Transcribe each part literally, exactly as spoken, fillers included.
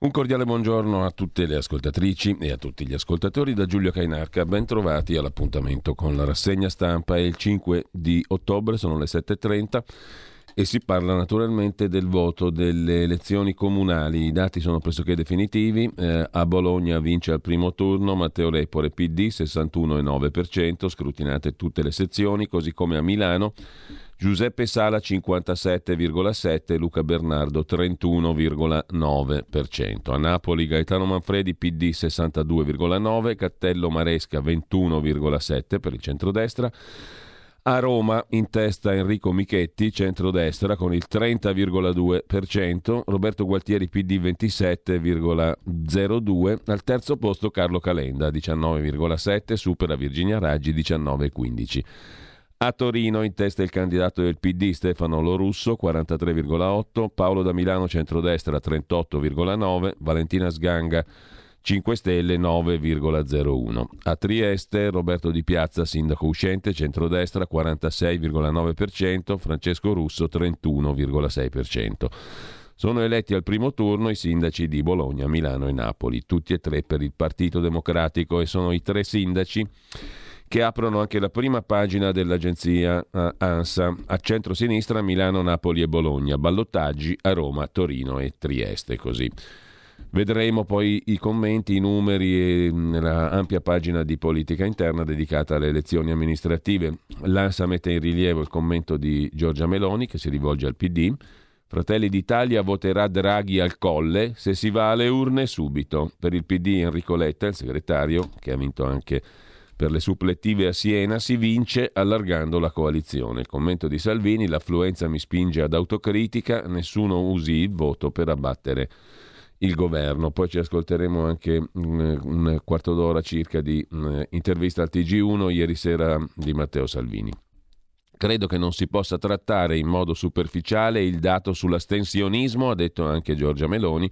Un cordiale buongiorno a tutte le ascoltatrici e a tutti gli ascoltatori da Giulio Cainarca. Ben trovati all'appuntamento con la rassegna stampa. È il cinque di ottobre, sono le sette e trenta e si parla naturalmente del voto delle elezioni comunali. I dati sono pressoché definitivi. Eh, a Bologna vince al primo turno Matteo Lepore, P D, sessantuno virgola nove per cento, scrutinate tutte le sezioni, così come a Milano Giuseppe Sala cinquantasette virgola sette, Luca Bernardo trentuno virgola nove per cento. A Napoli Gaetano Manfredi, P D sessantadue virgola nove, Cattello Maresca ventuno virgola sette per il centrodestra. A Roma in testa Enrico Michetti, centrodestra, con il trenta virgola due per cento, Roberto Gualtieri, P D ventisette virgola zero due, al terzo posto Carlo Calenda, diciannove virgola sette, supera Virginia Raggi, diciannove virgola quindici. A Torino in testa il candidato del P D Stefano Lorusso, quarantatré virgola otto, Paolo da Milano centrodestra trentotto virgola nove, Valentina Sganga cinque Stelle nove virgola zero uno. A Trieste Roberto Di Piazza, sindaco uscente, centrodestra quarantasei virgola nove per cento, Francesco Russo trentuno virgola sei per cento. Sono eletti al primo turno i sindaci di Bologna, Milano e Napoli, tutti e tre per il Partito Democratico, e sono i tre sindaci che aprono anche la prima pagina dell'agenzia ANSA. A centro-sinistra Milano, Napoli e Bologna, ballottaggi a Roma, Torino e Trieste. Così vedremo poi i commenti, i numeri e la ampia pagina di politica interna dedicata alle elezioni amministrative. L'ANSA mette in rilievo il commento di Giorgia Meloni, che si rivolge al P D. Fratelli d'Italia voterà Draghi al Colle se si va alle urne subito. Per il P D Enrico Letta, il segretario, che ha vinto anche per le supplettive a Siena, si vince allargando la coalizione. Il commento di Salvini: l'affluenza mi spinge ad autocritica, nessuno usi il voto per abbattere il governo. Poi ci ascolteremo anche un, un quarto d'ora circa di um, intervista al T G uno ieri sera di Matteo Salvini. Credo che non si possa trattare in modo superficiale il dato sull'astensionismo, ha detto anche Giorgia Meloni.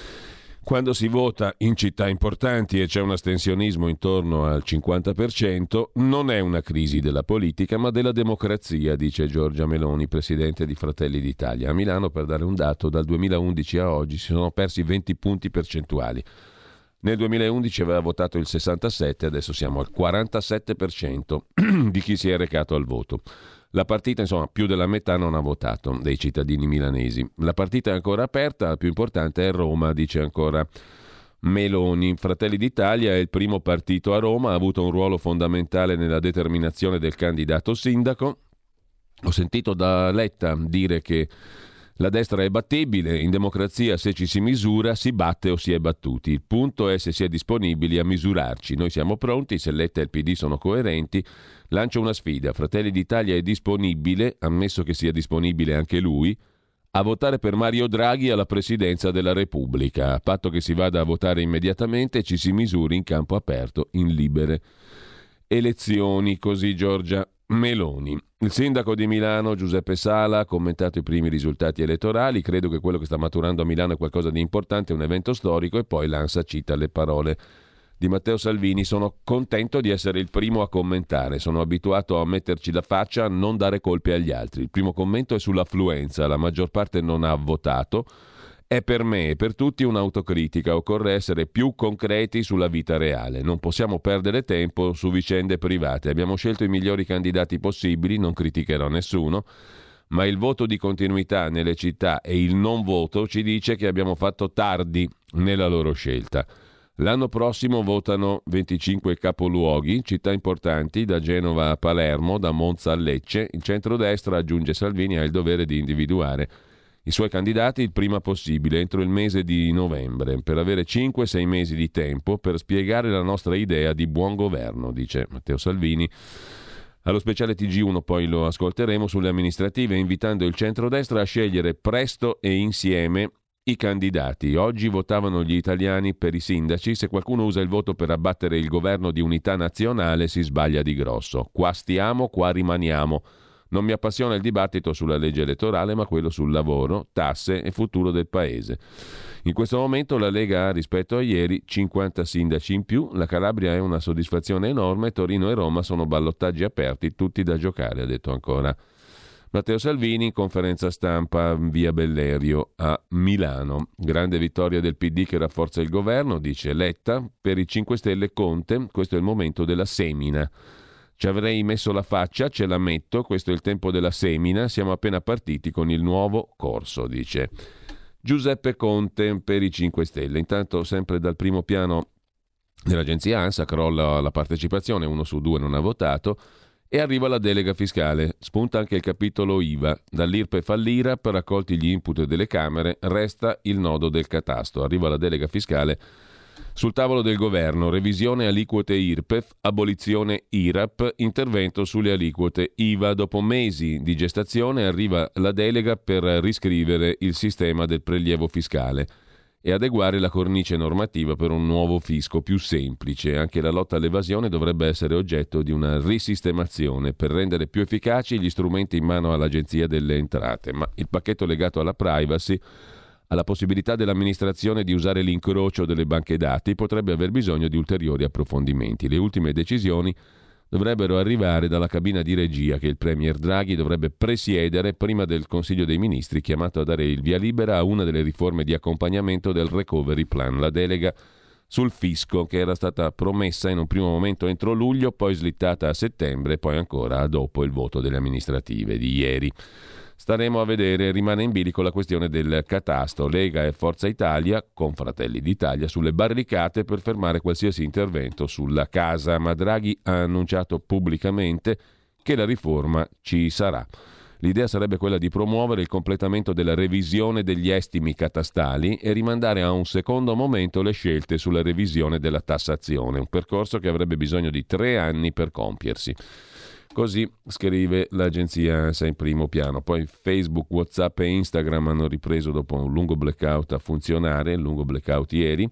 Quando si vota in città importanti e c'è un astensionismo intorno al cinquanta per cento, non è una crisi della politica ma della democrazia, dice Giorgia Meloni, presidente di Fratelli d'Italia. A Milano, per dare un dato, dal duemilaundici a oggi si sono persi venti punti percentuali. Nel duemilaundici aveva votato il sessantasette, adesso siamo al quarantasette per cento di chi si è recato al voto. La partita, insomma, più della metà non ha votato dei cittadini milanesi. La partita è ancora aperta, la più importante è Roma, dice ancora Meloni. Fratelli d'Italia è il primo partito a Roma, ha avuto un ruolo fondamentale nella determinazione del candidato sindaco. Ho sentito da Letta dire che la destra è battibile, in democrazia se ci si misura si batte o si è battuti. Il punto è se si è disponibili a misurarci. Noi siamo pronti, se Letta e il P D sono coerenti. Lancio una sfida: Fratelli d'Italia è disponibile, ammesso che sia disponibile anche lui, a votare per Mario Draghi alla presidenza della Repubblica, a patto che si vada a votare immediatamente e ci si misuri in campo aperto in libere elezioni. Così Giorgia Meloni. Il sindaco di Milano Giuseppe Sala ha commentato i primi risultati elettorali: credo che quello che sta maturando a Milano è qualcosa di importante, un evento storico. E poi l'ANSA cita le parole di Matteo Salvini: sono contento di essere il primo a commentare, sono abituato a metterci la faccia, a non dare colpe agli altri. Il primo commento è sull'affluenza, la maggior parte non ha votato, è per me e per tutti un'autocritica, occorre essere più concreti sulla vita reale, non possiamo perdere tempo su vicende private, abbiamo scelto i migliori candidati possibili, non criticherò nessuno, ma il voto di continuità nelle città e il non voto ci dice che abbiamo fatto tardi nella loro scelta. L'anno prossimo votano venticinque capoluoghi, città importanti, da Genova a Palermo, da Monza a Lecce. Il centrodestra, aggiunge Salvini, ha il dovere di individuare i suoi candidati il prima possibile, entro il mese di novembre, per avere cinque sei mesi di tempo per spiegare la nostra idea di buon governo, dice Matteo Salvini. Allo speciale T G uno poi lo ascolteremo sulle amministrative, invitando il centrodestra a scegliere presto e insieme i candidati. Oggi votavano gli italiani per i sindaci, se qualcuno usa il voto per abbattere il governo di unità nazionale si sbaglia di grosso. Qua stiamo, qua rimaniamo. Non mi appassiona il dibattito sulla legge elettorale, ma quello sul lavoro, tasse e futuro del paese. In questo momento la Lega ha, rispetto a ieri, cinquanta sindaci in più, la Calabria è una soddisfazione enorme, Torino e Roma sono ballottaggi aperti, tutti da giocare, ha detto ancora Matteo Salvini in conferenza stampa via Bellerio a Milano. Grande vittoria del P D che rafforza il governo, dice Letta. Per i cinque Stelle Conte, questo è il momento della semina. Ci avrei messo la faccia, ce la metto, questo è il tempo della semina, siamo appena partiti con il nuovo corso, dice Giuseppe Conte per i cinque Stelle. Intanto, sempre dal primo piano dell'agenzia ANSA, crolla la partecipazione, uno su due non ha votato. E arriva la delega fiscale, spunta anche il capitolo I V A, dall'Irpef all'Irap, raccolti gli input delle Camere, resta il nodo del catasto. Arriva la delega fiscale sul tavolo del governo, revisione aliquote Irpef, abolizione Irap, intervento sulle aliquote I V A. Dopo mesi di gestazione arriva la delega per riscrivere il sistema del prelievo fiscale e adeguare la cornice normativa per un nuovo fisco più semplice. Anche la lotta all'evasione dovrebbe essere oggetto di una risistemazione per rendere più efficaci gli strumenti in mano all'Agenzia delle Entrate. Ma il pacchetto legato alla privacy, alla possibilità dell'amministrazione di usare l'incrocio delle banche dati, potrebbe aver bisogno di ulteriori approfondimenti. Le ultime decisioni dovrebbero arrivare dalla cabina di regia che il Premier Draghi dovrebbe presiedere prima del Consiglio dei Ministri, chiamato a dare il via libera a una delle riforme di accompagnamento del Recovery Plan, la delega sul fisco che era stata promessa in un primo momento entro luglio, poi slittata a settembre e poi ancora a dopo il voto delle amministrative di ieri. Staremo a vedere, rimane in bilico la questione del catasto. Lega e Forza Italia, con Fratelli d'Italia, sulle barricate per fermare qualsiasi intervento sulla casa. Ma Draghi ha annunciato pubblicamente che la riforma ci sarà. L'idea sarebbe quella di promuovere il completamento della revisione degli estimi catastali e rimandare a un secondo momento le scelte sulla revisione della tassazione, un percorso che avrebbe bisogno di tre anni per compiersi. Così scrive l'agenzia ANSA in primo piano. Poi Facebook, WhatsApp e Instagram hanno ripreso dopo un lungo blackout a funzionare, un lungo blackout ieri.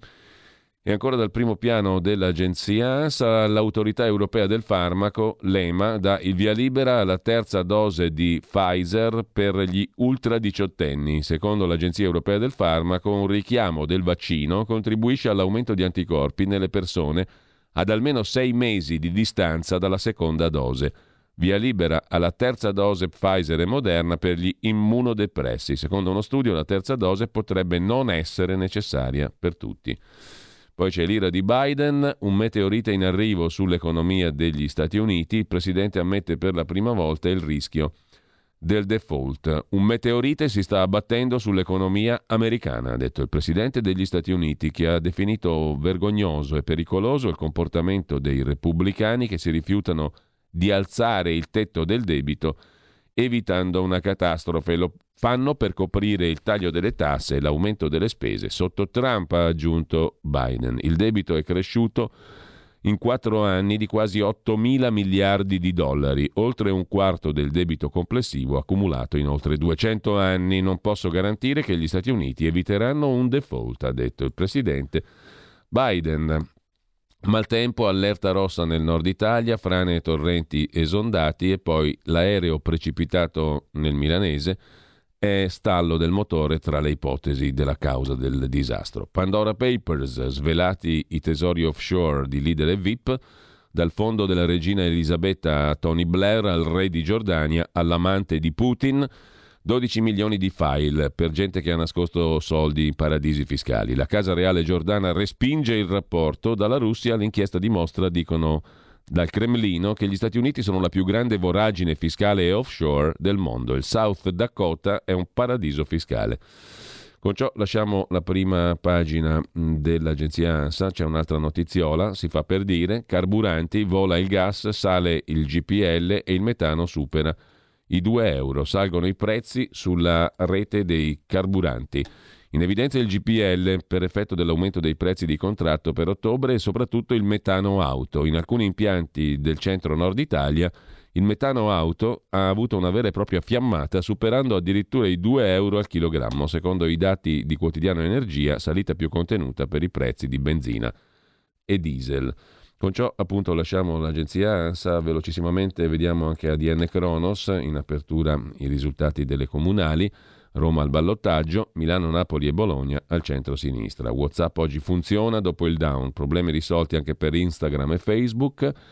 E ancora dal primo piano dell'agenzia ANSA, l'autorità europea del farmaco, l'EMA, dà il via libera alla terza dose di Pfizer per gli ultradiciottenni. Secondo l'agenzia europea del farmaco, un richiamo del vaccino contribuisce all'aumento di anticorpi nelle persone ad almeno sei mesi di distanza dalla seconda dose. Via libera alla terza dose Pfizer e Moderna per gli immunodepressi. Secondo uno studio, la terza dose potrebbe non essere necessaria per tutti. Poi c'è l'ira di Biden, un meteorite in arrivo sull'economia degli Stati Uniti. Il presidente ammette per la prima volta il rischio del default. Un meteorite si sta abbattendo sull'economia americana, ha detto il presidente degli Stati Uniti, che ha definito vergognoso e pericoloso il comportamento dei repubblicani che si rifiutano di alzare il tetto del debito evitando una catastrofe. Lo fanno per coprire il taglio delle tasse e l'aumento delle spese. Sotto Trump, ha aggiunto Biden, il debito è cresciuto in quattro anni di quasi ottomila miliardi di dollari, oltre un quarto del debito complessivo accumulato in oltre duecento anni. Non posso garantire che gli Stati Uniti eviteranno un default, ha detto il presidente Biden. Maltempo, allerta rossa nel nord Italia, frane e torrenti esondati e poi l'aereo precipitato nel milanese è stallo del motore tra le ipotesi della causa del disastro. Pandora Papers, svelati i tesori offshore di leader e V I P, dal fondo della regina Elisabetta a Tony Blair al re di Giordania all'amante di Putin, dodici milioni di file per gente che ha nascosto soldi in paradisi fiscali. La Casa Reale giordana respinge il rapporto. Dalla Russia l'inchiesta dimostra, dicono dal Cremlino, che gli Stati Uniti sono la più grande voragine fiscale e offshore del mondo. Il South Dakota è un paradiso fiscale. Con ciò lasciamo la prima pagina dell'agenzia ANSA. C'è un'altra notiziola, si fa per dire: carburanti, vola il gas, sale il G P L e il metano supera i due euro, salgono i prezzi sulla rete dei carburanti. In evidenza il G P L per effetto dell'aumento dei prezzi di contratto per ottobre e soprattutto il metano auto. In alcuni impianti del centro-nord Italia il metano auto ha avuto una vera e propria fiammata, superando addirittura i due euro al chilogrammo, secondo i dati di Quotidiano Energia, salita più contenuta per i prezzi di benzina e diesel. Con ciò appunto lasciamo l'agenzia ANSA, velocissimamente vediamo anche A D N Cronos, in apertura i risultati delle comunali, Roma al ballottaggio, Milano, Napoli e Bologna al centro-sinistra. WhatsApp oggi funziona dopo il down, problemi risolti anche per Instagram e Facebook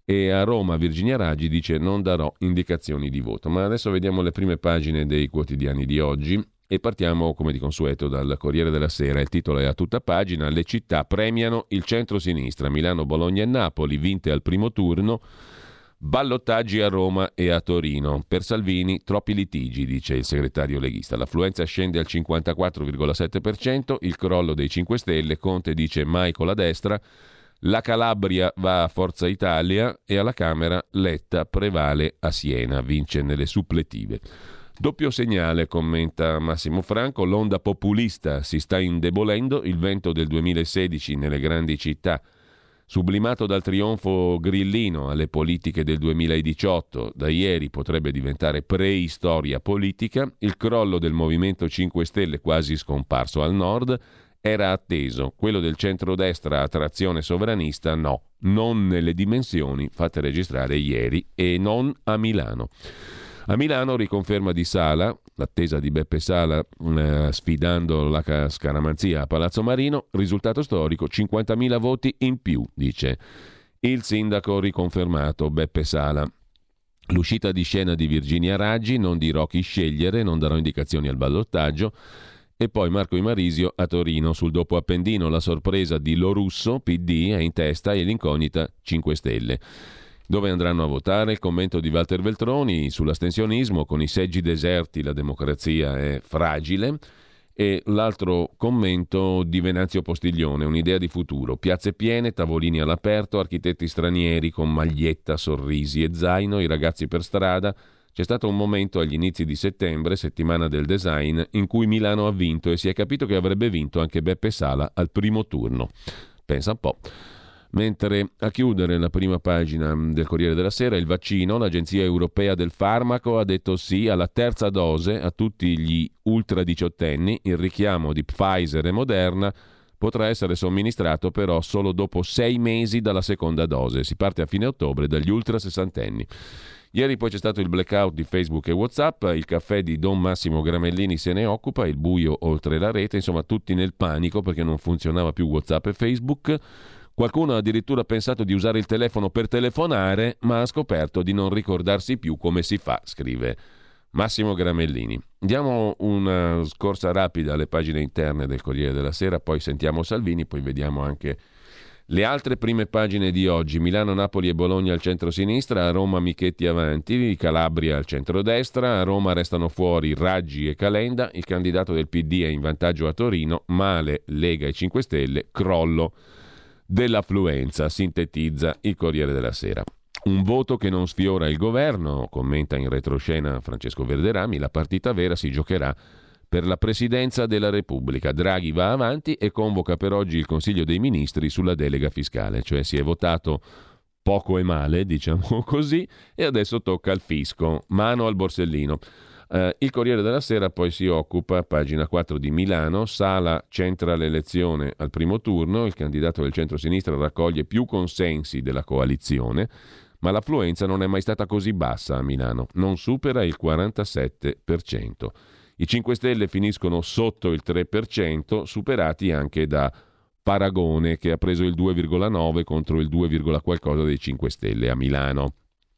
E a Roma Virginia Raggi dice non darò indicazioni di voto. Ma adesso vediamo le prime pagine dei quotidiani di oggi e partiamo come di consueto dal Corriere della Sera. Il titolo è a tutta pagina: le città premiano il centro-sinistra, Milano, Bologna e Napoli vinte al primo turno, ballottaggi a Roma e a Torino. Per Salvini troppi litigi, dice il segretario leghista. L'affluenza scende al cinquantaquattro virgola sette per cento, il crollo dei cinque Stelle, Conte dice mai con la destra. La Calabria va a Forza Italia e alla Camera Letta prevale a Siena, vince nelle suppletive. Doppio segnale, commenta Massimo Franco, l'onda populista si sta indebolendo, il vento del duemilasedici nelle grandi città, sublimato dal trionfo grillino alle politiche del duemiladiciotto, da ieri potrebbe diventare preistoria politica, il crollo del Movimento cinque Stelle quasi scomparso al nord, era atteso, quello del centrodestra a trazione sovranista no, non nelle dimensioni fatte registrare ieri e non a Milano. A Milano riconferma di Sala, l'attesa di Beppe Sala eh, sfidando la scaramanzia a Palazzo Marino, risultato storico, cinquantamila voti in più, dice il sindaco riconfermato Beppe Sala. L'uscita di scena di Virginia Raggi, non dirò chi scegliere, non darò indicazioni al ballottaggio. E poi Marco Imarisio a Torino, sul dopo Appendino la sorpresa di Lo Russo, P D è in testa e l'incognita cinque Stelle. Dove andranno a votare? Il commento di Walter Veltroni sull'astensionismo, con i seggi deserti la democrazia è fragile, e l'altro commento di Venanzio Postiglione, un'idea di futuro, piazze piene, tavolini all'aperto, architetti stranieri con maglietta, sorrisi e zaino, i ragazzi per strada. C'è stato un momento agli inizi di settembre, settimana del design, in cui Milano ha vinto e si è capito che avrebbe vinto anche Beppe Sala al primo turno. Pensa un po'. Mentre a chiudere la prima pagina del Corriere della Sera, il vaccino, l'Agenzia Europea del Farmaco ha detto sì alla terza dose a tutti gli ultra diciottenni, il richiamo di Pfizer e Moderna potrà essere somministrato però solo dopo sei mesi dalla seconda dose, si parte a fine ottobre dagli ultra sessantenni. Ieri poi c'è stato il blackout di Facebook e WhatsApp, il caffè di Don Massimo Gramellini se ne occupa, il buio oltre la rete, insomma tutti nel panico perché non funzionava più WhatsApp e Facebook. Qualcuno ha addirittura pensato di usare il telefono per telefonare, ma ha scoperto di non ricordarsi più come si fa, scrive Massimo Gramellini. Diamo una scorsa rapida alle pagine interne del Corriere della Sera, poi sentiamo Salvini, poi vediamo anche le altre prime pagine di oggi. Milano, Napoli e Bologna al centro-sinistra, a Roma Michetti avanti, Calabria al centro-destra, a Roma restano fuori Raggi e Calenda, il candidato del P D è in vantaggio a Torino, male Lega e cinque Stelle, crollo dell'affluenza, sintetizza il Corriere della Sera. Un voto che non sfiora il governo, commenta in retroscena Francesco Verderami, la partita vera si giocherà per la presidenza della Repubblica. Draghi va avanti e convoca per oggi il Consiglio dei Ministri sulla delega fiscale, cioè si è votato poco e male, diciamo così, e adesso tocca al fisco, mano al borsellino. Uh, il Corriere della Sera poi si occupa, pagina quattro di Milano, Sala centra l'elezione al primo turno, il candidato del centro-sinistra raccoglie più consensi della coalizione, ma l'affluenza non è mai stata così bassa a Milano, non supera il quarantasette per cento. I cinque Stelle finiscono sotto il tre per cento, superati anche da Paragone che ha preso il due virgola nove contro il due, qualcosa dei cinque Stelle a Milano.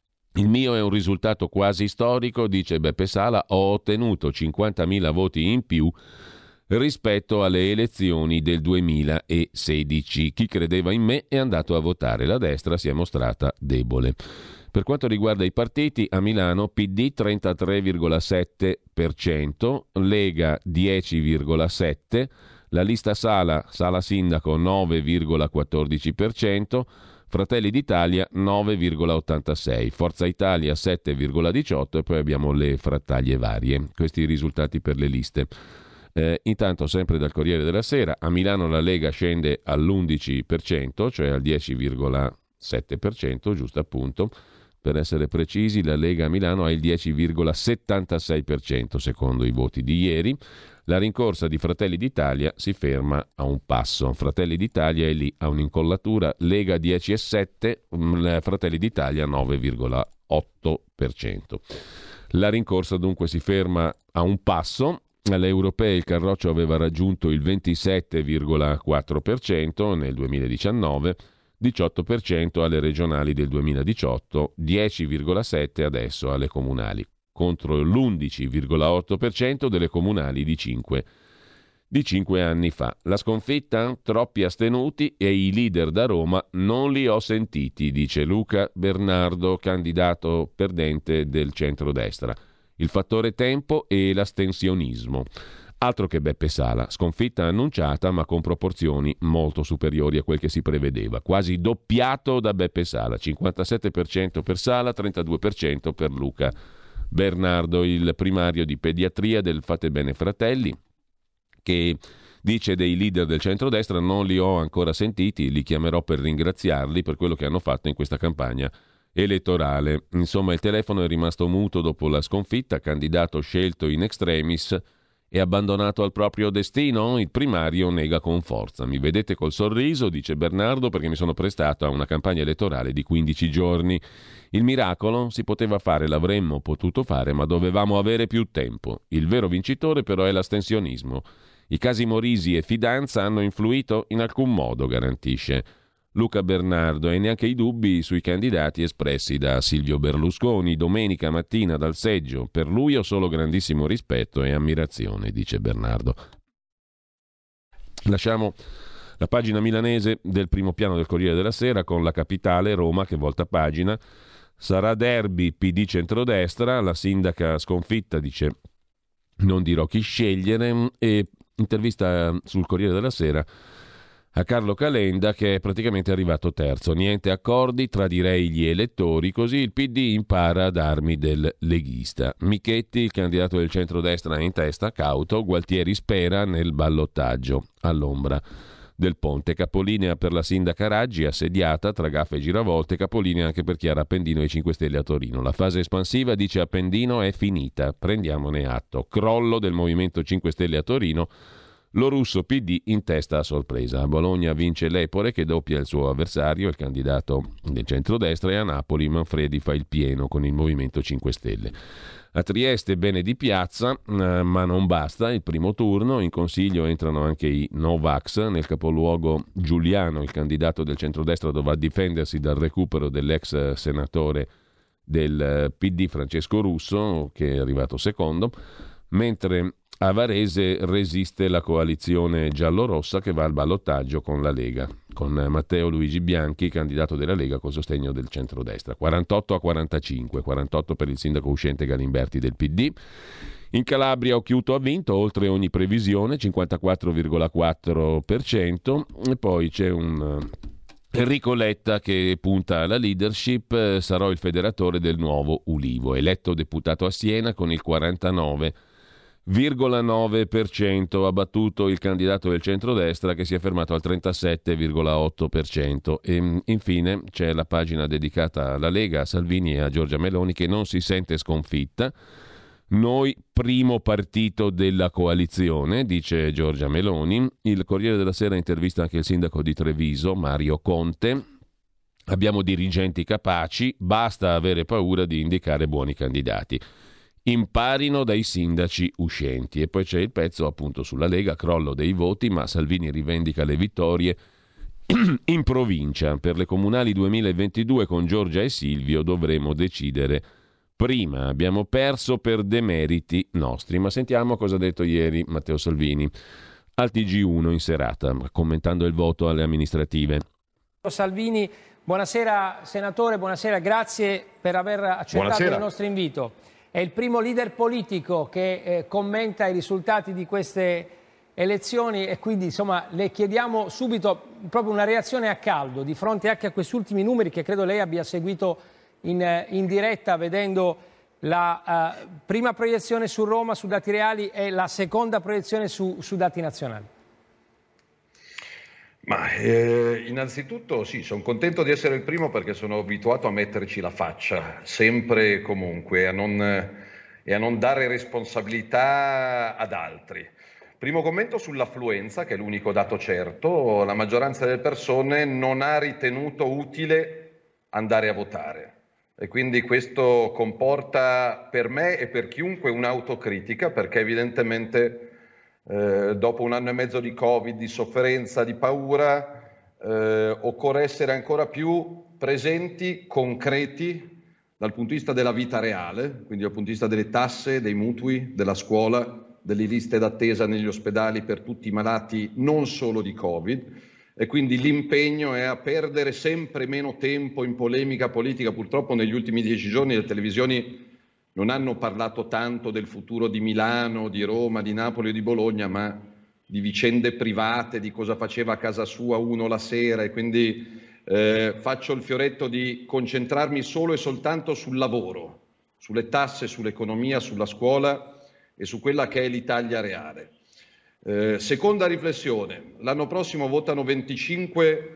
Il mio è un risultato quasi storico, dice Beppe Sala, ho ottenuto cinquantamila voti in più rispetto alle elezioni del duemilasedici. Chi credeva in me è andato a votare, la destra si è mostrata debole. Per quanto riguarda i partiti, a Milano P D trentatré virgola sette per cento, Lega dieci virgola sette per cento, la lista Sala, Sala Sindaco nove virgola quattordici per cento, Fratelli d'Italia nove virgola ottantasei per cento, Forza Italia sette virgola diciotto per cento e poi abbiamo le frattaglie varie. Questi i risultati per le liste. Eh, intanto, sempre dal Corriere della Sera, a Milano la Lega scende all'undici per cento, cioè al dieci virgola sette per cento, giusto appunto. Per essere precisi, la Lega a Milano ha il dieci virgola settantasei per cento secondo i voti di ieri. La rincorsa di Fratelli d'Italia si ferma a un passo. Fratelli d'Italia è lì a un'incollatura, Lega dieci virgola sette per cento, Fratelli d'Italia nove virgola otto per cento. La rincorsa dunque si ferma a un passo. Alle europee il Carroccio aveva raggiunto il ventisette virgola quattro per cento nel duemiladiciannove, diciotto per cento alle regionali del duemiladiciotto, dieci virgola sette per cento adesso alle comunali, contro l'undici virgola otto per cento delle comunali di cinque di cinque anni fa. La sconfitta? Troppi astenuti e i leader da Roma non li ho sentiti, dice Luca Bernardo, candidato perdente del centrodestra. Il fattore tempo e l'astensionismo. Altro che Beppe Sala, sconfitta annunciata ma con proporzioni molto superiori a quel che si prevedeva, quasi doppiato da Beppe Sala, cinquantasette per cento per Sala, trentadue per cento per Luca Bernardo, il primario di pediatria del Fate Bene Fratelli, che dice dei leader del centrodestra: non li ho ancora sentiti, li chiamerò per ringraziarli per quello che hanno fatto in questa campagna elettorale. Insomma, il telefono è rimasto muto dopo la sconfitta, candidato scelto in extremis e abbandonato al proprio destino? Il primario nega con forza. Mi vedete col sorriso, dice Bernardo, perché mi sono prestato a una campagna elettorale di quindici giorni. Il miracolo si poteva fare, l'avremmo potuto fare, ma dovevamo avere più tempo. Il vero vincitore però è l'astensionismo. I casi Morisi e Fidanza hanno influito in alcun modo, garantisce Luca Bernardo, e neanche i dubbi sui candidati espressi da Silvio Berlusconi domenica mattina dal seggio. Per lui ho solo grandissimo rispetto e ammirazione, dice Bernardo. Lasciamo la pagina milanese del primo piano del Corriere della Sera con la capitale, Roma, che volta pagina. Sarà derby P D centrodestra, la sindaca sconfitta dice non dirò chi scegliere, e intervista sul Corriere della Sera a Carlo Calenda, che è praticamente arrivato terzo. Niente accordi, tradirei gli elettori, così il P D impara ad armi del leghista. Michetti, il candidato del centrodestra, è in testa, cauto. Gualtieri spera nel ballottaggio all'ombra del ponte. Capolinea per la sindaca Raggi, assediata tra gaffe e giravolte. Capolinea anche per Chiara Appendino e i cinque Stelle a Torino. La fase espansiva, dice Appendino, è finita, prendiamone atto. Crollo del Movimento cinque Stelle a Torino. Lo Russo P D in testa a sorpresa. A Bologna vince Lepore, che doppia il suo avversario, il candidato del centrodestra, e a Napoli Manfredi fa il pieno con il Movimento cinque Stelle. A Trieste bene di piazza, ma non basta il primo turno. In consiglio entrano anche i Novax. Nel capoluogo Giuliano il candidato del centrodestra dovrà difendersi dal recupero dell'ex senatore del P D Francesco Russo, che è arrivato secondo, mentre a Varese resiste la coalizione giallorossa, che va al ballottaggio con la Lega, con Matteo Luigi Bianchi, candidato della Lega col sostegno del centrodestra. quarantotto a quarantacinque, quarantotto per il sindaco uscente Galimberti del P D. In Calabria Occhiuto ha vinto oltre ogni previsione, cinquantaquattro virgola quattro per cento, e poi c'è un Enrico Letta che punta alla leadership. Sarò il federatore del nuovo Ulivo, eletto deputato a Siena con il quarantanove virgola nove per cento, ha battuto il candidato del centrodestra che si è fermato al trentasette virgola otto per cento. E infine c'è la pagina dedicata alla Lega, a Salvini e a Giorgia Meloni, che non si sente sconfitta. Noi primo partito della coalizione, dice Giorgia Meloni. Il Corriere della Sera intervista anche il sindaco di Treviso, Mario Conte. Abbiamo dirigenti capaci, basta avere paura di indicare buoni candidati. Imparino dai sindaci uscenti. E poi c'è il pezzo appunto sulla Lega, crollo dei voti, ma Salvini rivendica le vittorie in provincia. Per le comunali duemilaventidue con Giorgia e Silvio dovremo decidere prima. Abbiamo perso per demeriti nostri. Ma sentiamo cosa ha detto ieri Matteo Salvini al T G uno in serata, commentando il voto alle amministrative. Salvini, buonasera senatore, buonasera, grazie per aver accettato buonasera. Il nostro invito. È il primo leader politico che eh, commenta i risultati di queste elezioni e quindi insomma le chiediamo subito proprio una reazione a caldo di fronte anche a questi ultimi numeri che credo lei abbia seguito in, in diretta, vedendo la uh, prima proiezione su Roma su dati reali e la seconda proiezione su, su dati nazionali. Ma eh, innanzitutto sì, sono contento di essere il primo perché sono abituato a metterci la faccia, sempre e comunque, a non, e a non dare responsabilità ad altri. Primo commento sull'affluenza, che è l'unico dato certo. La maggioranza delle persone non ha ritenuto utile andare a votare e quindi questo comporta per me e per chiunque un'autocritica, perché evidentemente Eh, dopo un anno e mezzo di Covid, di sofferenza, di paura, eh, occorre essere ancora più presenti, concreti dal punto di vista della vita reale, quindi dal punto di vista delle tasse, dei mutui, della scuola, delle liste d'attesa negli ospedali per tutti i malati non solo di Covid, e quindi l'impegno è a perdere sempre meno tempo in polemica politica. Purtroppo negli ultimi dieci giorni le televisioni non hanno parlato tanto del futuro di Milano, di Roma, di Napoli o di Bologna, ma di vicende private, di cosa faceva a casa sua uno la sera, e quindi eh, faccio il fioretto di concentrarmi solo e soltanto sul lavoro, sulle tasse, sull'economia, sulla scuola e su quella che è l'Italia reale. Eh, seconda riflessione, l'anno prossimo votano venticinque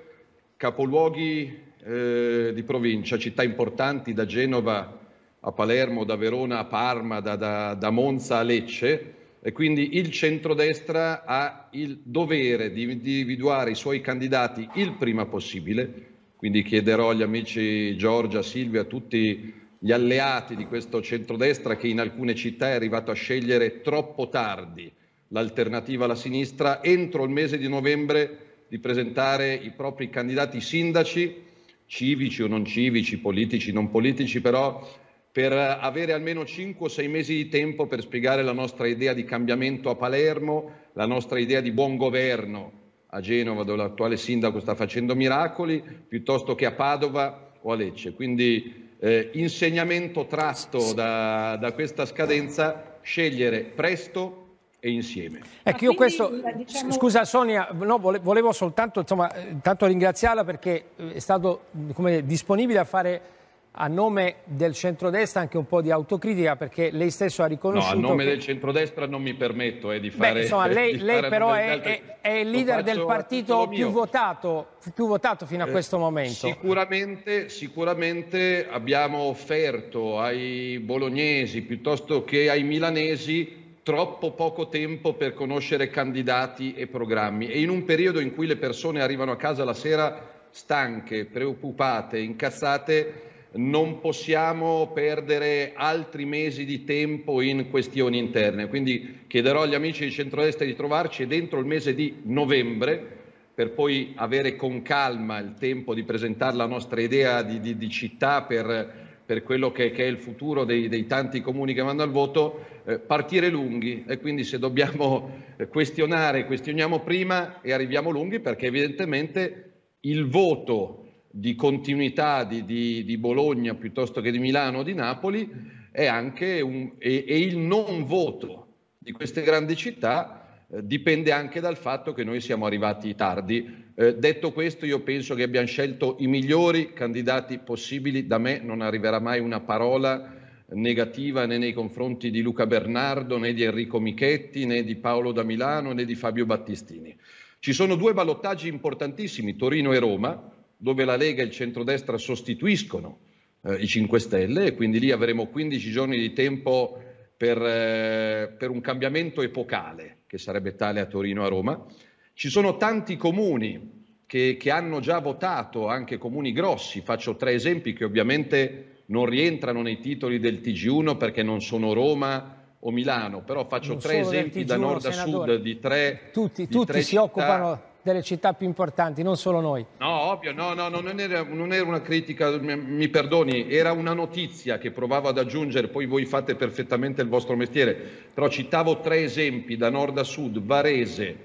capoluoghi eh, di provincia, città importanti, da Genova a Palermo, da Verona a Parma, da, da, da Monza a Lecce, e quindi il centrodestra ha il dovere di individuare i suoi candidati il prima possibile, quindi chiederò agli amici Giorgia, Silvia, a tutti gli alleati di questo centrodestra che in alcune città è arrivato a scegliere troppo tardi l'alternativa alla sinistra, entro il mese di novembre di presentare i propri candidati sindaci, civici o non civici, politici, non politici, però per avere almeno cinque o sei mesi di tempo per spiegare la nostra idea di cambiamento a Palermo, la nostra idea di buon governo a Genova, dove l'attuale sindaco sta facendo miracoli, piuttosto che a Padova o a Lecce. Quindi eh, insegnamento tratto da, da questa scadenza: scegliere presto e insieme. Ecco, io questo, diciamo... scusa Sonia, no, volevo soltanto insomma, tanto ringraziarla perché è stato come, disponibile a fare a nome del centrodestra anche un po' di autocritica, perché lei stesso ha riconosciuto... No, a nome che... del centrodestra non mi permetto eh, di fare... Beh, insomma, lei, lei fare però è, è, è il leader del partito più votato, più votato fino a questo momento. Eh, sicuramente, sicuramente abbiamo offerto ai bolognesi piuttosto che ai milanesi troppo poco tempo per conoscere candidati e programmi, e in un periodo in cui le persone arrivano a casa la sera stanche, preoccupate, incazzate, non possiamo perdere altri mesi di tempo in questioni interne. Quindi chiederò agli amici di centrodestra di trovarci dentro il mese di novembre, per poi avere con calma il tempo di presentare la nostra idea di, di, di città per, per quello che, che è il futuro dei, dei tanti comuni che vanno al voto, eh, partire lunghi, e quindi se dobbiamo questionare, questioniamo prima e arriviamo lunghi, perché evidentemente il voto di continuità di, di, di Bologna piuttosto che di Milano o di Napoli è anche un, e, e il non voto di queste grandi città eh, dipende anche dal fatto che noi siamo arrivati tardi. Eh, detto questo, io penso che abbiamo scelto i migliori candidati possibili. Da me non arriverà mai una parola negativa né nei confronti di Luca Bernardo, né di Enrico Michetti, né di Paolo da Milano, né di Fabio Battistini. Ci sono due ballottaggi importantissimi, Torino e Roma, dove la Lega e il centrodestra sostituiscono eh, i cinque Stelle, e quindi lì avremo quindici giorni di tempo per, eh, per un cambiamento epocale, che sarebbe tale a Torino e a Roma. Ci sono tanti comuni che, che hanno già votato, anche comuni grossi. Faccio tre esempi che ovviamente non rientrano nei titoli del T G uno perché non sono Roma o Milano, però faccio non tre esempi da nord a sud di tre Tutti, di tutti tre si città. occupano delle città più importanti, non solo noi. No, ovvio, no, no, no non, era, non era una critica, mi, mi perdoni, era una notizia che provavo ad aggiungere, poi voi fate perfettamente il vostro mestiere, però citavo tre esempi da nord a sud: Varese,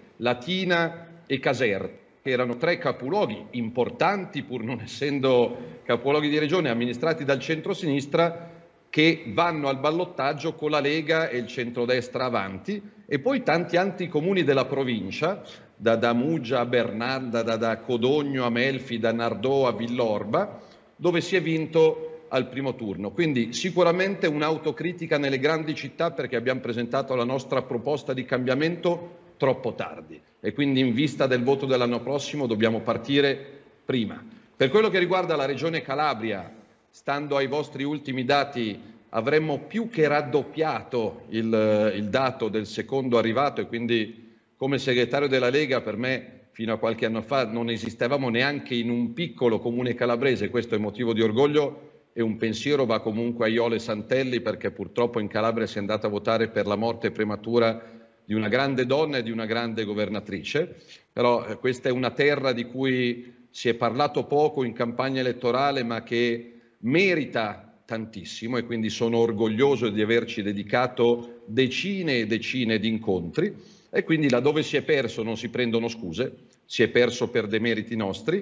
Latina e Caserta, che erano tre capoluoghi importanti, pur non essendo capoluoghi di regione, amministrati dal centro-sinistra, che vanno al ballottaggio con la Lega e il centrodestra avanti, e poi tanti altri comuni della provincia, da, da Muggia a Bernarda, da, da Codogno a Melfi, da Nardò a Villorba, dove si è vinto al primo turno. Quindi sicuramente un'autocritica nelle grandi città, perché abbiamo presentato la nostra proposta di cambiamento troppo tardi, e quindi in vista del voto dell'anno prossimo dobbiamo partire prima. Per quello che riguarda la Regione Calabria, stando ai vostri ultimi dati, avremmo più che raddoppiato il, il dato del secondo arrivato, e quindi come segretario della Lega per me fino a qualche anno fa non esistevamo neanche in un piccolo comune calabrese. Questo è motivo di orgoglio, e un pensiero va comunque a Iole Santelli, perché purtroppo in Calabria si è andata a votare per la morte prematura di una grande donna e di una grande governatrice, però eh, questa è una terra di cui si è parlato poco in campagna elettorale, ma che merita tantissimo, e quindi sono orgoglioso di averci dedicato decine e decine di incontri, e quindi laddove si è perso non si prendono scuse, si è perso per demeriti nostri.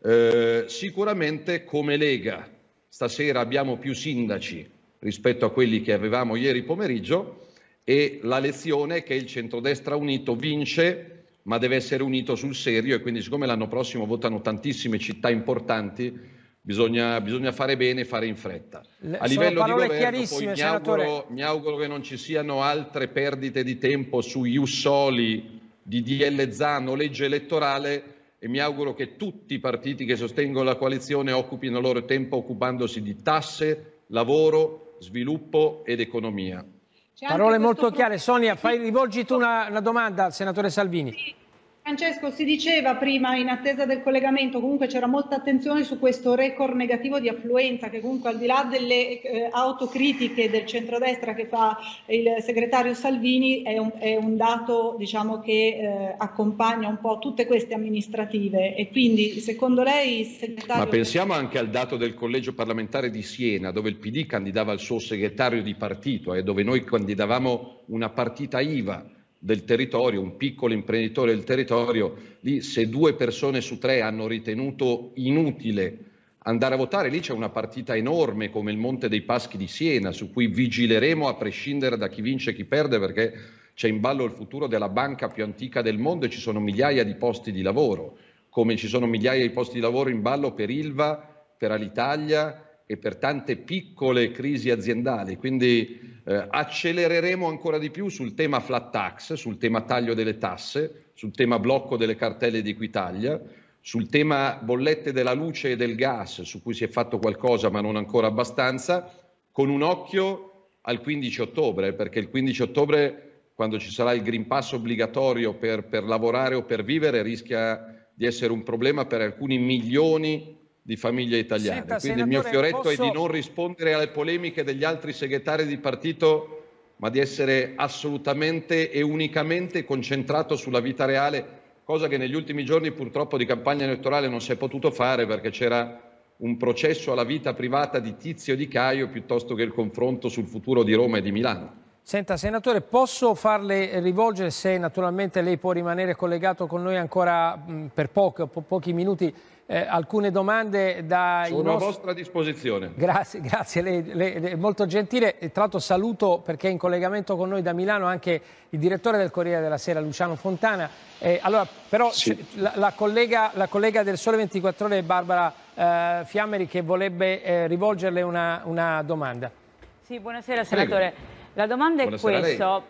Eh, sicuramente come Lega stasera abbiamo più sindaci rispetto a quelli che avevamo ieri pomeriggio, e la lezione è che il centrodestra unito vince, ma deve essere unito sul serio, e quindi siccome l'anno prossimo votano tantissime città importanti, Bisogna, bisogna fare bene e fare in fretta. A livello di governo poi mi auguro, mi auguro che non ci siano altre perdite di tempo su ius soli, di D L Zan o legge elettorale, e mi auguro che tutti i partiti che sostengono la coalizione occupino il loro tempo occupandosi di tasse, lavoro, sviluppo ed economia. Parole molto chiare. Sonia, fai, rivolgi tu una, una domanda al senatore Salvini. Sì. Francesco, si diceva prima, in attesa del collegamento, comunque c'era molta attenzione su questo record negativo di affluenza, che comunque al di là delle eh, autocritiche del centrodestra che fa il segretario Salvini è un, è un dato, diciamo, che eh, accompagna un po' tutte queste amministrative, e quindi secondo lei il segretario... Ma pensiamo anche al dato del collegio parlamentare di Siena, dove il P D candidava il suo segretario di partito e eh, dove noi candidavamo una partita I V A del territorio, un piccolo imprenditore del territorio. Lì se due persone su tre hanno ritenuto inutile andare a votare, lì c'è una partita enorme come il Monte dei Paschi di Siena, su cui vigileremo a prescindere da chi vince e chi perde, perché c'è in ballo il futuro della banca più antica del mondo e ci sono migliaia di posti di lavoro, come ci sono migliaia di posti di lavoro in ballo per Ilva, per Alitalia e per tante piccole crisi aziendali. Quindi eh, accelereremo ancora di più sul tema flat tax, sul tema taglio delle tasse, sul tema blocco delle cartelle di Equitalia, sul tema bollette della luce e del gas, su cui si è fatto qualcosa ma non ancora abbastanza, con un occhio al quindici ottobre, perché il quindici ottobre, quando ci sarà il Green Pass obbligatorio per, per lavorare o per vivere, rischia di essere un problema per alcuni milioni di famiglie italiane. Senta, Quindi senatore, il mio fioretto posso... è di non rispondere alle polemiche degli altri segretari di partito, ma di essere assolutamente e unicamente concentrato sulla vita reale, cosa che negli ultimi giorni purtroppo di campagna elettorale non si è potuto fare, perché c'era un processo alla vita privata di Tizio e di Caio piuttosto che il confronto sul futuro di Roma e di Milano. Senta, senatore, posso farle rivolgere, se naturalmente lei può rimanere collegato con noi ancora mh, per poco, po pochi minuti, eh, alcune domande da... Sono nostri... a vostra disposizione. Grazie, grazie, lei, lei, lei è molto gentile. E tra l'altro saluto, perché è in collegamento con noi da Milano, anche il direttore del Corriere della Sera, Luciano Fontana. Eh, allora, però sì. la, la, collega, la collega del Sole ventiquattro Ore, Barbara eh, Fiammeri, che vorrebbe eh, rivolgerle una, una domanda. Sì, buonasera senatore. Prego. La domanda è questa,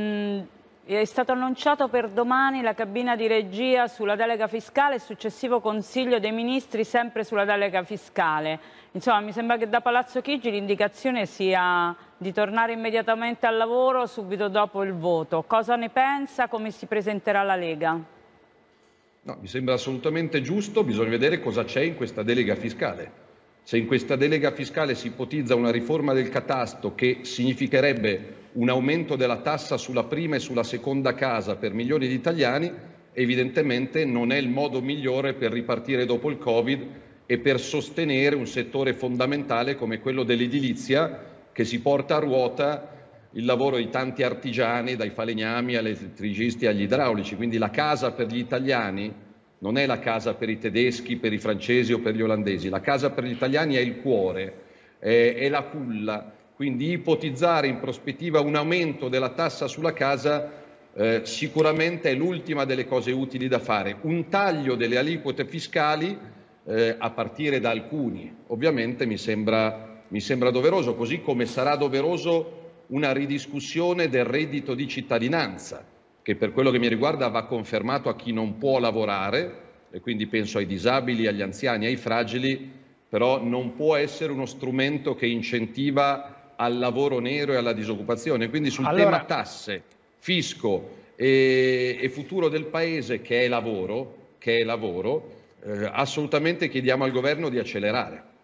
è stato annunciato per domani la cabina di regia sulla delega fiscale e successivo Consiglio dei Ministri sempre sulla delega fiscale. Insomma, mi sembra che da Palazzo Chigi l'indicazione sia di tornare immediatamente al lavoro subito dopo il voto. Cosa ne pensa? Come si presenterà la Lega? No, mi sembra assolutamente giusto, bisogna vedere cosa c'è in questa delega fiscale. Se in questa delega fiscale si ipotizza una riforma del catasto che significherebbe un aumento della tassa sulla prima e sulla seconda casa per milioni di italiani, evidentemente non è il modo migliore per ripartire dopo il Covid e per sostenere un settore fondamentale come quello dell'edilizia, che si porta a ruota il lavoro di tanti artigiani, dai falegnami agli elettricisti agli idraulici. Quindi la casa per gli italiani non è la casa per i tedeschi, per i francesi o per gli olandesi. La casa per gli italiani è il cuore, è, è la culla. Quindi ipotizzare in prospettiva un aumento della tassa sulla casa eh, sicuramente è l'ultima delle cose utili da fare. Un taglio delle aliquote fiscali, eh, a partire da alcuni, ovviamente mi sembra, mi sembra doveroso, così come sarà doveroso una ridiscussione del reddito di cittadinanza, che per quello che mi riguarda va confermato a chi non può lavorare, e quindi penso ai disabili, agli anziani, ai fragili, però non può essere uno strumento che incentiva al lavoro nero e alla disoccupazione. Quindi sul allora... tema tasse, fisco e, e futuro del Paese, che è lavoro, che è lavoro eh, assolutamente chiediamo al Governo di accelerare.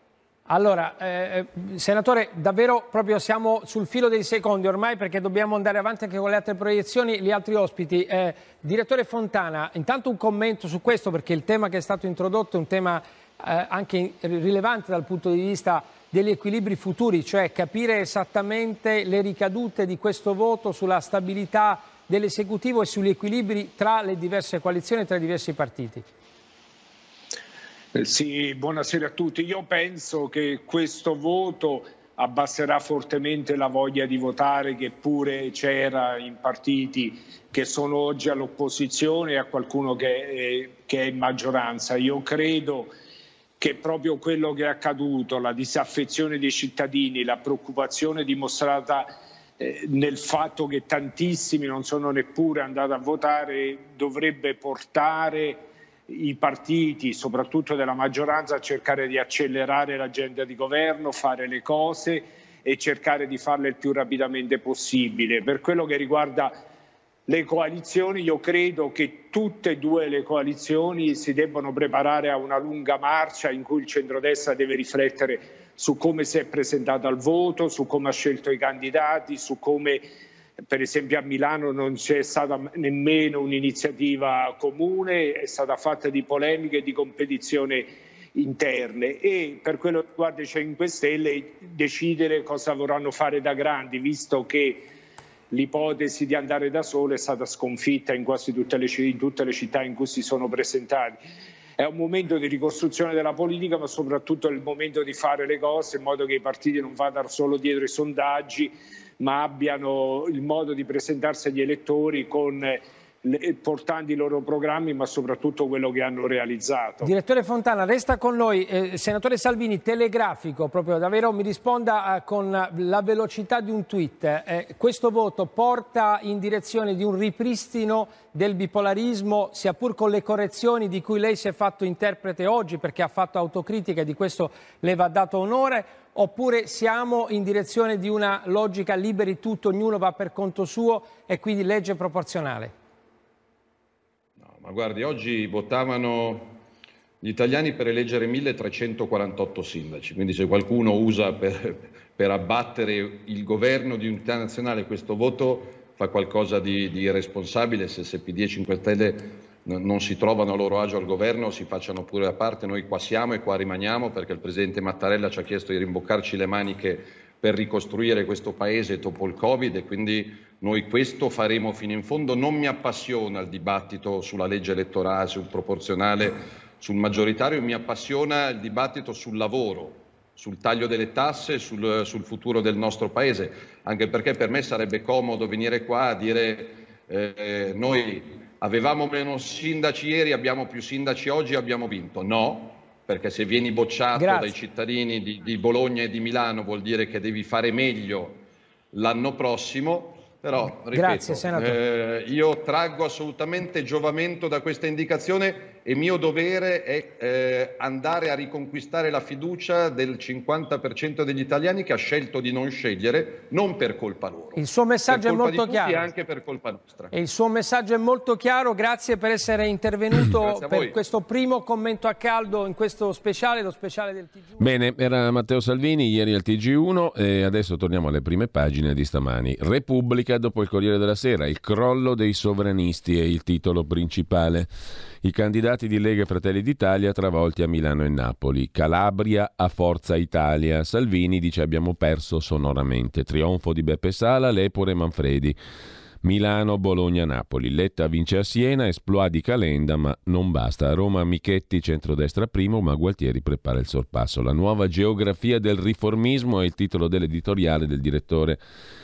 Allora, eh, senatore, davvero proprio siamo sul filo dei secondi ormai perché dobbiamo andare avanti anche con le altre proiezioni, gli altri ospiti. Eh, direttore Fontana, intanto un commento su questo perché il tema che è stato introdotto è un tema eh, anche rilevante dal punto di vista degli equilibri futuri, cioè capire esattamente le ricadute di questo voto sulla stabilità dell'esecutivo e sugli equilibri tra le diverse coalizioni e tra i diversi partiti. Sì, buonasera a tutti. Io penso che questo voto abbasserà fortemente la voglia di votare che pure c'era in partiti che sono oggi all'opposizione e a qualcuno che è, che è in maggioranza. Io credo che proprio quello che è accaduto, la disaffezione dei cittadini, la preoccupazione dimostrata eh, nel fatto che tantissimi non sono neppure andati a votare, dovrebbe portare i partiti, soprattutto della maggioranza, a cercare di accelerare l'agenda di governo, fare le cose e cercare di farle il più rapidamente possibile. Per quello che riguarda le coalizioni, io credo che tutte e due le coalizioni si debbano preparare a una lunga marcia in cui il centrodestra deve riflettere su come si è presentato al voto, su come ha scelto i candidati, su come per esempio a Milano non c'è stata nemmeno un'iniziativa comune, è stata fatta di polemiche e di competizione interne, e per quello che riguarda i cinque Stelle decidere cosa vorranno fare da grandi, visto che l'ipotesi di andare da solo è stata sconfitta in quasi tutte le, in tutte le città in cui si sono presentati. È un momento di ricostruzione della politica, ma soprattutto è il momento di fare le cose in modo che i partiti non vadano solo dietro i sondaggi, ma abbiano il modo di presentarsi agli elettori con, le, portando i loro programmi, ma soprattutto quello che hanno realizzato. Direttore Fontana, resta con noi. Eh, senatore Salvini, telegrafico, proprio davvero mi risponda eh, con la velocità di un tweet. Eh, questo voto porta in direzione di un ripristino del bipolarismo, sia pur con le correzioni di cui lei si è fatto interprete oggi, perché ha fatto autocritica e di questo le va dato onore, oppure siamo in direzione di una logica liberi tutto, ognuno va per conto suo e quindi legge proporzionale? No, ma guardi, oggi votavano gli italiani per eleggere milletrecentoquarantotto sindaci, quindi se qualcuno usa per, per abbattere il governo di unità nazionale questo voto fa qualcosa di, di irresponsabile. Se, se P D e cinque Stelle non si trovano a loro agio al governo, si facciano pure a parte. Noi qua siamo e qua rimaniamo perché il presidente Mattarella ci ha chiesto di rimboccarci le maniche per ricostruire questo paese dopo il Covid e quindi noi questo faremo fino in fondo. Non mi appassiona il dibattito sulla legge elettorale, sul proporzionale, sul maggioritario, mi appassiona il dibattito sul lavoro, sul taglio delle tasse, sul, sul futuro del nostro paese, anche perché per me sarebbe comodo venire qua a dire eh, noi avevamo meno sindaci ieri, abbiamo più sindaci oggi, abbiamo vinto. No, perché se vieni bocciato Grazie. dai cittadini di, di Bologna e di Milano vuol dire che devi fare meglio l'anno prossimo. Però, ripeto, eh, io traggo assolutamente giovamento da questa indicazione e mio dovere è eh, andare a riconquistare la fiducia del cinquanta per cento degli italiani che ha scelto di non scegliere, non per colpa loro. Il suo messaggio è molto chiaro. E anche per colpa nostra. E il suo messaggio è molto chiaro, grazie per essere intervenuto per questo primo commento a caldo in questo speciale, lo speciale del T G uno. Bene, era Matteo Salvini ieri al T G uno e adesso torniamo alle prime pagine di stamani. Repubblica dopo il Corriere della Sera, il crollo dei sovranisti è il titolo principale. I candidati di Lega e Fratelli d'Italia travolti a Milano e Napoli. Calabria a Forza Italia. Salvini dice abbiamo perso sonoramente. Trionfo di Beppe Sala, Lepore e Manfredi. Milano, Bologna, Napoli. Letta vince a Siena, esploit di Calenda, ma non basta. A Roma Michetti, centrodestra primo, ma Gualtieri prepara il sorpasso. La nuova geografia del riformismo è il titolo dell'editoriale del direttore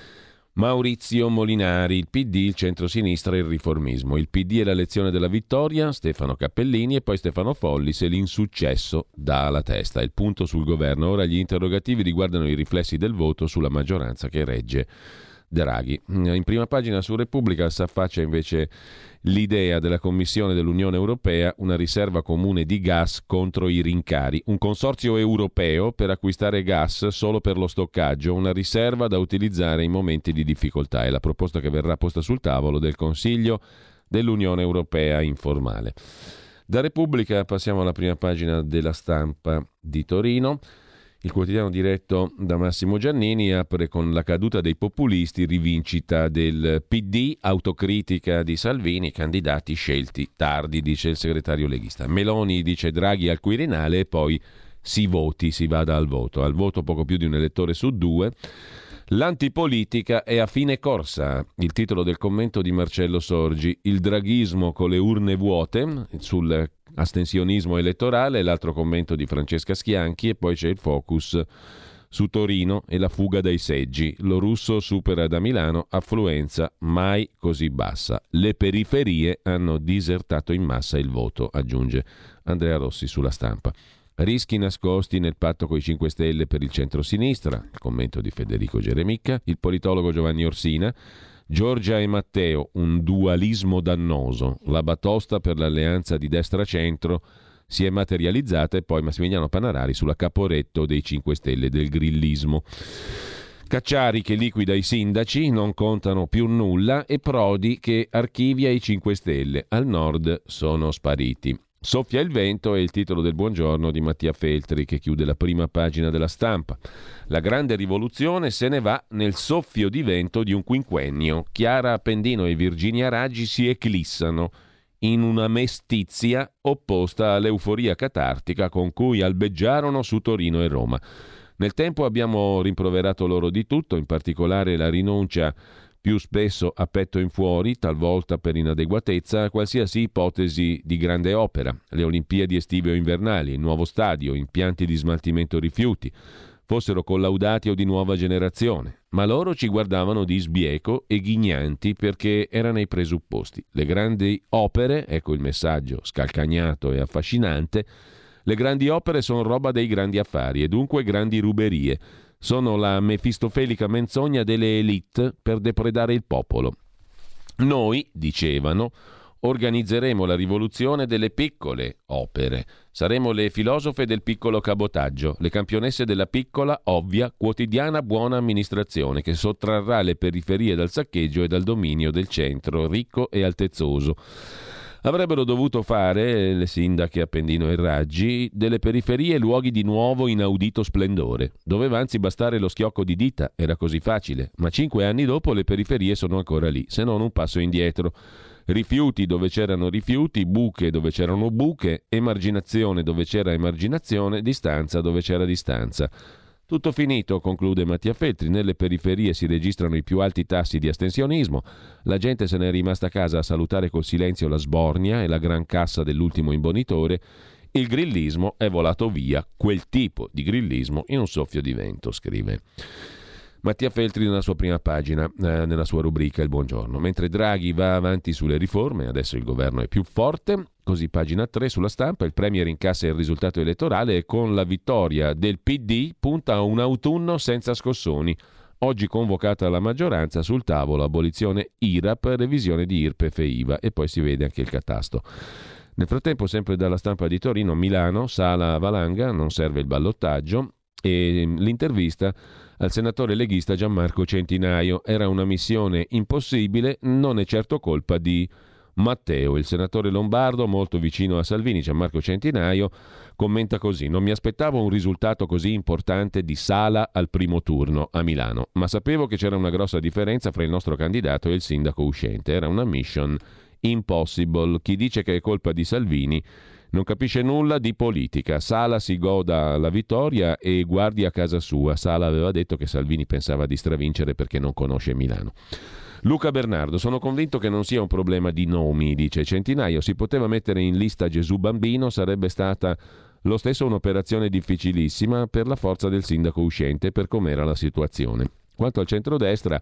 Maurizio Molinari. Il P D, il centrosinistra e il riformismo. Il P D è la lezione della vittoria, Stefano Cappellini e poi Stefano Follis e l'insuccesso dà alla testa. Il punto sul governo. Ora gli interrogativi riguardano i riflessi del voto sulla maggioranza che regge Draghi. In prima pagina su Repubblica s'affaccia invece l'idea della Commissione dell'Unione Europea, una riserva comune di gas contro i rincari, un consorzio europeo per acquistare gas solo per lo stoccaggio, una riserva da utilizzare in momenti di difficoltà. È la proposta che verrà posta sul tavolo del Consiglio dell'Unione Europea informale. Da Repubblica passiamo alla prima pagina della Stampa di Torino. Il quotidiano diretto da Massimo Giannini apre con la caduta dei populisti, rivincita del P D, autocritica di Salvini, candidati scelti tardi, dice il segretario leghista. Meloni dice Draghi al Quirinale e poi si voti, si vada al voto. Al voto poco più di un elettore su due. L'antipolitica è a fine corsa, il titolo del commento di Marcello Sorgi. Il draghismo con le urne vuote sul astensionismo elettorale, l'altro commento di Francesca Schianchi, e poi c'è il focus su Torino e la fuga dai seggi. Lo Russo supera da Milano, affluenza mai così bassa. Le periferie hanno disertato in massa il voto, aggiunge Andrea Rossi sulla Stampa. Rischi nascosti nel patto coi cinque Stelle per il centro-sinistra, il commento di Federico Geremicca, il politologo Giovanni Orsina. Giorgia e Matteo, un dualismo dannoso. La batosta per l'alleanza di destra-centro si è materializzata, e poi Massimiliano Panarari sulla Caporetto dei cinque Stelle, del grillismo. Cacciari che liquida i sindaci, non contano più nulla, e Prodi che archivia i cinque Stelle. Al nord sono spariti. Soffia il vento è il titolo del Buongiorno di Mattia Feltri, che chiude la prima pagina della Stampa. La grande rivoluzione se ne va nel soffio di vento di un quinquennio. Chiara Appendino e Virginia Raggi si eclissano in una mestizia opposta all'euforia catartica con cui albeggiarono su Torino e Roma. Nel tempo abbiamo rimproverato loro di tutto, in particolare la rinuncia più spesso a petto in fuori, talvolta per inadeguatezza, a qualsiasi ipotesi di grande opera. Le Olimpiadi estive o invernali, il nuovo stadio, impianti di smaltimento rifiuti, fossero collaudati o di nuova generazione. Ma loro ci guardavano di sbieco e ghignanti perché era nei presupposti. Le grandi opere, ecco il messaggio scalcagnato e affascinante, le grandi opere sono roba dei grandi affari e dunque grandi ruberie. Sono la mefistofelica menzogna delle élite per depredare il popolo. Noi, dicevano, organizzeremo la rivoluzione delle piccole opere. Saremo le filosofe del piccolo cabotaggio, le campionesse della piccola, ovvia, quotidiana buona amministrazione che sottrarrà le periferie dal saccheggio e dal dominio del centro, ricco e altezzoso. Avrebbero dovuto fare, le sindache Appendino e Raggi, delle periferie luoghi di nuovo inaudito splendore. Doveva anzi bastare lo schiocco di dita, era così facile. Ma cinque anni dopo le periferie sono ancora lì, se non un passo indietro. Rifiuti dove c'erano rifiuti, buche dove c'erano buche, emarginazione dove c'era emarginazione, distanza dove c'era distanza. Tutto finito, conclude Mattia Feltri, nelle periferie si registrano i più alti tassi di astensionismo, la gente se n'è rimasta a casa a salutare col silenzio la sbornia e la gran cassa dell'ultimo imbonitore, il grillismo è volato via, quel tipo di grillismo in un soffio di vento, scrive Mattia Feltri nella sua prima pagina, eh, nella sua rubrica Il Buongiorno. Mentre Draghi va avanti sulle riforme, adesso il governo è più forte, così pagina tre sulla Stampa, il Premier incassa il risultato elettorale e con la vittoria del P D punta a un autunno senza scossoni. Oggi convocata la maggioranza, sul tavolo abolizione I R A P, revisione di I R P E F e I V A, e poi si vede anche il catasto. Nel frattempo, sempre dalla Stampa di Torino, Milano, Sala Valanga, non serve il ballottaggio, e l'intervista al senatore leghista Gianmarco Centinaio. Era una missione impossibile, non è certo colpa di Matteo. Il senatore lombardo, molto vicino a Salvini, Gianmarco Centinaio, commenta così: non mi aspettavo un risultato così importante di Sala al primo turno a Milano, ma sapevo che c'era una grossa differenza fra il nostro candidato e il sindaco uscente. Era una mission impossible. Chi dice che è colpa di Salvini non capisce nulla di politica. Sala si goda la vittoria e guardi a casa sua. Sala aveva detto che Salvini pensava di stravincere perché non conosce Milano. Luca Bernardo: sono convinto che non sia un problema di nomi, dice Centinaio. Si poteva mettere in lista Gesù Bambino, sarebbe stata lo stesso un'operazione difficilissima per la forza del sindaco uscente, per com'era la situazione. Quanto al centrodestra,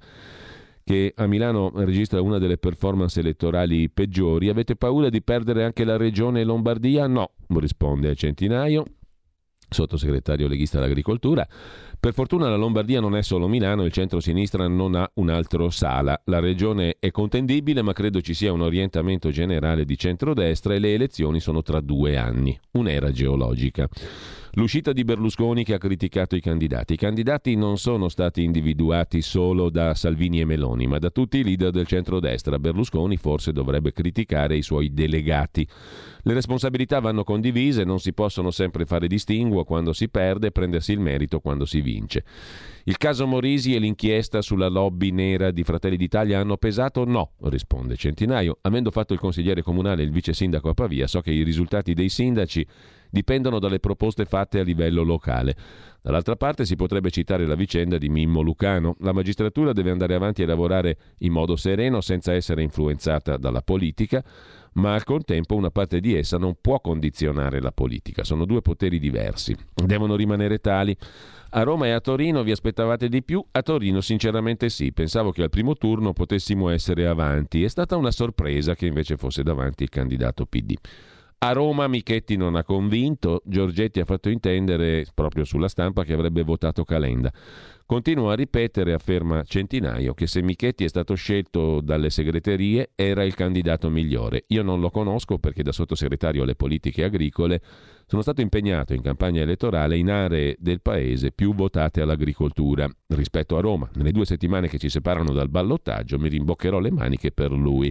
che a Milano registra una delle performance elettorali peggiori, avete paura di perdere anche la regione Lombardia? No, risponde Centinaio, sottosegretario leghista all'agricoltura, Per fortuna la Lombardia non è solo Milano, il centro-sinistra non ha un altro Sala. La regione è contendibile, ma credo ci sia un orientamento generale di centrodestra e le elezioni sono tra due anni, un'era geologica. L'uscita di Berlusconi che ha criticato i candidati. I candidati non sono stati individuati solo da Salvini e Meloni, ma da tutti i leader del centrodestra. Berlusconi forse dovrebbe criticare i suoi delegati. Le responsabilità vanno condivise, non si possono sempre fare distinguo quando si perde e prendersi il merito quando si vince. Il caso Morisi e l'inchiesta sulla lobby nera di Fratelli d'Italia hanno pesato? No, risponde Centinaio. Avendo fatto il consigliere comunale e il vice sindaco a Pavia, so che i risultati dei sindaci dipendono dalle proposte fatte a livello locale. Dall'altra parte si potrebbe citare la vicenda di Mimmo Lucano. La magistratura deve andare avanti a lavorare in modo sereno senza essere influenzata dalla politica, ma al contempo una parte di essa non può condizionare la politica. Sono due poteri diversi. Devono rimanere tali. A Roma e a Torino vi aspettavate di più? A Torino sinceramente sì. Pensavo che al primo turno potessimo essere avanti. È stata una sorpresa che invece fosse davanti il candidato P D. A Roma Michetti non ha convinto, Giorgetti ha fatto intendere proprio sulla stampa che avrebbe votato Calenda. Continuo a ripetere, afferma Centinaio, che se Michetti è stato scelto dalle segreterie era il candidato migliore. Io non lo conosco perché da sottosegretario alle politiche agricole sono stato impegnato in campagna elettorale in aree del paese più votate all'agricoltura rispetto a Roma. Nelle due settimane che ci separano dal ballottaggio mi rimboccherò le maniche per lui.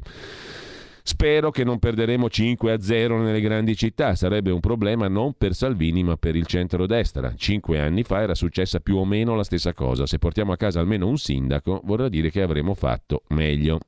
Spero che non perderemo cinque a zero nelle grandi città, sarebbe un problema non per Salvini ma per il centrodestra. Cinque anni fa era successa più o meno la stessa cosa, se portiamo a casa almeno un sindaco vorrà dire che avremo fatto meglio.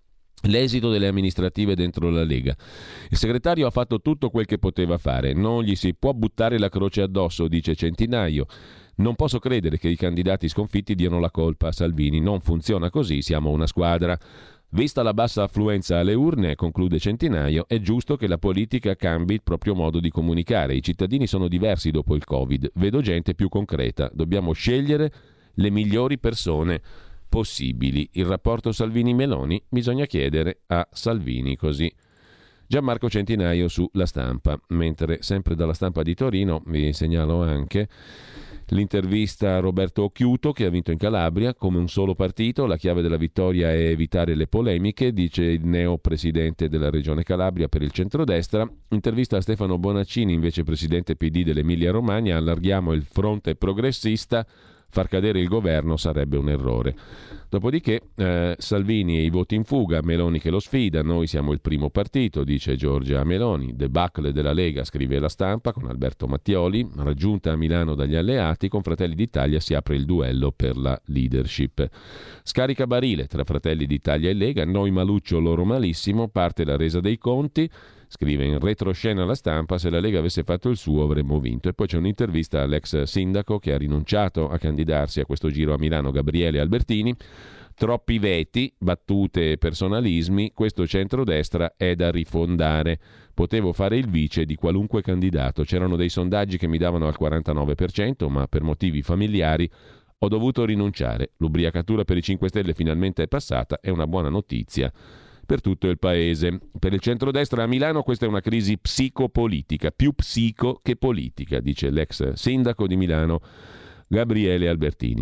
L'esito delle amministrative dentro la Lega. Il segretario ha fatto tutto quel che poteva fare, non gli si può buttare la croce addosso, dice Centinaio. Non posso credere che i candidati sconfitti diano la colpa a Salvini, non funziona così, siamo una squadra. Vista la bassa affluenza alle urne, conclude Centinaio, è giusto che la politica cambi il proprio modo di comunicare. I cittadini sono diversi dopo il Covid. Vedo gente più concreta. Dobbiamo scegliere le migliori persone possibili. Il rapporto Salvini-Meloni bisogna chiedere a Salvini, così. Gianmarco Centinaio su La Stampa. Mentre sempre dalla Stampa di Torino vi segnalo anche l'intervista a Roberto Occhiuto che ha vinto in Calabria come un solo partito. La chiave della vittoria è evitare le polemiche, dice il neo presidente della regione Calabria per il centrodestra. Intervista a Stefano Bonaccini, invece presidente P D dell'Emilia Romagna. Allarghiamo il fronte progressista, far cadere il governo sarebbe un errore. Dopodiché eh, Salvini e i voti in fuga, Meloni che lo sfida, noi siamo il primo partito, dice Giorgia Meloni. Debacle della Lega, scrive La Stampa con Alberto Mattioli, raggiunta a Milano dagli alleati, con Fratelli d'Italia si apre il duello per la leadership. Scarica barile tra Fratelli d'Italia e Lega, noi maluccio, loro malissimo, parte la resa dei conti. Scrive in retroscena La Stampa, se la Lega avesse fatto il suo avremmo vinto. E poi c'è un'intervista all'ex sindaco che ha rinunciato a candidarsi a questo giro a Milano, Gabriele Albertini. Troppi veti, battute e personalismi, questo centrodestra è da rifondare. Potevo fare il vice di qualunque candidato, c'erano dei sondaggi che mi davano al quarantanove per cento, ma per motivi familiari ho dovuto rinunciare. L'ubriacatura per i cinque Stelle finalmente è passata, è una buona notizia per tutto il paese. Per il centrodestra a Milano questa è una crisi psicopolitica, più psico che politica, dice l'ex sindaco di Milano Gabriele Albertini.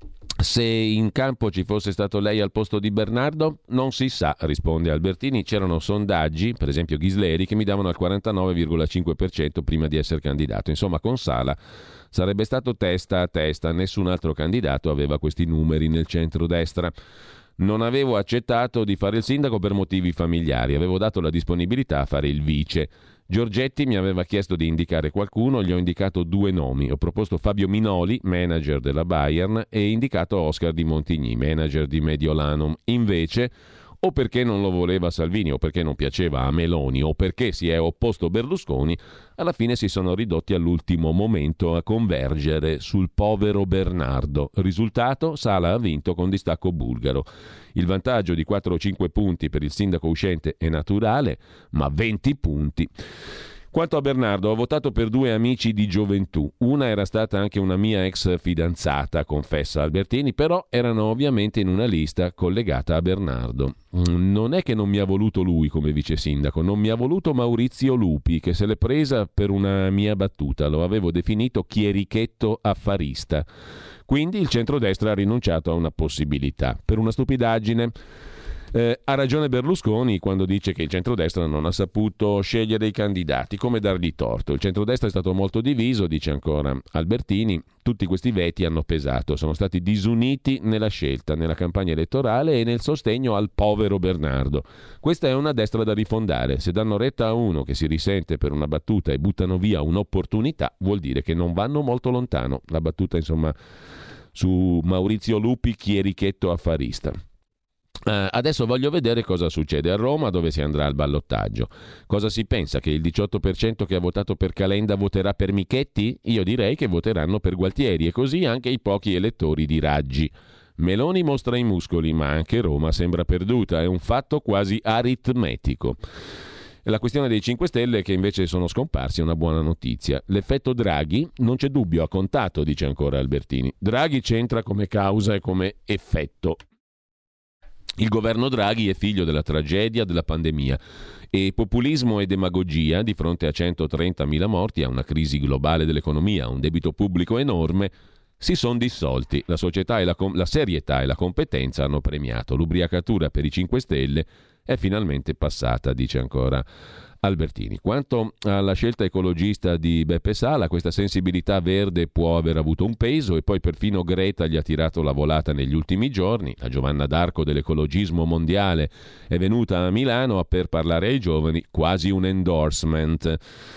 Se in campo ci fosse stato lei al posto di Bernardo, non si sa, risponde Albertini. C'erano sondaggi, per esempio Ghisleri, che mi davano al quarantanove virgola cinque per cento prima di essere candidato. Insomma, con Sala sarebbe stato testa a testa, nessun altro candidato aveva questi numeri nel centrodestra. Non avevo accettato di fare il sindaco per motivi familiari, avevo dato la disponibilità a fare il vice. Giorgetti mi aveva chiesto di indicare qualcuno, gli ho indicato due nomi. Ho proposto Fabio Minoli, manager della Bayern, e indicato Oscar Di Montigny, manager di Mediolanum. Invece, o perché non lo voleva Salvini, o perché non piaceva a Meloni, o perché si è opposto Berlusconi, alla fine si sono ridotti all'ultimo momento a convergere sul povero Bernardo. Risultato? Sala ha vinto con distacco bulgaro. Il vantaggio di quattro o cinque punti per il sindaco uscente è naturale, ma venti punti. Quanto a Bernardo, ho votato per due amici di gioventù. Una era stata anche una mia ex fidanzata, confessa Albertini, però erano ovviamente in una lista collegata a Bernardo. Non è che non mi ha voluto lui come vice sindaco, non mi ha voluto Maurizio Lupi, che se l'è presa per una mia battuta. Lo avevo definito chierichetto affarista. Quindi il centrodestra ha rinunciato a una possibilità per una stupidaggine. Eh, ha ragione Berlusconi quando dice che il centrodestra non ha saputo scegliere i candidati. Come dargli torto? Il centrodestra è stato molto diviso, dice ancora Albertini. Tutti questi veti hanno pesato, sono stati disuniti nella scelta, nella campagna elettorale e nel sostegno al povero Bernardo. Questa è una destra da rifondare. Se danno retta a uno che si risente per una battuta e buttano via un'opportunità, vuol dire che non vanno molto lontano. La battuta, insomma, su Maurizio Lupi, chierichetto affarista. Uh, adesso voglio vedere cosa succede a Roma, dove si andrà al ballottaggio. Cosa si pensa? Che il diciotto per cento che ha votato per Calenda voterà per Michetti? Io direi che voteranno per Gualtieri, e così anche i pochi elettori di Raggi. Meloni mostra i muscoli, ma anche Roma sembra perduta, è un fatto quasi aritmetico. La questione dei cinque Stelle, che invece sono scomparsi, è una buona notizia. L'effetto Draghi, non c'è dubbio, ha contato, dice ancora Albertini. Draghi c'entra come causa e come effetto. Il governo Draghi è figlio della tragedia della pandemia e populismo e demagogia di fronte a centotrentamila morti, a una crisi globale dell'economia, a un debito pubblico enorme, si sono dissolti. La società e la, com- la serietà e la competenza hanno premiato. L'ubriacatura per i cinque Stelle è finalmente passata, dice ancora Albertini. Quanto alla scelta ecologista di Beppe Sala, questa sensibilità verde può aver avuto un peso, e poi perfino Greta gli ha tirato la volata negli ultimi giorni. La Giovanna d'Arco dell'ecologismo mondiale è venuta a Milano per parlare ai giovani, quasi un endorsement.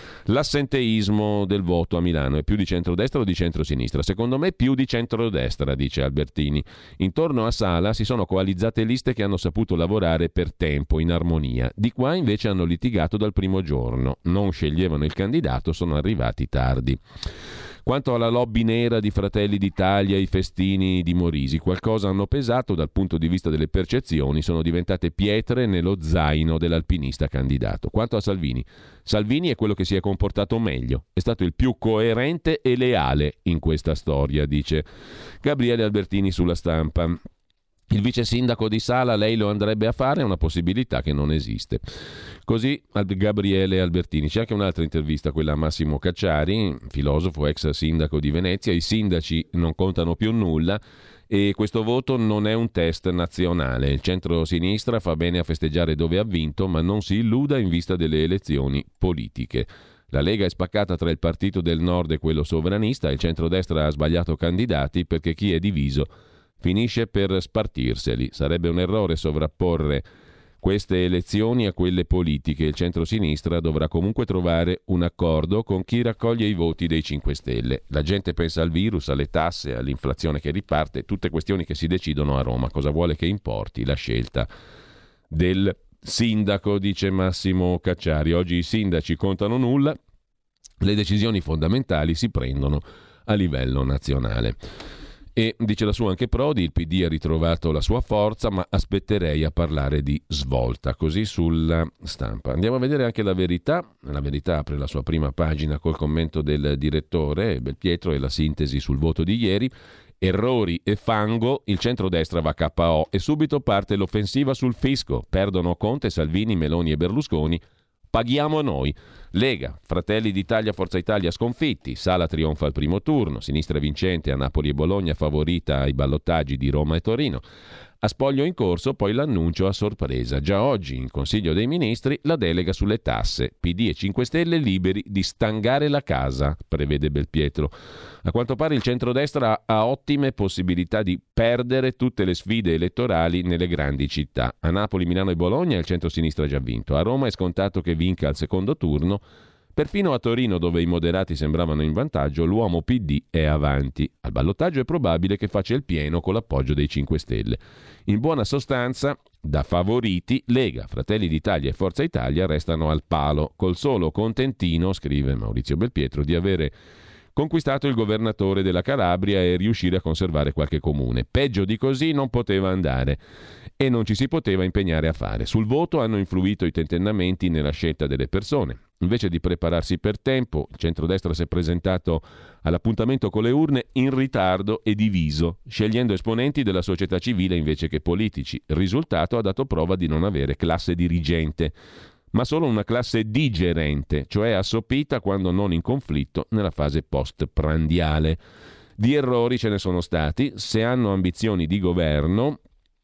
L'assenteismo del voto a Milano è più di centrodestra o di centrosinistra? Secondo me più di centrodestra, dice Albertini. Intorno a Sala si sono coalizzate liste che hanno saputo lavorare per tempo, in armonia. Di qua invece hanno litigato dal primo giorno, non sceglievano il candidato, sono arrivati tardi. Quanto alla lobby nera di Fratelli d'Italia, i festini di Morisi, qualcosa hanno pesato dal punto di vista delle percezioni, sono diventate pietre nello zaino dell'alpinista candidato. Quanto a Salvini, Salvini è quello che si è comportato meglio, è stato il più coerente e leale in questa storia, dice Gabriele Albertini sulla Stampa. Il vice sindaco di Sala, lei lo andrebbe a fare? È una possibilità che non esiste. Così Gabriele Albertini. C'è anche un'altra intervista, quella a Massimo Cacciari, filosofo, ex sindaco di Venezia. I sindaci non contano più nulla e questo voto non è un test nazionale. Il centro-sinistra fa bene a festeggiare dove ha vinto, ma non si illuda in vista delle elezioni politiche. La Lega è spaccata tra il partito del nord e quello sovranista, il centrodestra ha sbagliato candidati perché chi è diviso finisce per spartirseli. Sarebbe un errore sovrapporre queste elezioni a quelle politiche. Il centro-sinistra dovrà comunque trovare un accordo con chi raccoglie i voti dei cinque Stelle. La gente pensa al virus, alle tasse, all'inflazione che riparte, tutte questioni che si decidono a Roma. Cosa vuole che importi la scelta del sindaco, dice Massimo Cacciari. Oggi i sindaci contano nulla, le decisioni fondamentali si prendono a livello nazionale. E dice la sua anche Prodi, il P D ha ritrovato la sua forza, ma aspetterei a parlare di svolta, così sulla Stampa. Andiamo a vedere anche La Verità. La Verità apre la sua prima pagina col commento del direttore Belpietro e la sintesi sul voto di ieri. Errori e fango, il centrodestra va K O e subito parte l'offensiva sul fisco. Perdono Conte, Salvini, Meloni e Berlusconi. Paghiamo noi. Lega, Fratelli d'Italia, Forza Italia sconfitti, Sala trionfa al primo turno, sinistra vincente a Napoli e Bologna, favorita ai ballottaggi di Roma e Torino. A spoglio in corso poi l'annuncio a sorpresa. Già oggi in Consiglio dei Ministri la delega sulle tasse. P D e cinque Stelle liberi di stangare la casa, prevede Belpietro. A quanto pare il centrodestra ha ottime possibilità di perdere tutte le sfide elettorali nelle grandi città. A Napoli, Milano e Bologna il centrosinistra ha già vinto. A Roma è scontato che vinca al secondo turno. Perfino a Torino, dove i moderati sembravano in vantaggio, l'uomo P D è avanti. Al ballottaggio è probabile che faccia il pieno con l'appoggio dei cinque Stelle. In buona sostanza, da favoriti, Lega, Fratelli d'Italia e Forza Italia restano al palo, col solo contentino, scrive Maurizio Belpietro, di avere conquistato il governatore della Calabria e riuscire a conservare qualche comune. Peggio di così non poteva andare e non ci si poteva impegnare a fare. Sul voto hanno influito i tentennamenti nella scelta delle persone. Invece di prepararsi per tempo, il centrodestra si è presentato all'appuntamento con le urne in ritardo e diviso, scegliendo esponenti della società civile invece che politici. Il risultato ha dato prova di non avere classe dirigente, ma solo una classe digerente, cioè assopita quando non in conflitto nella fase post-prandiale. Di errori ce ne sono stati. Se hanno ambizioni di governo,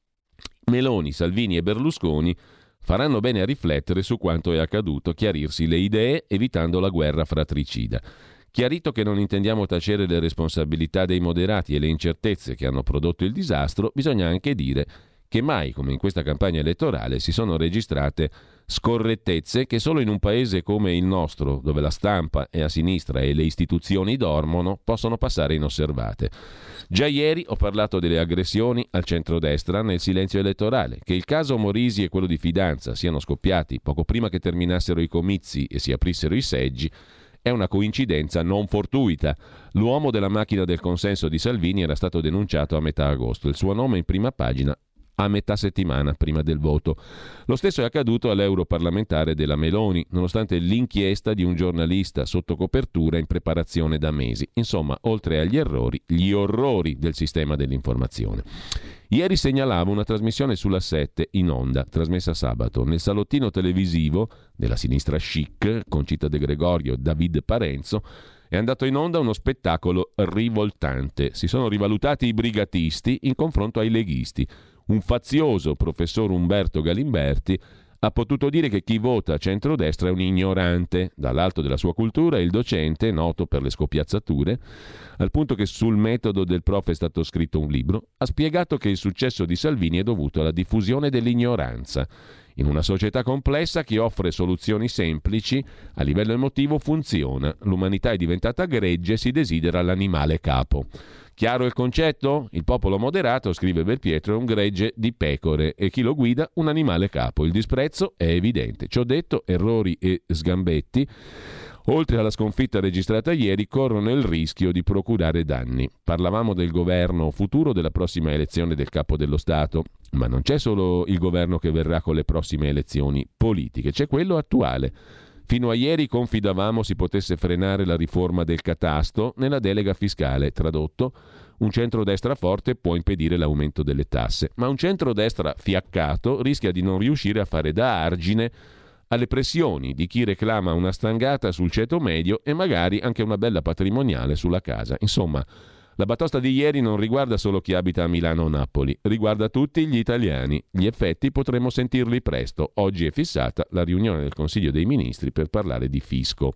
Meloni, Salvini e Berlusconi faranno bene a riflettere su quanto è accaduto, chiarirsi le idee, evitando la guerra fratricida. Chiarito che non intendiamo tacere le responsabilità dei moderati e le incertezze che hanno prodotto il disastro, bisogna anche dire che mai, come in questa campagna elettorale, si sono registrate scorrettezze che solo in un paese come il nostro, dove la stampa è a sinistra e le istituzioni dormono, possono passare inosservate. Già ieri ho parlato delle aggressioni al centrodestra nel silenzio elettorale. Che il caso Morisi e quello di Fidanza siano scoppiati poco prima che terminassero i comizi e si aprissero i seggi è una coincidenza non fortuita. L'uomo della macchina del consenso di Salvini era stato denunciato a metà agosto. Il suo nome in prima pagina a metà settimana prima del voto. Lo stesso è accaduto all'europarlamentare della Meloni, nonostante l'inchiesta di un giornalista sotto copertura in preparazione da mesi. Insomma, oltre agli errori, gli orrori del sistema dell'informazione. Ieri segnalavo una trasmissione sulla sette in onda, trasmessa sabato. Nel salottino televisivo della sinistra chic, Concita De Gregorio e David Parenzo, è andato in onda uno spettacolo rivoltante. Si sono rivalutati i brigatisti in confronto ai leghisti. Un fazioso professor Umberto Galimberti ha potuto dire che chi vota a centrodestra è un ignorante. Dall'alto della sua cultura il docente, noto per le scoppiazzature, al punto che sul metodo del prof è stato scritto un libro, ha spiegato che il successo di Salvini è dovuto alla diffusione dell'ignoranza. In una società complessa, chi offre soluzioni semplici a livello emotivo funziona. L'umanità è diventata gregge e si desidera l'animale capo. Chiaro il concetto? Il popolo moderato, scrive Belpietro, è un gregge di pecore e chi lo guida un animale capo. Il disprezzo è evidente. Ciò detto, errori e sgambetti, oltre alla sconfitta registrata ieri, corrono il rischio di procurare danni. Parlavamo del governo futuro della prossima elezione del Capo dello Stato, ma non c'è solo il governo che verrà con le prossime elezioni politiche, c'è quello attuale. Fino a ieri confidavamo si potesse frenare la riforma del catasto nella delega fiscale. Tradotto, un centrodestra forte può impedire l'aumento delle tasse, ma un centrodestra fiaccato rischia di non riuscire a fare da argine alle pressioni di chi reclama una stangata sul ceto medio e magari anche una bella patrimoniale sulla casa. Insomma, la batosta di ieri non riguarda solo chi abita a Milano o Napoli, riguarda tutti gli italiani. Gli effetti potremo sentirli presto. Oggi è fissata la riunione del Consiglio dei Ministri per parlare di fisco.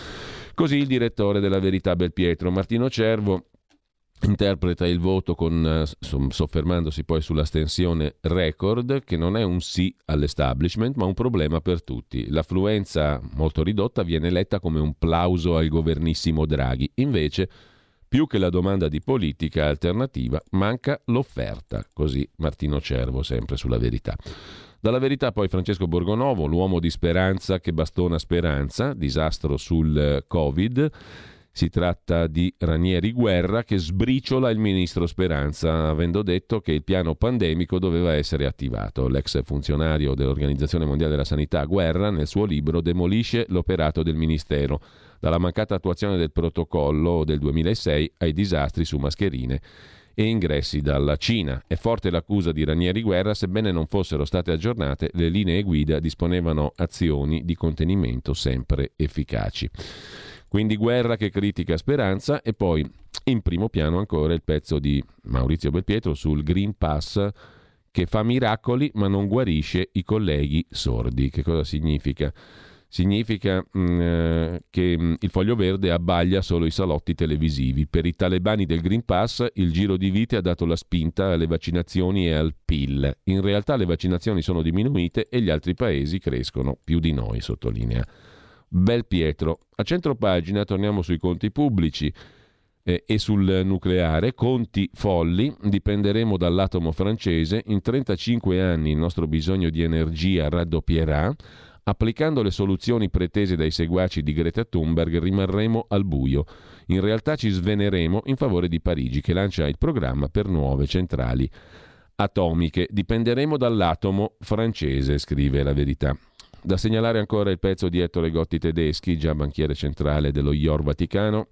Così il direttore della Verità Belpietro, Martino Cervo, interpreta il voto con, soffermandosi poi sull'astensione record, che non è un sì all'establishment ma un problema per tutti. L'affluenza molto ridotta viene letta come un plauso al governissimo Draghi. Invece, più che la domanda di politica alternativa, manca l'offerta. Così Martino Cervo, sempre sulla Verità. Dalla Verità poi Francesco Borgonovo, l'uomo di speranza che bastona speranza, disastro sul Covid. Si tratta di Ranieri Guerra che sbriciola il ministro Speranza, avendo detto che il piano pandemico doveva essere attivato. L'ex funzionario dell'Organizzazione Mondiale della Sanità, Guerra, nel suo libro demolisce l'operato del ministero, dalla mancata attuazione del protocollo del duemilasei ai disastri su mascherine e ingressi dalla Cina. È forte l'accusa di Ranieri Guerra, sebbene non fossero state aggiornate, le linee guida disponevano azioni di contenimento sempre efficaci. Quindi Guerra che critica Speranza e poi in primo piano ancora il pezzo di Maurizio Belpietro sul Green Pass che fa miracoli ma non guarisce i colleghi sordi. Che cosa significa? Significa mh, che mh, il Foglio Verde abbaglia solo i salotti televisivi. Per i talebani del Green Pass il giro di vite ha dato la spinta alle vaccinazioni e al P I L. In realtà le vaccinazioni sono diminuite e gli altri paesi crescono più di noi, sottolinea Belpietro. A centropagina torniamo sui conti pubblici eh, e sul nucleare. Conti folli, dipenderemo dall'atomo francese. In trentacinque anni il nostro bisogno di energia raddoppierà. Applicando le soluzioni pretese dai seguaci di Greta Thunberg rimarremo al buio. In realtà ci sveneremo in favore di Parigi, che lancia il programma per nuove centrali atomiche. Dipenderemo dall'atomo francese, scrive La Verità. Da segnalare ancora il pezzo di Ettore Gotti Tedeschi, già banchiere centrale dello I O R Vaticano,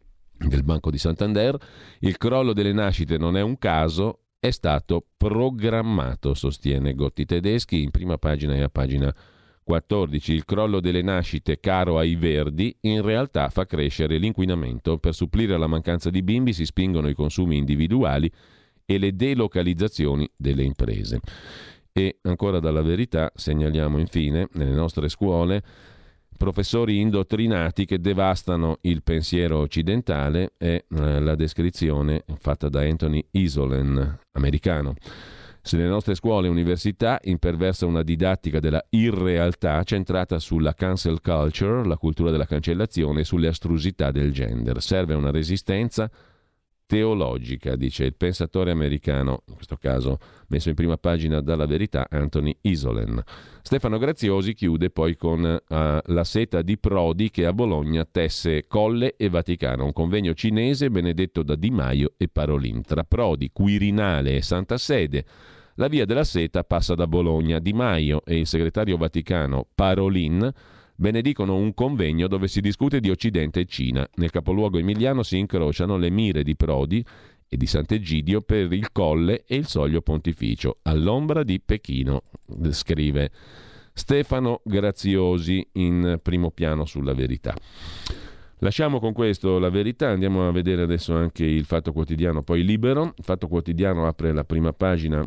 del Banco di Santander. Il crollo delle nascite non è un caso, è stato programmato, sostiene Gotti Tedeschi, in prima pagina e a pagina quattordici. Il crollo delle nascite caro ai Verdi in realtà fa crescere l'inquinamento. Per supplire alla mancanza di bimbi si spingono i consumi individuali e le delocalizzazioni delle imprese. E ancora dalla Verità segnaliamo infine nelle nostre scuole professori indottrinati che devastano il pensiero occidentale, è eh, la descrizione fatta da Anthony Isolen, americano. Se nelle nostre scuole e università imperversa una didattica della irrealtà centrata sulla cancel culture, la cultura della cancellazione, e sulle astrusità del gender. Serve una resistenza teologica, dice il pensatore americano, in questo caso messo in prima pagina dalla Verità, Anthony Isolen. Stefano Graziosi chiude poi con uh, la seta di Prodi che a Bologna tesse Colle e Vaticano, un convegno cinese benedetto da Di Maio e Parolin. Tra Prodi, Quirinale e Santa Sede, la via della seta passa da Bologna. Di Maio e il segretario vaticano Parolin benedicono un convegno dove si discute di Occidente e Cina. Nel capoluogo emiliano si incrociano le mire di Prodi e di Sant'Egidio per il Colle e il Soglio Pontificio, all'ombra di Pechino, scrive Stefano Graziosi in primo piano sulla Verità. Lasciamo con questo la Verità, andiamo a vedere adesso anche il Fatto Quotidiano, poi Libero. Il Fatto Quotidiano apre la prima pagina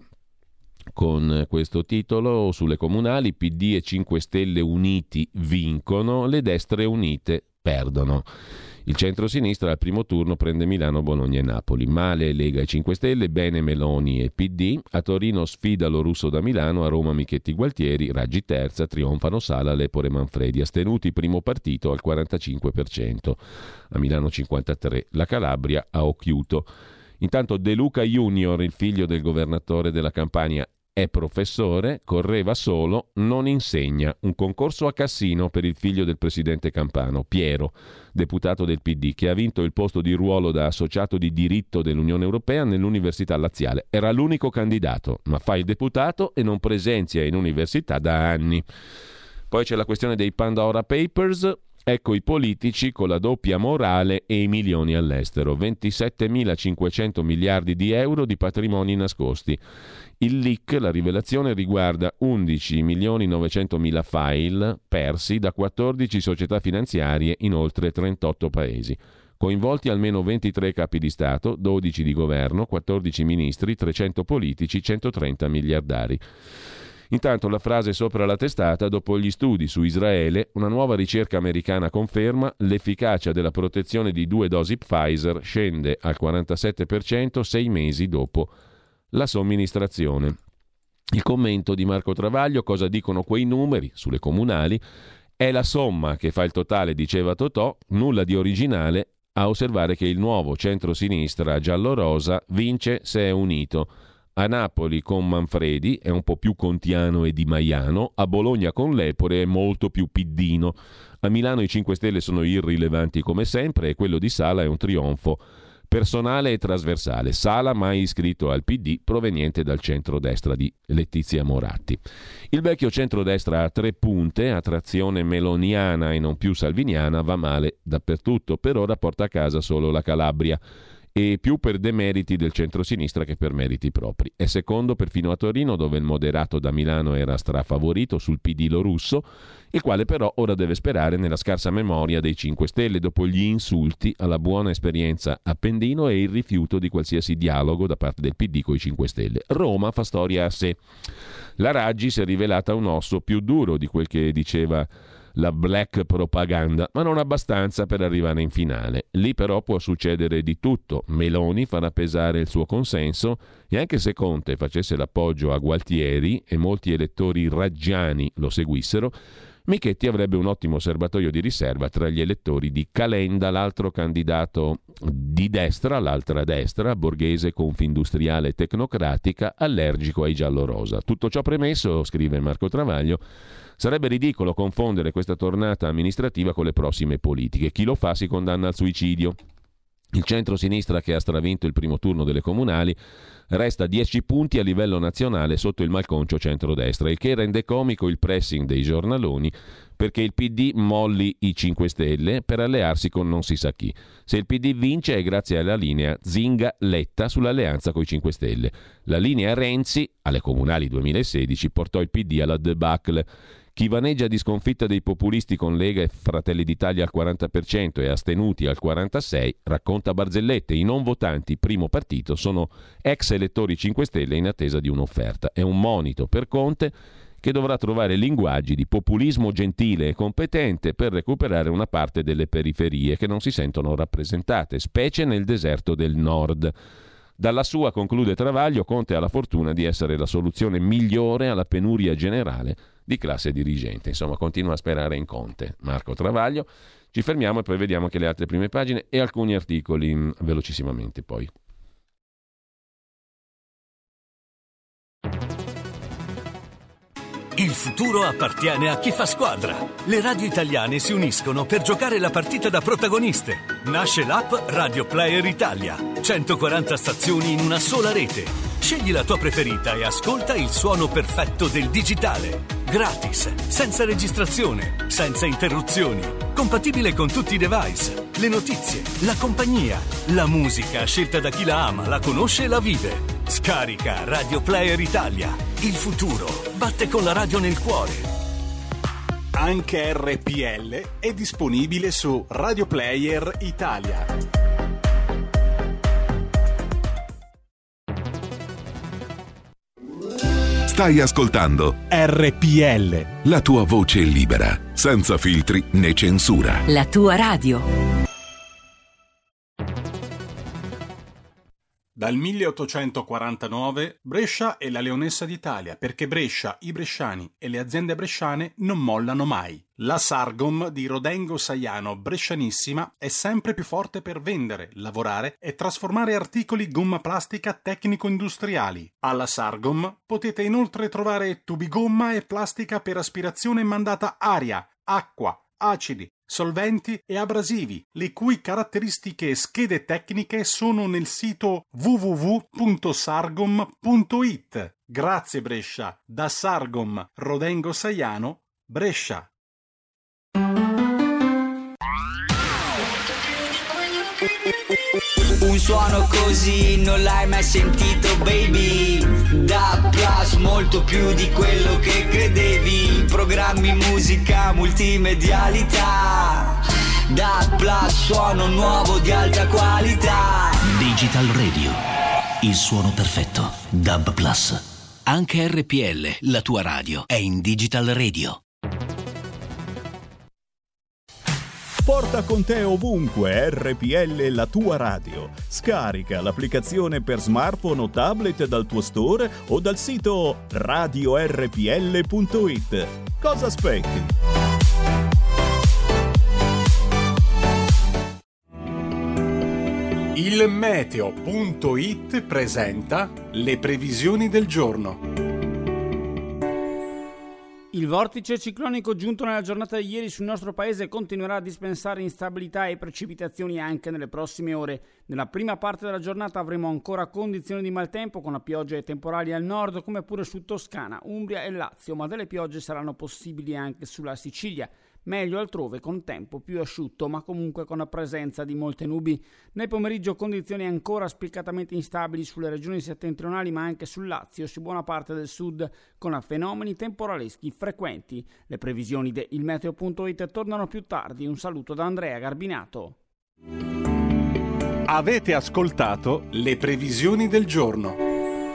con questo titolo: sulle comunali P D e cinque Stelle uniti vincono, le destre unite perdono. Il centro-sinistra al primo turno prende Milano, Bologna e Napoli. Male Lega e cinque Stelle, bene Meloni e P D. A Torino sfida lo russo da Milano, a Roma Michetti Gualtieri, Raggi terza, trionfano Sala, Lepore e Manfredi. Astenuti primo partito al quarantacinque per cento, a Milano cinquantatré per cento, la Calabria a Occhiuto. Intanto De Luca Junior, il figlio del governatore della Campania, è professore, correva solo, non insegna. Un concorso a Cassino per il figlio del presidente campano, Piero, deputato del P D, che ha vinto il posto di ruolo da associato di diritto dell'Unione Europea nell'Università Laziale. Era l'unico candidato, ma fa il deputato e non presenzia in università da anni. Poi c'è la questione dei Pandora Papers. Ecco i politici con la doppia morale e i milioni all'estero. ventisettemilacinquecento miliardi di euro di patrimoni nascosti. Il leak, la rivelazione, riguarda undici milioni novecentomila file persi da quattordici società finanziarie in oltre trentotto paesi. Coinvolti almeno ventitré capi di Stato, dodici di governo, quattordici ministri, trecento politici, centotrenta miliardari. Intanto la frase sopra la testata: dopo gli studi su Israele, una nuova ricerca americana conferma l'efficacia della protezione di due dosi Pfizer scende al quarantasette per cento sei mesi dopo la somministrazione. Il commento di Marco Travaglio: cosa dicono quei numeri sulle comunali? È la somma che fa il totale, diceva Totò, nulla di originale a osservare che il nuovo centro-sinistra giallo-rosa vince se è unito. A Napoli con Manfredi è un po' più contiano e di Maiano, a Bologna con Lepore è molto più piddino. A Milano i cinque Stelle sono irrilevanti come sempre e quello di Sala è un trionfo personale e trasversale. Sala mai iscritto al P D, proveniente dal centrodestra di Letizia Moratti. Il vecchio centrodestra a tre punte, a trazione meloniana e non più salviniana, va male dappertutto. Per ora porta a casa solo la Calabria, e più per demeriti del centrosinistra che per meriti propri. È secondo perfino a Torino, dove il moderato da Milano era strafavorito sul P D Lorusso, il quale però ora deve sperare nella scarsa memoria dei cinque Stelle dopo gli insulti alla buona esperienza Appendino e il rifiuto di qualsiasi dialogo da parte del P D coi cinque Stelle. Roma fa storia a sé. La Raggi si è rivelata un osso più duro di quel che diceva la black propaganda, ma non abbastanza per arrivare in finale. Lì però può succedere di tutto. Meloni farà pesare il suo consenso e anche se Conte facesse l'appoggio a Gualtieri e molti elettori raggiani lo seguissero, Michetti avrebbe un ottimo serbatoio di riserva tra gli elettori di Calenda, l'altro candidato di destra, l'altra destra, borghese, confindustriale e tecnocratica, allergico ai giallorosa. Tutto ciò premesso, scrive Marco Travaglio, sarebbe ridicolo confondere questa tornata amministrativa con le prossime politiche. Chi lo fa si condanna al suicidio. Il centro-sinistra, che ha stravinto il primo turno delle comunali, resta dieci punti a livello nazionale sotto il malconcio centrodestra, il che rende comico il pressing dei giornaloni perché il P D molli i cinque Stelle per allearsi con non si sa chi. Se il P D vince è grazie alla linea Zinga-Letta sull'alleanza coi cinque Stelle. La linea Renzi alle comunali duemilasedici portò il P D alla debacle Chi vaneggia di sconfitta dei populisti con Lega e Fratelli d'Italia al quaranta per cento e astenuti al quarantasei per cento racconta barzellette. I non votanti, primo partito, sono ex elettori cinque Stelle in attesa di un'offerta. È un monito per Conte, che dovrà trovare linguaggi di populismo gentile e competente per recuperare una parte delle periferie che non si sentono rappresentate, specie nel deserto del nord. Dalla sua, conclude Travaglio, Conte ha la fortuna di essere la soluzione migliore alla penuria generale di classe dirigente. Insomma, continua a sperare in Conte. Marco Travaglio. Ci fermiamo e poi vediamo anche le altre prime pagine e alcuni articoli velocissimamente poi. Il futuro appartiene a chi fa squadra. Le radio italiane si uniscono per giocare la partita da protagoniste. Nasce l'app Radio Player Italia. centoquaranta stazioni in una sola rete. Scegli la tua preferita e ascolta il suono perfetto del digitale. Gratis, senza registrazione, senza interruzioni. Compatibile con tutti i device. Le notizie, la compagnia, la musica scelta da chi la ama, la conosce e la vive. Scarica Radio Player Italia. Il futuro batte con la radio nel cuore. Anche R P L è disponibile su Radio Player Italia. Stai ascoltando R P L, la tua voce libera, senza filtri né censura. La tua radio. Dal milleottocentoquarantanove Brescia è la leonessa d'Italia, perché Brescia, i bresciani e le aziende bresciane non mollano mai. La Sargom di Rodengo Saiano Brescianissima è sempre più forte per vendere, lavorare e trasformare articoli gomma plastica tecnico-industriali. Alla Sargom potete inoltre trovare tubi gomma e plastica per aspirazione mandata aria, acqua, acidi, solventi e abrasivi, le cui caratteristiche e schede tecniche sono nel sito w w w punto sargom punto i t. Grazie Brescia, da Sargom Rodengo Saiano, Brescia. Un suono così non l'hai mai sentito, baby. Da Plus, molto più di quello che credevi. Programmi, musica, multimedialità. Da Plus, suono nuovo di alta qualità. Digital Radio, il suono perfetto. D A B Plus. Anche R P L, la tua radio, è in Digital Radio. Porta con te ovunque R P L, la tua radio. Scarica l'applicazione per smartphone o tablet dal tuo store o dal sito radio r p l punto i t. Cosa aspetti? Il meteo punto i t presenta le previsioni del giorno. Il vortice ciclonico giunto nella giornata di ieri sul nostro paese continuerà a dispensare instabilità e precipitazioni anche nelle prossime ore. Nella prima parte della giornata avremo ancora condizioni di maltempo con la pioggia e temporali al nord, come pure su Toscana, Umbria e Lazio, ma delle piogge saranno possibili anche sulla Sicilia. Meglio altrove con tempo più asciutto, ma comunque con la presenza di molte nubi. Nel pomeriggio condizioni ancora spiccatamente instabili sulle regioni settentrionali, ma anche sul Lazio e su buona parte del sud, con fenomeni temporaleschi frequenti. Le previsioni di il meteo punto i t tornano più tardi. Un saluto da Andrea Garbinato. Avete ascoltato le previsioni del giorno.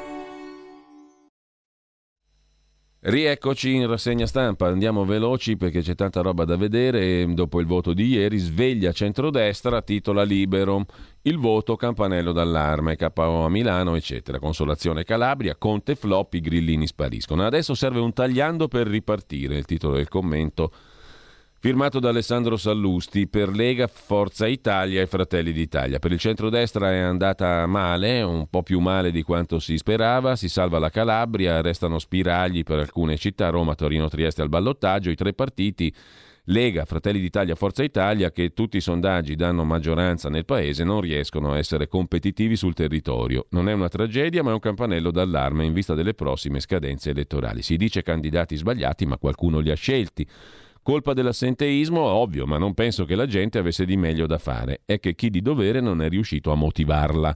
Rieccoci in rassegna stampa, andiamo veloci perché c'è tanta roba da vedere. Dopo il voto di ieri, sveglia centrodestra, titola Libero, il voto campanello d'allarme, K O a Milano eccetera, Consolazione Calabria, Conte flop, i grillini spariscono. Adesso serve un tagliando per ripartire, il titolo del commento firmato da Alessandro Sallusti per Lega, Forza Italia e Fratelli d'Italia. Per il centrodestra è andata male, un po' più male di quanto si sperava, si salva la Calabria, restano spiragli per alcune città, Roma, Torino, Trieste al ballottaggio, i tre partiti Lega, Fratelli d'Italia, Forza Italia, che tutti i sondaggi danno maggioranza nel paese, non riescono a essere competitivi sul territorio. Non è una tragedia, ma è un campanello d'allarme in vista delle prossime scadenze elettorali. Si dice candidati sbagliati, ma qualcuno li ha scelti. Colpa dell'assenteismo? Ovvio, ma non penso che la gente avesse di meglio da fare. È che chi di dovere non è riuscito a motivarla.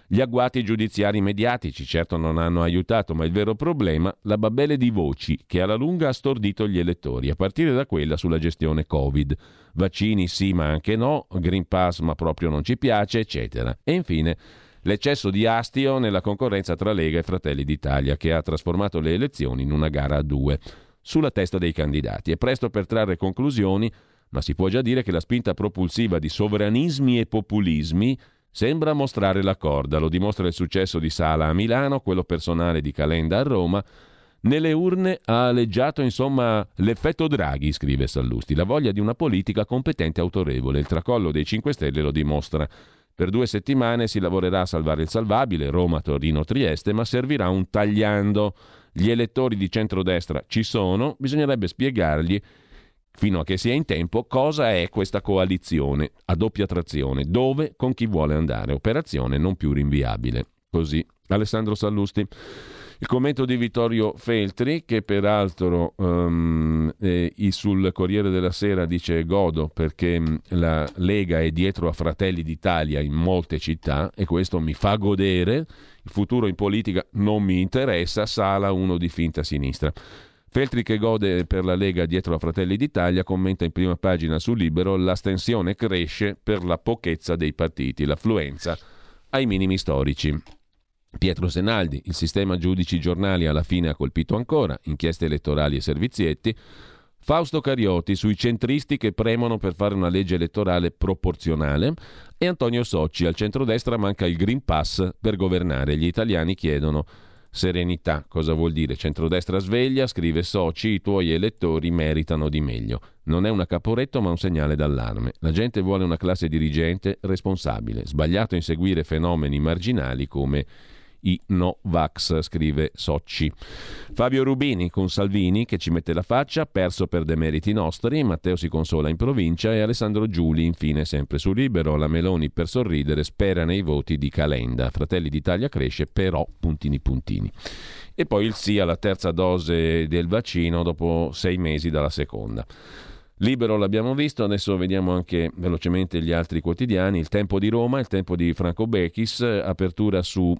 Gli agguati giudiziari mediatici certo non hanno aiutato, ma il vero problema, la babele di voci che alla lunga ha stordito gli elettori, a partire da quella sulla gestione Covid. Vaccini sì ma anche no, Green Pass ma proprio non ci piace, eccetera. E infine l'eccesso di astio nella concorrenza tra Lega e Fratelli d'Italia, che ha trasformato le elezioni in una gara a due sulla testa dei candidati. È presto per trarre conclusioni, ma si può già dire che la spinta propulsiva di sovranismi e populismi sembra mostrare la corda. Lo dimostra il successo di Sala a Milano, quello personale di Calenda a Roma. Nelle urne ha aleggiato insomma l'effetto Draghi, scrive Sallusti, la voglia di una politica competente e autorevole. Il tracollo dei cinque Stelle lo dimostra. Per due settimane si lavorerà a salvare il salvabile, Roma, Torino, Trieste, ma servirà un tagliando. Gli elettori di centrodestra ci sono, bisognerebbe spiegargli fino a che sia in tempo cosa è questa coalizione a doppia trazione, dove, con chi vuole andare, operazione non più rinviabile. Così Alessandro Sallusti. Il commento di Vittorio Feltri, che peraltro um, eh, sul Corriere della Sera dice godo perché la Lega è dietro a Fratelli d'Italia in molte città e questo mi fa godere, il futuro in politica non mi interessa, Sala uno di finta sinistra. Feltri, che gode per la Lega dietro a Fratelli d'Italia, commenta in prima pagina su Libero: l'astensione cresce per la pochezza dei partiti, l'affluenza ai minimi storici. Pietro Senaldi, il sistema giudici giornali alla fine ha colpito ancora, inchieste elettorali e servizietti. Fausto Carioti sui centristi che premono per fare una legge elettorale proporzionale e Antonio Socci, al centrodestra manca il Green Pass per governare, gli italiani chiedono serenità. Cosa vuol dire? Centrodestra sveglia, scrive Socci, i tuoi elettori meritano di meglio. Non è una Caporetto ma un segnale d'allarme. La gente vuole una classe dirigente responsabile, sbagliato inseguire fenomeni marginali come i no-vax, scrive Socci. Fabio Rubini con Salvini che ci mette la faccia, perso per demeriti nostri, Matteo si consola in provincia e Alessandro Giuli infine sempre su Libero, la Meloni per sorridere spera nei voti di Calenda, Fratelli d'Italia cresce però puntini puntini. E poi il sì alla terza dose del vaccino dopo sei mesi dalla seconda. Libero l'abbiamo visto, adesso vediamo anche velocemente gli altri quotidiani. Il Tempo di Roma, il Tempo di Franco Bechis, apertura su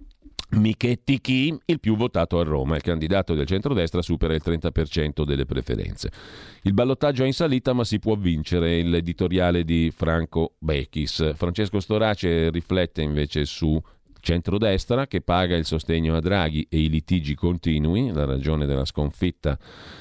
Michetti chi? Il più votato a Roma, il candidato del centrodestra supera il trenta per cento delle preferenze. Il ballottaggio è in salita ma si può vincere, l'editoriale di Franco Bechis. Francesco Storace riflette invece su centrodestra che paga il sostegno a Draghi e i litigi continui, la ragione della sconfitta.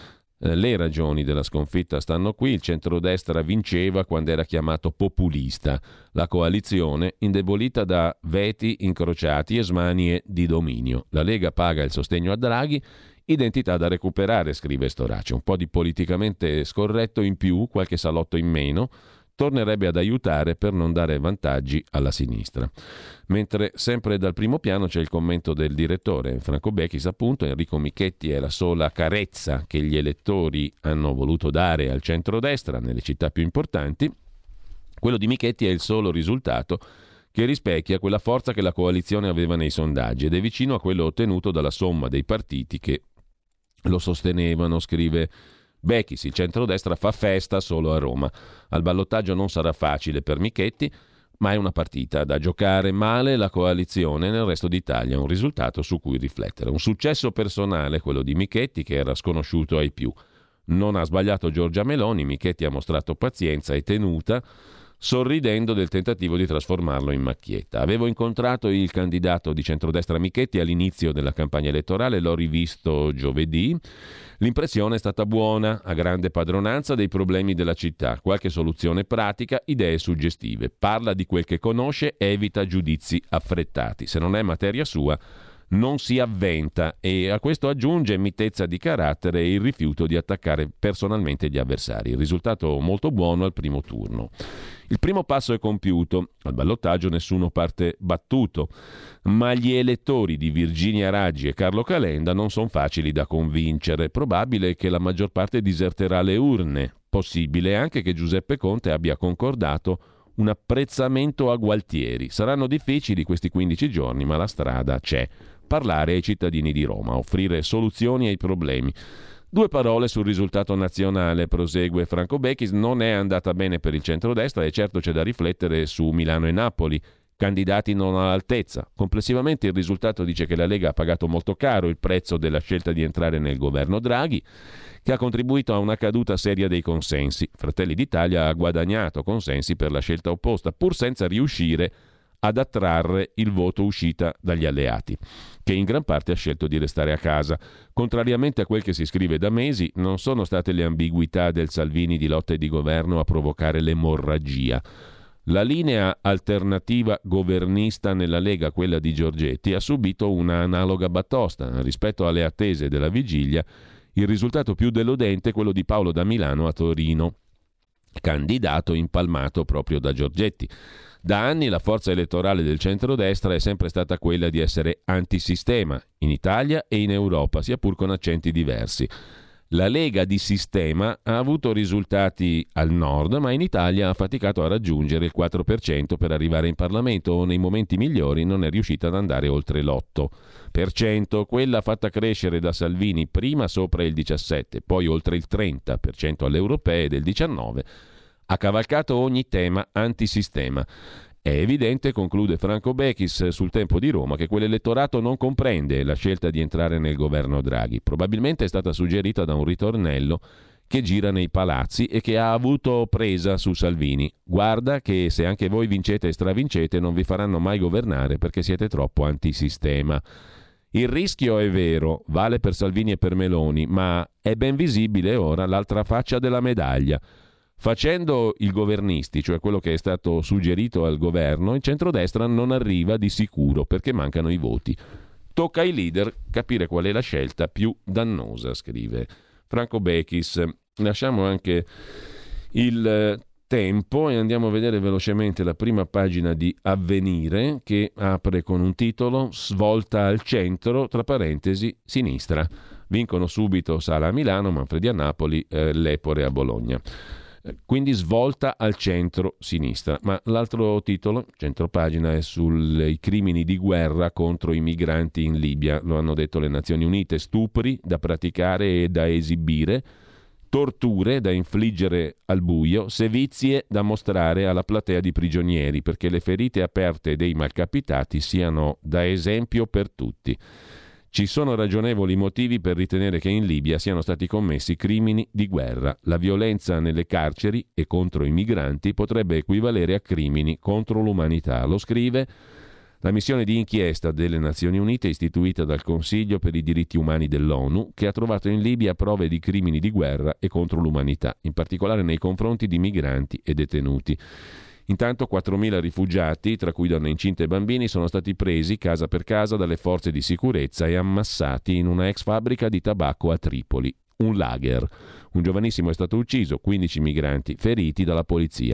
Le ragioni della sconfitta stanno qui, il centrodestra vinceva quando era chiamato populista, la coalizione indebolita da veti incrociati e smanie di dominio. La Lega paga il sostegno a Draghi, identità da recuperare, scrive Storace, un po' di politicamente scorretto in più, qualche salotto in meno, tornerebbe ad aiutare per non dare vantaggi alla sinistra. Mentre sempre dal primo piano c'è il commento del direttore Franco Bechis, appunto, Enrico Michetti è la sola carezza che gli elettori hanno voluto dare al centrodestra nelle città più importanti. Quello di Michetti è il solo risultato che rispecchia quella forza che la coalizione aveva nei sondaggi ed è vicino a quello ottenuto dalla somma dei partiti che lo sostenevano, scrive Bechis. Il centrodestra fa festa solo a Roma. Al ballottaggio non sarà facile per Michetti, ma è una partita da giocare male la coalizione nel resto d'Italia, un risultato su cui riflettere. Un successo personale quello di Michetti, che era sconosciuto ai più. Non ha sbagliato Giorgia Meloni, Michetti ha mostrato pazienza e tenuta, sorridendo del tentativo di trasformarlo in macchietta. Avevo incontrato il candidato di centrodestra Michetti all'inizio della campagna elettorale, l'ho rivisto giovedì. L'impressione è stata buona, a grande padronanza dei problemi della città, qualche soluzione pratica, idee suggestive. Parla di quel che conosce, evita giudizi affrettati. Se non è materia sua, non si avventa e a questo aggiunge mitezza di carattere e il rifiuto di attaccare personalmente gli avversari. Il risultato molto buono al primo turno. Il primo passo è compiuto, al ballottaggio nessuno parte battuto, ma gli elettori di Virginia Raggi e Carlo Calenda non sono facili da convincere. Probabile che la maggior parte diserterà le urne, possibile anche che Giuseppe Conte abbia concordato un apprezzamento a Gualtieri. Saranno difficili questi quindici giorni, ma la strada c'è. Parlare ai cittadini di Roma, offrire soluzioni ai problemi. Due parole sul risultato nazionale, prosegue Franco Bechis. Non è andata bene per il centrodestra e certo c'è da riflettere su Milano e Napoli, candidati non all'altezza. Complessivamente il risultato dice che la Lega ha pagato molto caro il prezzo della scelta di entrare nel governo Draghi, che ha contribuito a una caduta seria dei consensi. Fratelli d'Italia ha guadagnato consensi per la scelta opposta, pur senza riuscire ad attrarre il voto uscita dagli alleati, che in gran parte ha scelto di restare a casa. Contrariamente a quel che si scrive da mesi, non sono state le ambiguità del Salvini di lotta e di governo a provocare l'emorragia. La linea alternativa governista nella Lega, quella di Giorgetti, ha subito una analoga batosta. Rispetto alle attese della vigilia, il risultato più deludente è quello di Paolo da Milano a Torino, candidato impalmato proprio da Giorgetti. Da anni la forza elettorale del centrodestra è sempre stata quella di essere antisistema, in Italia e in Europa, sia pur con accenti diversi. La Lega di sistema ha avuto risultati al nord, ma in Italia ha faticato a raggiungere il quattro per cento per arrivare in Parlamento, o nei momenti migliori non è riuscita ad andare oltre l'otto per cento. Quella fatta crescere da Salvini prima sopra il diciassette per cento, poi oltre il trenta per cento alle europee del diciannove, ha cavalcato ogni tema antisistema. È evidente, conclude Franco Bechis sul Tempo di Roma, che quell'elettorato non comprende la scelta di entrare nel governo Draghi. Probabilmente è stata suggerita da un ritornello che gira nei palazzi e che ha avuto presa su Salvini. Guarda che se anche voi vincete e stravincete non vi faranno mai governare perché siete troppo antisistema. Il rischio è vero, vale per Salvini e per Meloni, ma è ben visibile ora l'altra faccia della medaglia. Facendo il governisti, cioè quello che è stato suggerito al governo, il centrodestra non arriva di sicuro perché mancano i voti. Tocca ai leader capire qual è la scelta più dannosa, scrive Franco Bechis. Lasciamo anche il Tempo e andiamo a vedere velocemente la prima pagina di Avvenire, che apre con un titolo: Svolta al centro, tra parentesi, sinistra. Vincono subito Sala a Milano, Manfredi a Napoli, eh, Lepore a Bologna. Quindi svolta al centro-sinistra. Ma l'altro titolo, centropagina, è sui crimini di guerra contro i migranti in Libia. Lo hanno detto le Nazioni Unite: stupri da praticare e da esibire, torture da infliggere al buio, sevizie da mostrare alla platea di prigionieri, perché le ferite aperte dei malcapitati siano da esempio per tutti. Ci sono ragionevoli motivi per ritenere che in Libia siano stati commessi crimini di guerra. La violenza nelle carceri e contro i migranti potrebbe equivalere a crimini contro l'umanità. Lo scrive la missione di inchiesta delle Nazioni Unite istituita dal Consiglio per i diritti umani dell'ONU, che ha trovato in Libia prove di crimini di guerra e contro l'umanità, in particolare nei confronti di migranti e detenuti. Intanto quattromila rifugiati, tra cui donne incinte e bambini, sono stati presi casa per casa dalle forze di sicurezza e ammassati in una ex fabbrica di tabacco a Tripoli, un lager. Un giovanissimo è stato ucciso, quindici migranti feriti dalla polizia.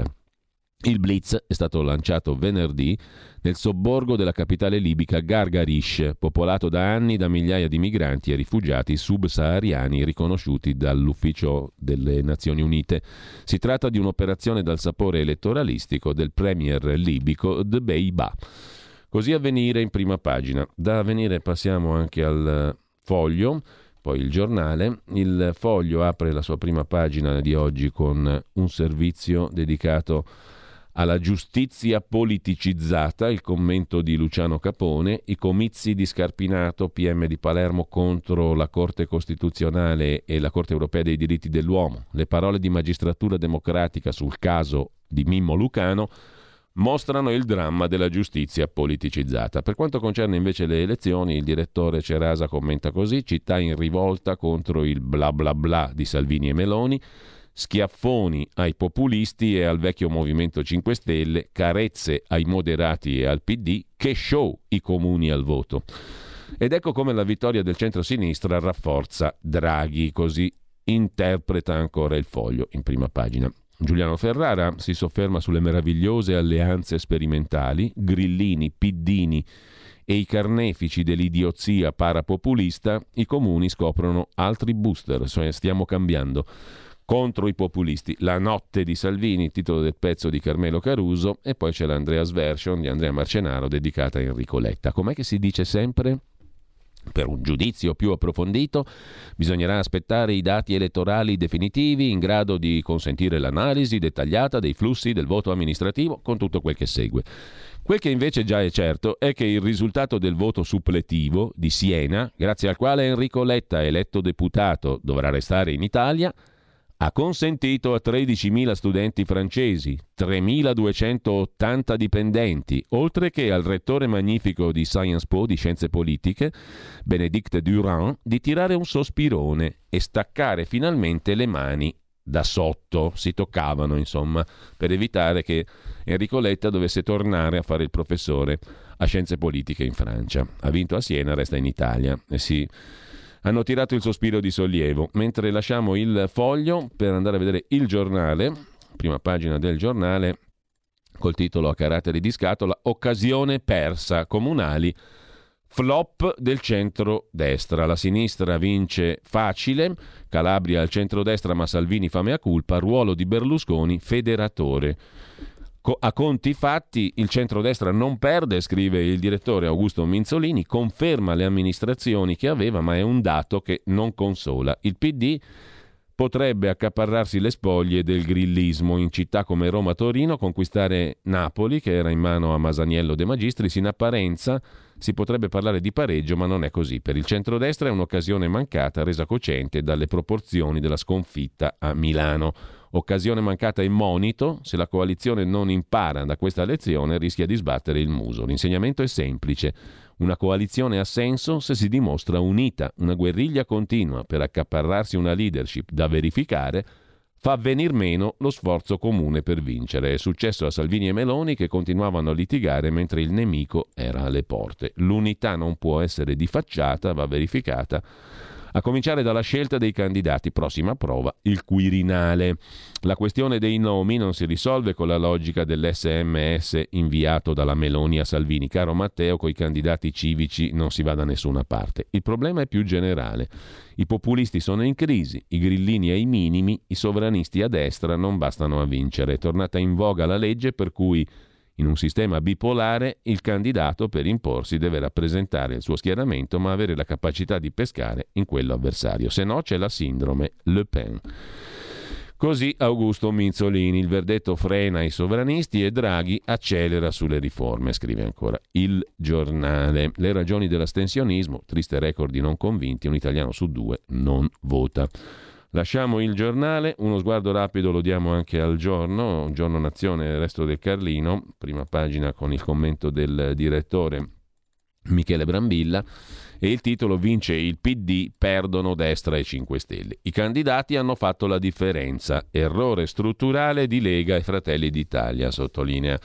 Il blitz è stato lanciato venerdì nel sobborgo della capitale libica Gargarish, popolato da anni da migliaia di migranti e rifugiati subsahariani riconosciuti dall'Ufficio delle Nazioni Unite. Si tratta di un'operazione dal sapore elettoralistico del premier libico Dbeibeh. Così Avvenire in prima pagina. Da Avvenire passiamo anche al Foglio, poi il Giornale. Il Foglio apre la sua prima pagina di oggi con un servizio dedicato alla giustizia politicizzata, il commento di Luciano Capone, i comizi di Scarpinato, P M di Palermo contro la Corte Costituzionale e la Corte Europea dei Diritti dell'Uomo, le parole di Magistratura Democratica sul caso di Mimmo Lucano mostrano il dramma della giustizia politicizzata. Per quanto concerne invece le elezioni, il direttore Cerasa commenta così: città in rivolta contro il bla bla bla di Salvini e Meloni, schiaffoni ai populisti e al vecchio Movimento cinque Stelle, carezze ai moderati e al P D, che show i comuni al voto. Ed ecco come la vittoria del centro-sinistra rafforza Draghi, così interpreta ancora il Foglio in prima pagina. Giuliano Ferrara si sofferma sulle meravigliose alleanze sperimentali, grillini, piddini e i carnefici dell'idiozia parapopulista. I comuni scoprono altri booster, cioè stiamo cambiando. Contro i populisti, la notte di Salvini, titolo del pezzo di Carmelo Caruso, e poi c'è l'Andreas Version di Andrea Marcenaro dedicata a Enrico Letta. Com'è che si dice sempre? Per un giudizio più approfondito bisognerà aspettare i dati elettorali definitivi in grado di consentire l'analisi dettagliata dei flussi del voto amministrativo con tutto quel che segue. Quel che invece già è certo è che il risultato del voto suppletivo di Siena, grazie al quale Enrico Letta, eletto deputato, dovrà restare in Italia, ha consentito a tredicimila studenti francesi, tremiladuecentottanta dipendenti, oltre che al rettore magnifico di Sciences Po di Scienze Politiche, Bénédicte Durand, di tirare un sospirone e staccare finalmente le mani da sotto, si toccavano insomma, per evitare che Enrico Letta dovesse tornare a fare il professore a Scienze Politiche in Francia. Ha vinto a Siena, resta in Italia e si... hanno tirato il sospiro di sollievo, mentre lasciamo il Foglio per andare a vedere Il Giornale, prima pagina del Giornale, col titolo a caratteri di scatola, Occasione persa, comunali, flop del centro-destra. La sinistra vince facile, Calabria al centro-destra ma Salvini fa mea culpa, ruolo di Berlusconi federatore. A conti fatti il centrodestra non perde, scrive il direttore Augusto Minzolini, conferma le amministrazioni che aveva, ma è un dato che non consola. Il P D potrebbe accaparrarsi le spoglie del grillismo in città come Roma-Torino, conquistare Napoli, che era in mano a Masaniello De Magistris. In apparenza si potrebbe parlare di pareggio, ma non è così. Per il centrodestra è un'occasione mancata, resa cocente dalle proporzioni della sconfitta a Milano. Occasione mancata e monito: se la coalizione non impara da questa lezione rischia di sbattere il muso. L'insegnamento è semplice: una coalizione ha senso se si dimostra unita. Una guerriglia continua per accaparrarsi una leadership da verificare fa venir meno lo sforzo comune per vincere. È successo a Salvini e Meloni, che continuavano a litigare mentre il nemico era alle porte. L'unità non può essere di facciata, va verificata, a cominciare dalla scelta dei candidati. Prossima prova, il Quirinale. La questione dei nomi non si risolve con la logica dell'esse emme esse inviato dalla Meloni a Salvini. Caro Matteo, coi candidati civici non si va da nessuna parte. Il problema è più generale. I populisti sono in crisi, i grillini ai minimi, i sovranisti a destra non bastano a vincere. È tornata in voga la legge per cui in un sistema bipolare il candidato per imporsi deve rappresentare il suo schieramento ma avere la capacità di pescare in quello avversario, se no c'è la sindrome Le Pen. Così Augusto Minzolini. Il verdetto frena i sovranisti e Draghi accelera sulle riforme, scrive ancora Il Giornale. Le ragioni dell'astensionismo, triste record di non convinti, un italiano su due non vota. Lasciamo Il Giornale, uno sguardo rapido lo diamo anche al Giorno, Giorno Nazione, il resto del Carlino, prima pagina con il commento del direttore Michele Brambilla e il titolo: vince il P D, perdono destra e cinque Stelle. I candidati hanno fatto la differenza, errore strutturale di Lega e Fratelli d'Italia, sottolinea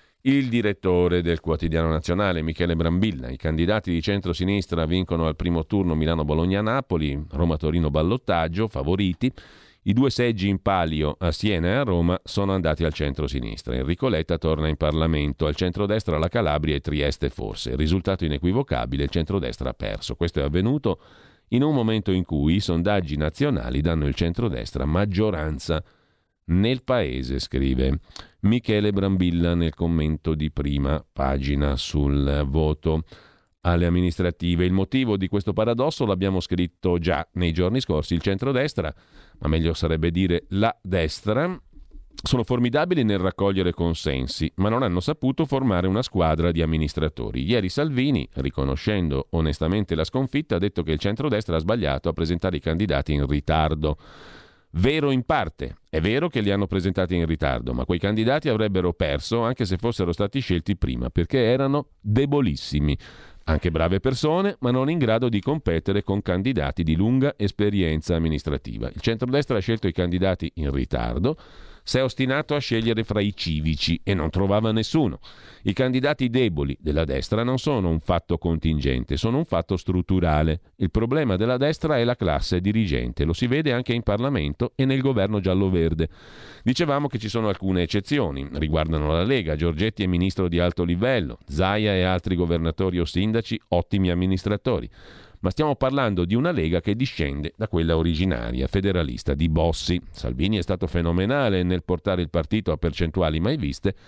il direttore del Quotidiano Nazionale Michele Brambilla. I candidati di centrosinistra vincono al primo turno Milano-Bologna-Napoli, Roma-Torino-ballottaggio, favoriti. I due seggi in palio a Siena e a Roma sono andati al centro-sinistra. Enrico Letta torna in Parlamento, al centrodestra la Calabria e Trieste forse. Risultato inequivocabile, il centrodestra ha perso. Questo è avvenuto in un momento in cui i sondaggi nazionali danno il centrodestra maggioranza nel paese, scrive Michele Brambilla nel commento di prima pagina sul voto alle amministrative. Il motivo di questo paradosso l'abbiamo scritto già nei giorni scorsi. Il centrodestra, ma meglio sarebbe dire la destra, sono formidabili nel raccogliere consensi, ma non hanno saputo formare una squadra di amministratori. Ieri Salvini, riconoscendo onestamente la sconfitta, ha detto che il centrodestra ha sbagliato a presentare i candidati in ritardo. Vero in parte, è vero che li hanno presentati in ritardo, ma quei candidati avrebbero perso anche se fossero stati scelti prima, perché erano debolissimi. Anche brave persone, ma non in grado di competere con candidati di lunga esperienza amministrativa. Il centrodestra ha scelto i candidati in ritardo, si è ostinato a scegliere fra i civici e non trovava nessuno. I candidati deboli della destra non sono un fatto contingente, sono un fatto strutturale. Il problema della destra è la classe dirigente, lo si vede anche in Parlamento e nel governo giallo-verde. Dicevamo che ci sono alcune eccezioni, riguardano la Lega. Giorgetti è ministro di alto livello, Zaia e altri governatori o sindaci ottimi amministratori. Ma stiamo parlando di una Lega che discende da quella originaria, federalista, di Bossi. Salvini è stato fenomenale nel portare il partito a percentuali mai viste,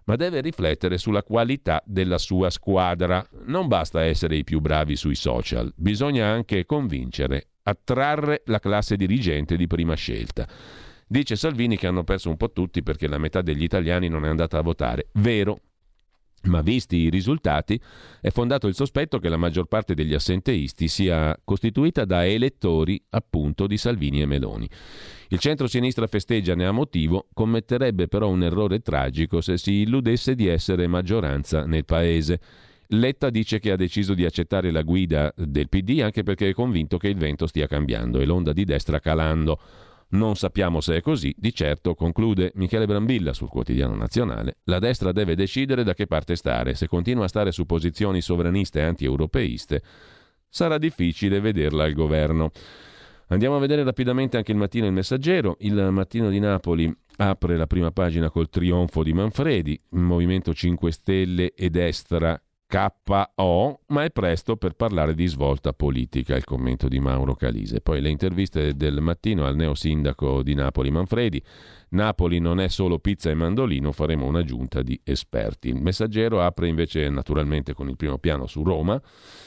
ma deve riflettere sulla qualità della sua squadra. Non basta essere i più bravi sui social, bisogna anche convincere, attrarre la classe dirigente di prima scelta. Dice Salvini che hanno perso un po' tutti perché la metà degli italiani non è andata a votare. Vero. Ma visti i risultati, è fondato il sospetto che la maggior parte degli assenteisti sia costituita da elettori appunto di Salvini e Meloni. Il centro-sinistra festeggia, ne ha motivo, commetterebbe però un errore tragico se si illudesse di essere maggioranza nel paese. Letta dice che ha deciso di accettare la guida del P D anche perché è convinto che il vento stia cambiando e l'onda di destra calando. Non sappiamo se è così, di certo, conclude Michele Brambilla sul Quotidiano Nazionale, la destra deve decidere da che parte stare. Se continua a stare su posizioni sovraniste e anti-europeiste, sarà difficile vederla al governo. Andiamo a vedere rapidamente anche il Mattino e il Messaggero. Il Mattino di Napoli apre la prima pagina col trionfo di Manfredi, Movimento cinque Stelle e destra K O, ma è presto per parlare di svolta politica, il commento di Mauro Calise. Poi le interviste del Mattino al neosindaco di Napoli Manfredi. Napoli non è solo pizza e mandolino, faremo una giunta di esperti. Il Messaggero apre invece naturalmente con il primo piano su Roma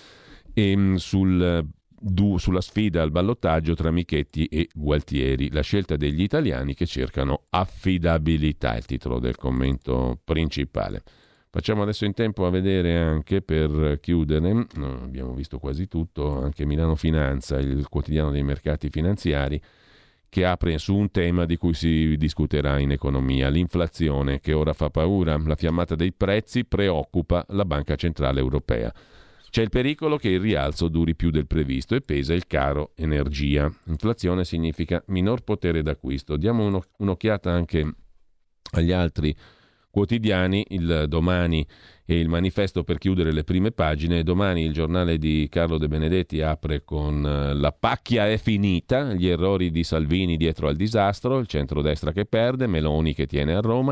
e sul, du, sulla sfida al ballottaggio tra Michetti e Gualtieri, la scelta degli italiani che cercano affidabilità, il titolo del commento principale. Facciamo adesso in tempo a vedere anche, per chiudere, no, abbiamo visto quasi tutto, anche Milano Finanza, il quotidiano dei mercati finanziari, che apre su un tema di cui si discuterà in economia, l'inflazione che ora fa paura, la fiammata dei prezzi preoccupa la Banca Centrale Europea. C'è il pericolo che il rialzo duri più del previsto e pesa il caro energia. Inflazione significa minor potere d'acquisto. Diamo uno, un'occhiata anche agli altri quotidiani, il Domani e il Manifesto per chiudere le prime pagine. Domani il giornale di Carlo De Benedetti apre con la pacchia è finita, gli errori di Salvini dietro al disastro, il centrodestra che perde, Meloni che tiene a Roma,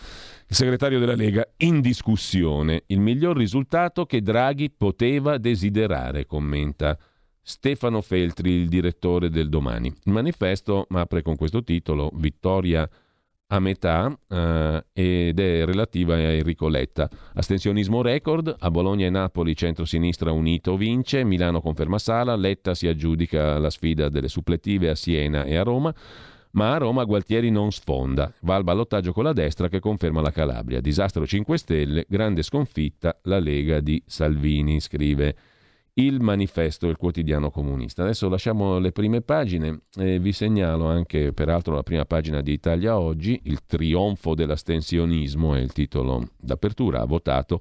il segretario della Lega in discussione, il miglior risultato che Draghi poteva desiderare, commenta Stefano Feltri, il direttore del Domani. Il Manifesto apre con questo titolo, vittoria a metà, eh, ed è relativa a Enrico Letta. Astensionismo record, a Bologna e Napoli centro-sinistra unito vince, Milano conferma Sala, Letta si aggiudica la sfida delle suppletive a Siena e a Roma, ma a Roma Gualtieri non sfonda, va al ballottaggio con la destra che conferma la Calabria. Disastro cinque Stelle, grande sconfitta la Lega di Salvini, scrive il Manifesto, il quotidiano comunista. Adesso lasciamo le prime pagine e vi segnalo anche peraltro la prima pagina di Italia Oggi, il trionfo dell'astensionismo è il titolo d'apertura, ha votato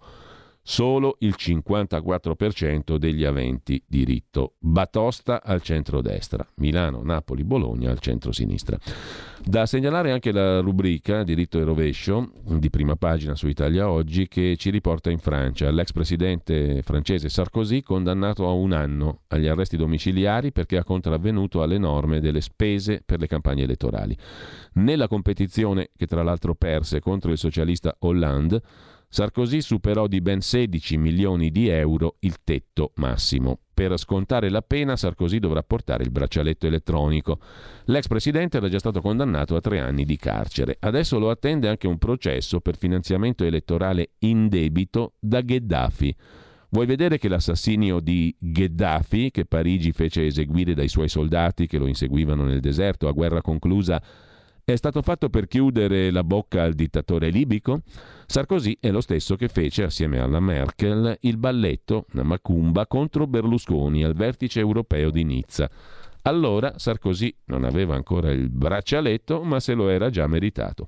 solo il cinquantaquattro per cento degli aventi diritto. Batosta al centrodestra, Milano, Napoli, Bologna al centro-sinistra. Da segnalare anche la rubrica Diritto e rovescio di prima pagina su Italia Oggi che ci riporta in Francia. L'ex presidente francese Sarkozy condannato a un anno agli arresti domiciliari perché ha contravvenuto alle norme delle spese per le campagne elettorali. Nella competizione, che tra l'altro perse contro il socialista Hollande, Sarkozy superò di ben sedici milioni di euro il tetto massimo. Per scontare la pena Sarkozy dovrà portare il braccialetto elettronico. L'ex presidente era già stato condannato a tre anni di carcere. Adesso lo attende anche un processo per finanziamento elettorale indebito da Gheddafi. Vuoi vedere che l'assassinio di Gheddafi, che Parigi fece eseguire dai suoi soldati che lo inseguivano nel deserto a guerra conclusa, è stato fatto per chiudere la bocca al dittatore libico? Sarkozy è lo stesso che fece, assieme alla Merkel, il balletto, una macumba, contro Berlusconi al vertice europeo di Nizza. Allora Sarkozy non aveva ancora il braccialetto, ma se lo era già meritato.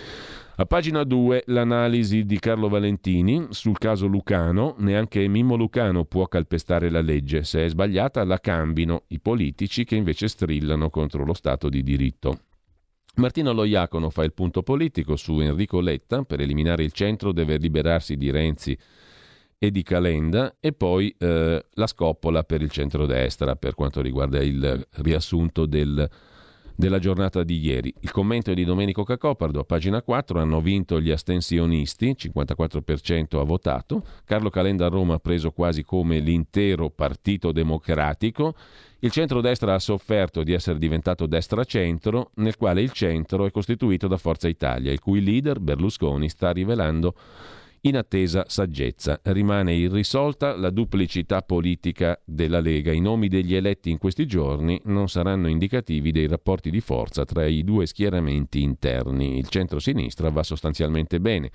A pagina due l'analisi di Carlo Valentini sul caso Lucano. Neanche Mimmo Lucano può calpestare la legge. Se è sbagliata la cambino i politici che invece strillano contro lo Stato di diritto. Martino Loiacono fa il punto politico su Enrico Letta, per eliminare il centro deve liberarsi di Renzi e di Calenda, e poi eh, la scoppola per il centrodestra per quanto riguarda il riassunto del della giornata di ieri. Il commento è di Domenico Cacopardo, a pagina quattro, hanno vinto gli astensionisti, cinquantaquattro per cento ha votato, Carlo Calenda a Roma ha preso quasi come l'intero Partito Democratico, il centrodestra ha sofferto di essere diventato destra-centro, nel quale il centro è costituito da Forza Italia, il cui leader Berlusconi sta rivelando inattesa saggezza. Rimane irrisolta la duplicità politica della Lega. I nomi degli eletti in questi giorni non saranno indicativi dei rapporti di forza tra i due schieramenti interni. Il centro-sinistra va sostanzialmente bene.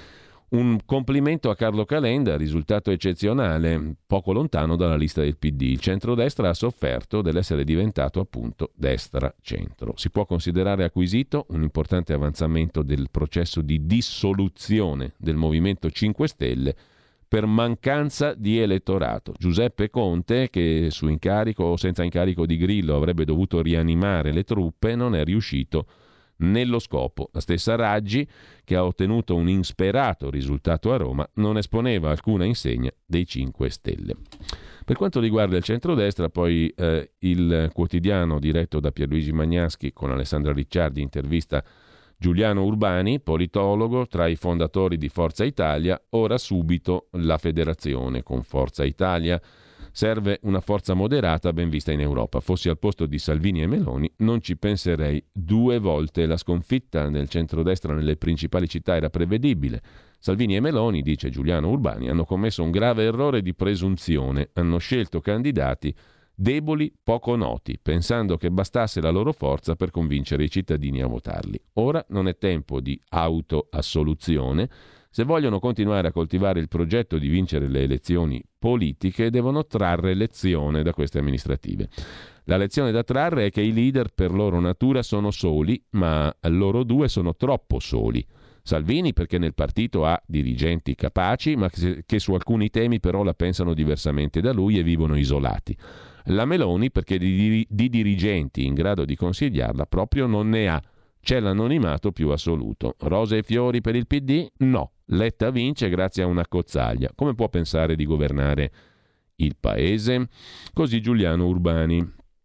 Un complimento a Carlo Calenda, risultato eccezionale, poco lontano dalla lista del P D. Il centrodestra ha sofferto dell'essere diventato appunto destra-centro. Si può considerare acquisito un importante avanzamento del processo di dissoluzione del Movimento cinque Stelle per mancanza di elettorato. Giuseppe Conte, che su incarico o senza incarico di Grillo avrebbe dovuto rianimare le truppe, non è riuscito nello scopo. La stessa Raggi, che ha ottenuto un insperato risultato a Roma, non esponeva alcuna insegna dei cinque Stelle. Per quanto riguarda il centrodestra, poi eh, il quotidiano diretto da Pierluigi Magnaschi con Alessandra Ricciardi intervista Giuliano Urbani, politologo, tra i fondatori di Forza Italia, ora subito la federazione con Forza Italia. Serve una forza moderata ben vista in Europa. Fossi al posto di Salvini e Meloni non ci penserei due volte. La sconfitta del centrodestra nelle principali città era prevedibile. Salvini e Meloni, dice Giuliano Urbani, hanno commesso un grave errore di presunzione. Hanno scelto candidati deboli, poco noti, pensando che bastasse la loro forza per convincere i cittadini a votarli. Ora non è tempo di autoassoluzione. Se vogliono continuare a coltivare il progetto di vincere le elezioni politiche, devono trarre lezione da queste amministrative. La lezione da trarre è che i leader per loro natura sono soli, ma loro due sono troppo soli. Salvini perché nel partito ha dirigenti capaci, ma che su alcuni temi però la pensano diversamente da lui e vivono isolati. La Meloni perché di, di dirigenti in grado di consigliarla proprio non ne ha. C'è l'anonimato più assoluto. Rose e fiori per il P D? No. Letta vince grazie a una cozzaglia. Come può pensare di governare il paese? Così Giuliano Urbani.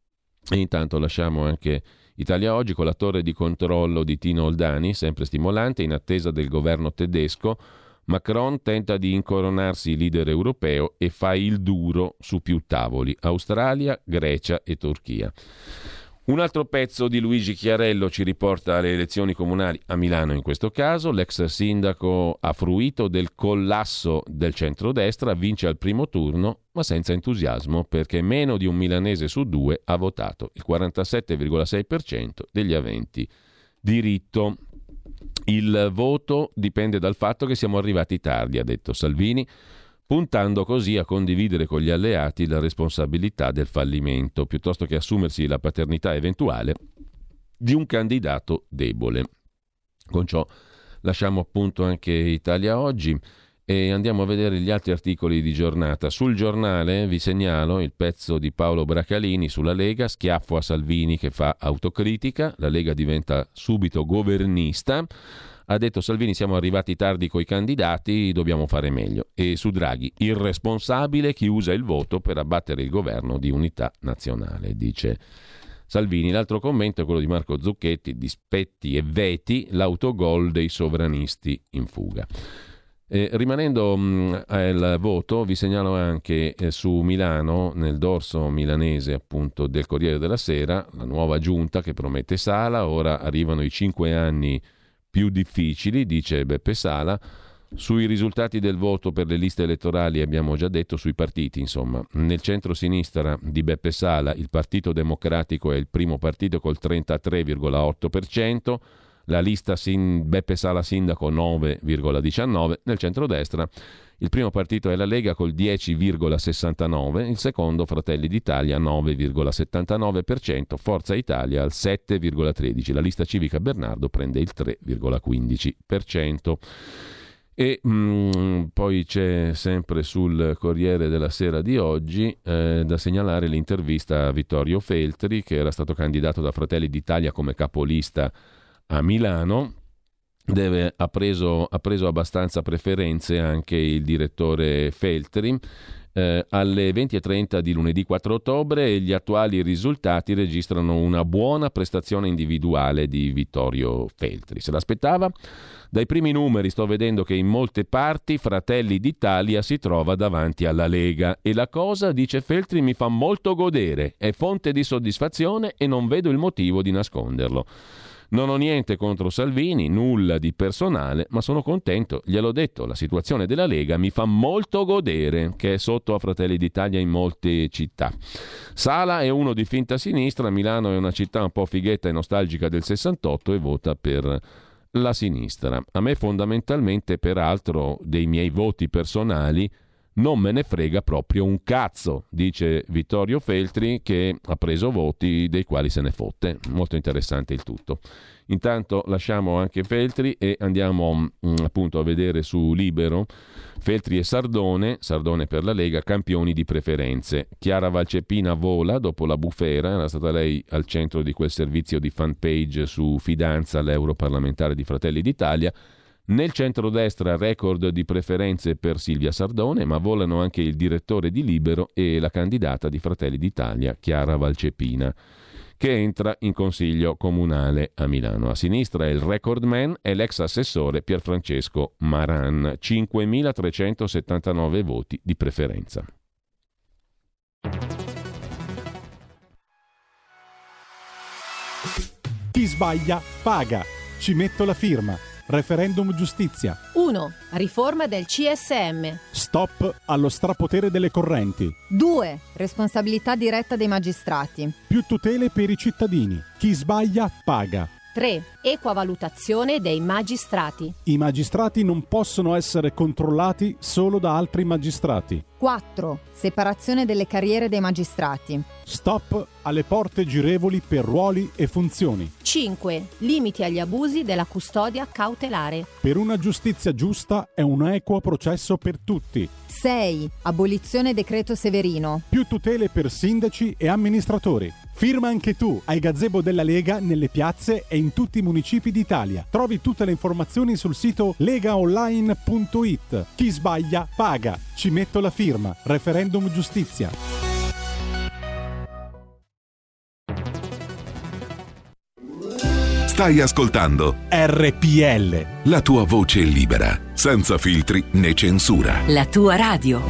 E intanto lasciamo anche Italia Oggi con la torre di controllo di Tino Oldani, sempre stimolante, in attesa del governo tedesco. Macron tenta di incoronarsi leader europeo e fa il duro su più tavoli: Australia, Grecia e Turchia. Un altro pezzo di Luigi Chiarello ci riporta alle elezioni comunali a Milano in questo caso. L'ex sindaco ha fruito del collasso del centrodestra, vince al primo turno ma senza entusiasmo perché meno di un milanese su due ha votato, il quarantasette virgola sei per cento degli aventi diritto. Il voto dipende dal fatto che siamo arrivati tardi, ha detto Salvini, puntando così a condividere con gli alleati la responsabilità del fallimento, piuttosto che assumersi la paternità eventuale di un candidato debole. Con ciò lasciamo appunto anche Italia Oggi e andiamo a vedere gli altri articoli di giornata. Sul Giornale vi segnalo il pezzo di Paolo Bracalini sulla Lega, schiaffo a Salvini che fa autocritica, la Lega diventa subito governista. Ha detto Salvini siamo arrivati tardi coi candidati, dobbiamo fare meglio. E su Draghi, irresponsabile chi usa il voto per abbattere il governo di unità nazionale, dice Salvini. L'altro commento è quello di Marco Zucchetti, dispetti e veti, l'autogol dei sovranisti in fuga. Eh, rimanendo mh, al voto, vi segnalo anche eh, su Milano, nel dorso milanese appunto del Corriere della Sera, la nuova giunta che promette Sala, ora arrivano i cinque anni più difficili, dice Beppe Sala. Sui risultati del voto per le liste elettorali abbiamo già detto, sui partiti insomma. Nel centro-sinistra di Beppe Sala il Partito Democratico è il primo partito col trentatré virgola otto per cento, la lista sin- Beppe Sala Sindaco nove virgola diciannove, nel centrodestra il primo partito è la Lega col dieci virgola sessantanove, il secondo Fratelli d'Italia nove virgola settantanove per cento, Forza Italia al sette virgola tredici, la lista civica Bernardo prende il tre virgola quindici per cento. E mh, poi c'è sempre sul Corriere della Sera di oggi eh, da segnalare l'intervista a Vittorio Feltri, che era stato candidato da Fratelli d'Italia come capolista a Milano. deve, ha, preso, ha preso abbastanza preferenze anche il direttore Feltri. Eh, alle venti e trenta di lunedì quattro ottobre gli attuali risultati registrano una buona prestazione individuale di Vittorio Feltri. Se l'aspettava? Dai primi numeri sto vedendo che in molte parti Fratelli d'Italia si trova davanti alla Lega e la cosa, dice Feltri, mi fa molto godere, è fonte di soddisfazione e non vedo il motivo di nasconderlo. Non ho niente contro Salvini, nulla di personale, ma sono contento, gliel'ho detto, la situazione della Lega mi fa molto godere, che è sotto a Fratelli d'Italia in molte città. Sala è uno di finta sinistra, Milano è una città un po' fighetta e nostalgica del sessantotto e vota per la sinistra. A me fondamentalmente, peraltro, dei miei voti personali non me ne frega proprio un cazzo, dice Vittorio Feltri, che ha preso voti dei quali se ne fotte. Molto interessante il tutto. Intanto lasciamo anche Feltri e andiamo mh, appunto a vedere su Libero Feltri e Sardone, Sardone per la Lega, campioni di preferenze. Chiara Valcepina vola dopo la bufera, era stata lei al centro di quel servizio di fanpage su Fidanza, l'europarlamentare di Fratelli d'Italia. Nel centrodestra record di preferenze per Silvia Sardone, ma volano anche il direttore di Libero e la candidata di Fratelli d'Italia, Chiara Valcepina, che entra in consiglio comunale a Milano. A sinistra il recordman è l'ex assessore Pierfrancesco Maran, cinquemilatrecentosettantanove voti di preferenza. Chi sbaglia paga. Ci metto la firma. Referendum giustizia. uno. Riforma del C S M. Stop allo strapotere delle correnti. due. Responsabilità diretta dei magistrati. Più tutele per i cittadini. Chi sbaglia paga. tre. Equa valutazione dei magistrati. I magistrati non possono essere controllati solo da altri magistrati. quattro. Separazione delle carriere dei magistrati. Stop alle porte girevoli per ruoli e funzioni. cinque. Limiti agli abusi della custodia cautelare. Per una giustizia giusta e un equo processo per tutti. sei. Abolizione decreto Severino. Più tutele per sindaci e amministratori. Firma anche tu ai gazebo della Lega nelle piazze e in tutti i municipi d'Italia. Trovi tutte le informazioni sul sito legaonline punto it. Chi sbaglia paga. Ci metto la firma. Referendum giustizia. Stai ascoltando R P L, la tua voce libera, senza filtri né censura. La tua radio.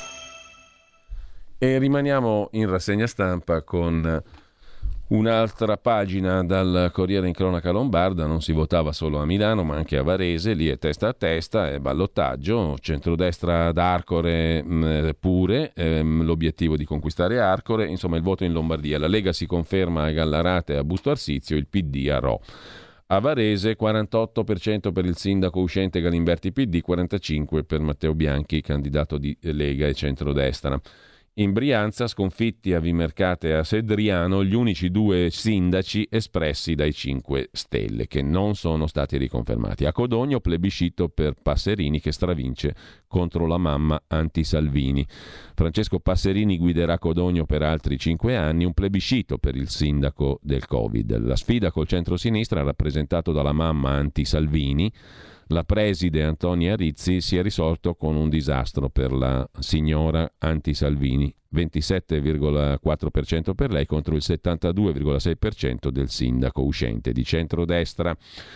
E rimaniamo in rassegna stampa con un'altra pagina dal Corriere in Cronaca Lombarda. Non si votava solo a Milano ma anche a Varese, lì è testa a testa, è ballottaggio, centrodestra ad Arcore mh, pure, ehm, l'obiettivo di conquistare Arcore, insomma il voto in Lombardia. La Lega si conferma a Gallarate e a Busto Arsizio, il P D a Rho. A Varese quarantotto per cento per il sindaco uscente Galimberti P D, quarantacinque per cento per Matteo Bianchi, candidato di Lega e centrodestra. In Brianza, sconfitti a Vimercate e a Sedriano, gli unici due sindaci espressi dai cinque Stelle, che non sono stati riconfermati. A Codogno, plebiscito per Passerini, che stravince contro la mamma anti-Salvini. Francesco Passerini guiderà Codogno per altri cinque anni, un plebiscito per il sindaco del Covid. La sfida col centro-sinistra, rappresentato dalla mamma anti-Salvini, la preside Antonia Rizzi, si è risolto con un disastro per la signora anti-Salvini, ventisette virgola quattro per cento per lei contro il settantadue virgola sei per cento del sindaco uscente di centrodestra.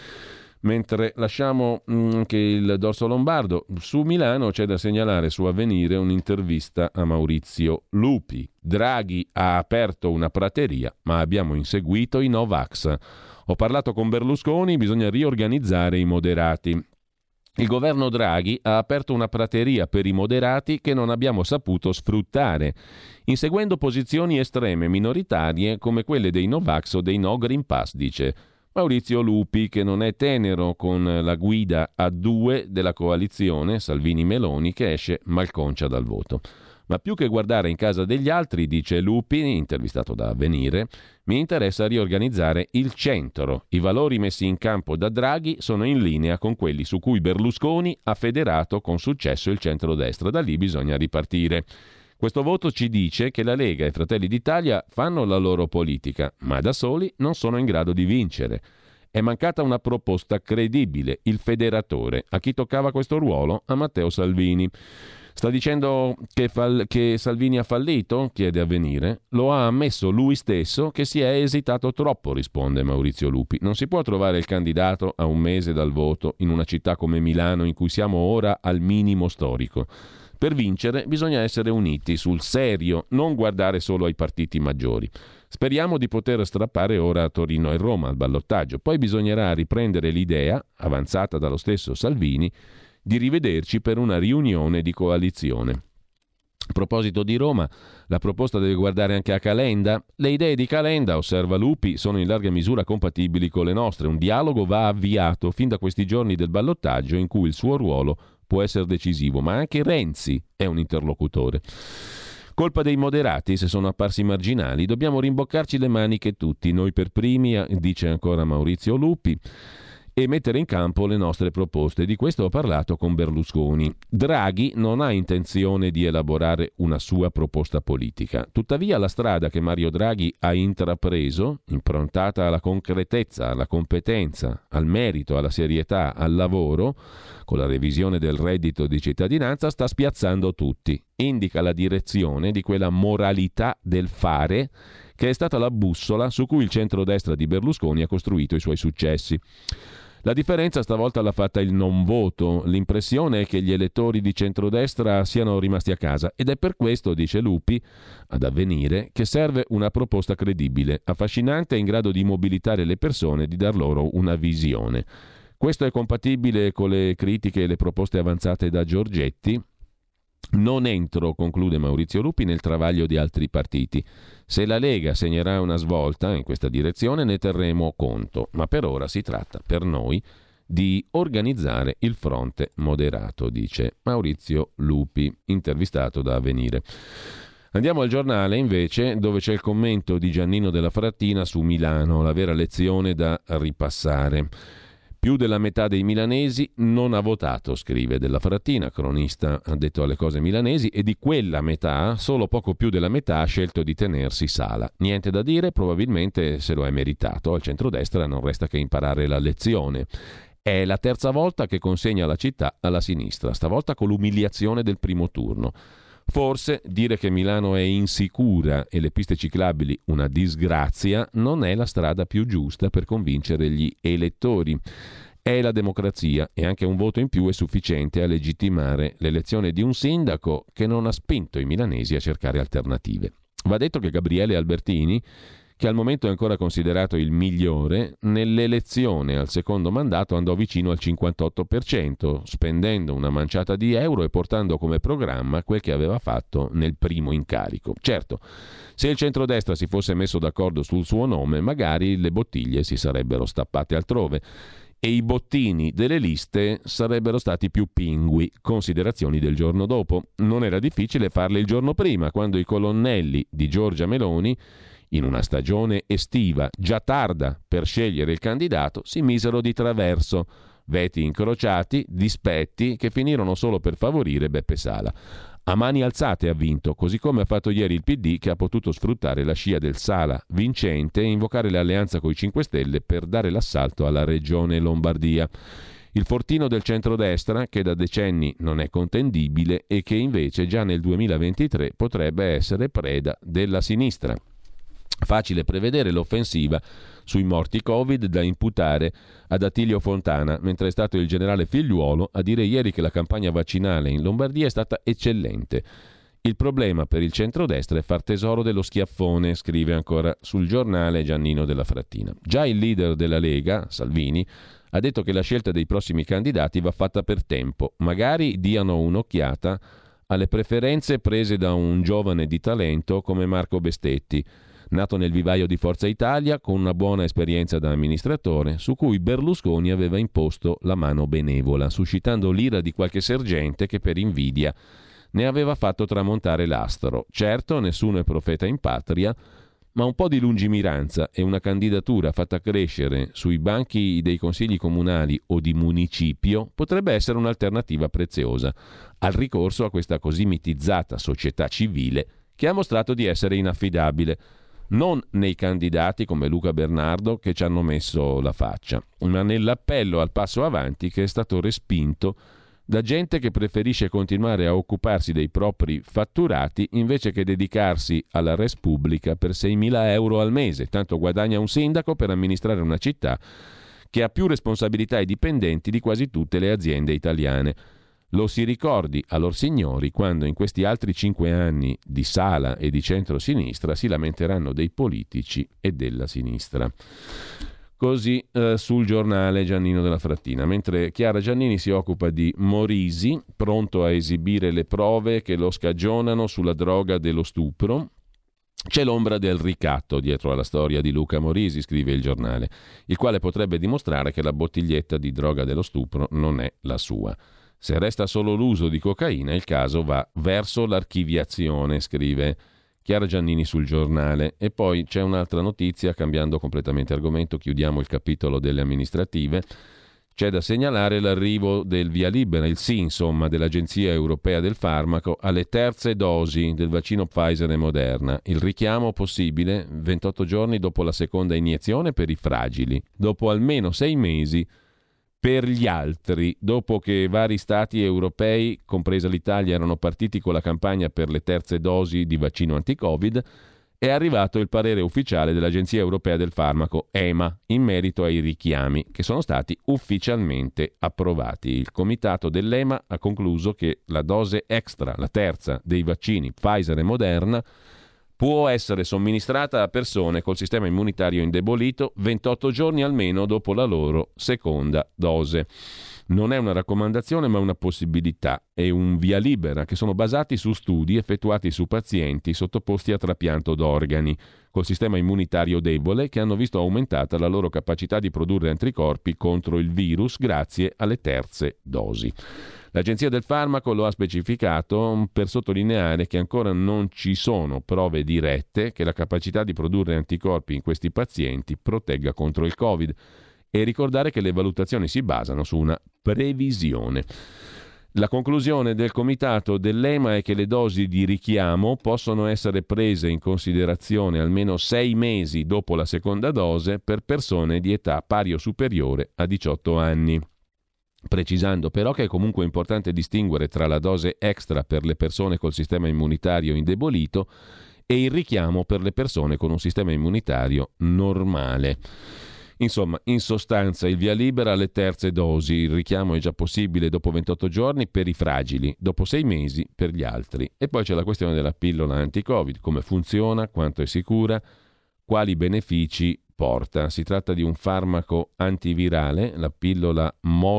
Mentre lasciamo anche il dorso lombardo, su Milano c'è da segnalare su Avvenire un'intervista a Maurizio Lupi. Draghi ha aperto una prateria, ma abbiamo inseguito i Novax. Ho parlato con Berlusconi, bisogna riorganizzare i moderati. Il governo Draghi ha aperto una prateria per i moderati che non abbiamo saputo sfruttare, inseguendo posizioni estreme minoritarie come quelle dei Novax o dei No Green Pass, dice Maurizio Lupi, che non è tenero con la guida a due della coalizione Salvini-Meloni, che esce malconcia dal voto. Ma più che guardare in casa degli altri, dice Lupi, intervistato da Avvenire, mi interessa riorganizzare il centro. I valori messi in campo da Draghi sono in linea con quelli su cui Berlusconi ha federato con successo il centrodestra. Da lì bisogna ripartire. Questo voto ci dice che la Lega e Fratelli d'Italia fanno la loro politica, ma da soli non sono in grado di vincere. È mancata una proposta credibile, il federatore. A chi toccava questo ruolo? A Matteo Salvini. Sta dicendo che, fall- che Salvini ha fallito? Chiede Avvenire. Lo ha ammesso lui stesso che si è esitato troppo, risponde Maurizio Lupi. Non si può trovare il candidato a un mese dal voto in una città come Milano in cui siamo ora al minimo storico. Per vincere bisogna essere uniti sul serio, non guardare solo ai partiti maggiori. Speriamo di poter strappare ora a Torino e Roma al ballottaggio. Poi bisognerà riprendere l'idea, avanzata dallo stesso Salvini, di rivederci per una riunione di coalizione. A proposito di Roma, la proposta deve guardare anche a Calenda. Le idee di Calenda, osserva Lupi, sono in larga misura compatibili con le nostre. Un dialogo va avviato fin da questi giorni del ballottaggio in cui il suo ruolo può essere decisivo, ma anche Renzi è un interlocutore. Colpa dei moderati se sono apparsi marginali, dobbiamo rimboccarci le maniche tutti, noi per primi, dice ancora Maurizio Lupi, e mettere in campo le nostre proposte. Di questo ho parlato con Berlusconi. Draghi non ha intenzione di elaborare una sua proposta politica. Tuttavia la strada che Mario Draghi ha intrapreso, improntata alla concretezza, alla competenza, al merito, alla serietà, al lavoro, con la revisione del reddito di cittadinanza, sta spiazzando tutti. Indica la direzione di quella moralità del fare che è stata la bussola su cui il centrodestra di Berlusconi ha costruito i suoi successi. La differenza stavolta l'ha fatta il non voto. L'impressione è che gli elettori di centrodestra siano rimasti a casa ed è per questo, dice Lupi, ad Avvenire, che serve una proposta credibile, affascinante e in grado di mobilitare le persone e di dar loro una visione. Questo è compatibile con le critiche e le proposte avanzate da Giorgetti. Non entro, conclude Maurizio Lupi, nel travaglio di altri partiti. Se la Lega segnerà una svolta in questa direzione ne terremo conto, ma per ora si tratta per noi di organizzare il fronte moderato, dice Maurizio Lupi, intervistato da Avvenire. Andiamo al Giornale invece, dove c'è il commento di Giannino Della Frattina su Milano, la vera lezione da ripassare. Più della metà dei milanesi non ha votato, scrive Della Frattina, cronista addetto alle cose milanesi, e di quella metà solo poco più della metà ha scelto di tenersi Sala. Niente da dire, probabilmente se lo è meritato. Al centrodestra non resta che imparare la lezione. È la terza volta che consegna la città alla sinistra, stavolta con l'umiliazione del primo turno. Forse dire che Milano è insicura e le piste ciclabili una disgrazia non è la strada più giusta per convincere gli elettori. È la democrazia e anche un voto in più è sufficiente a legittimare l'elezione di un sindaco che non ha spinto i milanesi a cercare alternative. Va detto che Gabriele Albertini, che al momento è ancora considerato il migliore, nell'elezione al secondo mandato andò vicino al cinquantotto per cento, spendendo una manciata di euro e portando come programma quel che aveva fatto nel primo incarico. Certo, se il centrodestra si fosse messo d'accordo sul suo nome, magari le bottiglie si sarebbero stappate altrove e i bottini delle liste sarebbero stati più pingui. Considerazioni del giorno dopo. Non era difficile farle il giorno prima, quando i colonnelli di Giorgia Meloni, in una stagione estiva già tarda per scegliere il candidato, si misero di traverso, veti incrociati, dispetti che finirono solo per favorire Beppe Sala. A mani alzate ha vinto, così come ha fatto ieri il P D, che ha potuto sfruttare la scia del Sala vincente e invocare l'alleanza coi cinque Stelle per dare l'assalto alla regione Lombardia. Il fortino del centrodestra, che da decenni non è contendibile e che invece già nel duemilaventitré potrebbe essere preda della sinistra. Facile prevedere l'offensiva sui morti Covid da imputare ad Attilio Fontana, mentre è stato il generale Figliuolo a dire ieri che la campagna vaccinale in Lombardia è stata eccellente. Il problema per il centrodestra è far tesoro dello schiaffone, scrive ancora sul Giornale Giannino Della Frattina. Già il leader della Lega, Salvini, ha detto che la scelta dei prossimi candidati va fatta per tempo. Magari diano un'occhiata alle preferenze prese da un giovane di talento come Marco Bestetti, nato nel vivaio di Forza Italia con una buona esperienza da amministratore, su cui Berlusconi aveva imposto la mano benevola, suscitando l'ira di qualche sergente che per invidia ne aveva fatto tramontare l'astro. Certo, nessuno è profeta in patria, ma un po' di lungimiranza e una candidatura fatta crescere sui banchi dei consigli comunali o di municipio potrebbe essere un'alternativa preziosa al ricorso a questa così mitizzata società civile che ha mostrato di essere inaffidabile. non nei candidati come Luca Bernardo che ci hanno messo la faccia, ma nell'appello al passo avanti che è stato respinto da gente che preferisce continuare a occuparsi dei propri fatturati invece che dedicarsi alla res pubblica per seimila euro al mese. Tanto guadagna un sindaco per amministrare una città che ha più responsabilità ai dipendenti di quasi tutte le aziende italiane. Lo si ricordi a lor signori quando in questi altri cinque anni di Sala e di centrosinistra si lamenteranno dei politici e della sinistra. Così eh, sul giornale Giannino della Frattina, mentre Chiara Giannini si occupa di Morisi, pronto a esibire le prove che lo scagionano sulla droga dello stupro. C'è l'ombra del ricatto dietro alla storia di Luca Morisi, scrive il giornale, il quale potrebbe dimostrare che la bottiglietta di droga dello stupro non è la sua. Se resta solo l'uso di cocaina, il caso va verso l'archiviazione, scrive Chiara Giannini sul giornale. E poi c'è un'altra notizia, cambiando completamente argomento, chiudiamo il capitolo delle amministrative. C'è da segnalare l'arrivo del via libera, il sì insomma, dell'Agenzia Europea del Farmaco alle terze dosi del vaccino Pfizer e Moderna. Il richiamo possibile ventotto giorni dopo la seconda iniezione per i fragili, dopo almeno sei mesi per gli altri, dopo che vari stati europei, compresa l'Italia, erano partiti con la campagna per le terze dosi di vaccino anti-Covid, è arrivato il parere ufficiale dell'Agenzia Europea del Farmaco, E M A, in merito ai richiami, che sono stati ufficialmente approvati. Il comitato dell'E M A ha concluso che la dose extra, la terza, dei vaccini Pfizer e Moderna, può essere somministrata a persone col sistema immunitario indebolito ventotto giorni almeno dopo la loro seconda dose. Non è una raccomandazione ma una possibilità e un via libera che sono basati su studi effettuati su pazienti sottoposti a trapianto d'organi col sistema immunitario debole che hanno visto aumentata la loro capacità di produrre anticorpi contro il virus grazie alle terze dosi. L'Agenzia del Farmaco lo ha specificato per sottolineare che ancora non ci sono prove dirette che la capacità di produrre anticorpi in questi pazienti protegga contro il Covid e ricordare che le valutazioni si basano su una previsione. La conclusione del comitato dell'E M A è che le dosi di richiamo possono essere prese in considerazione almeno sei mesi dopo la seconda dose per persone di età pari o superiore a diciotto anni. Precisando però che è comunque importante distinguere tra la dose extra per le persone col sistema immunitario indebolito e il richiamo per le persone con un sistema immunitario normale. Insomma, in sostanza il via libera alle terze dosi, il richiamo è già possibile dopo ventotto giorni per i fragili, dopo sei mesi per gli altri. E poi c'è la questione della pillola anti-Covid, come funziona, quanto è sicura, quali benefici porta. Si tratta di un farmaco antivirale, la pillola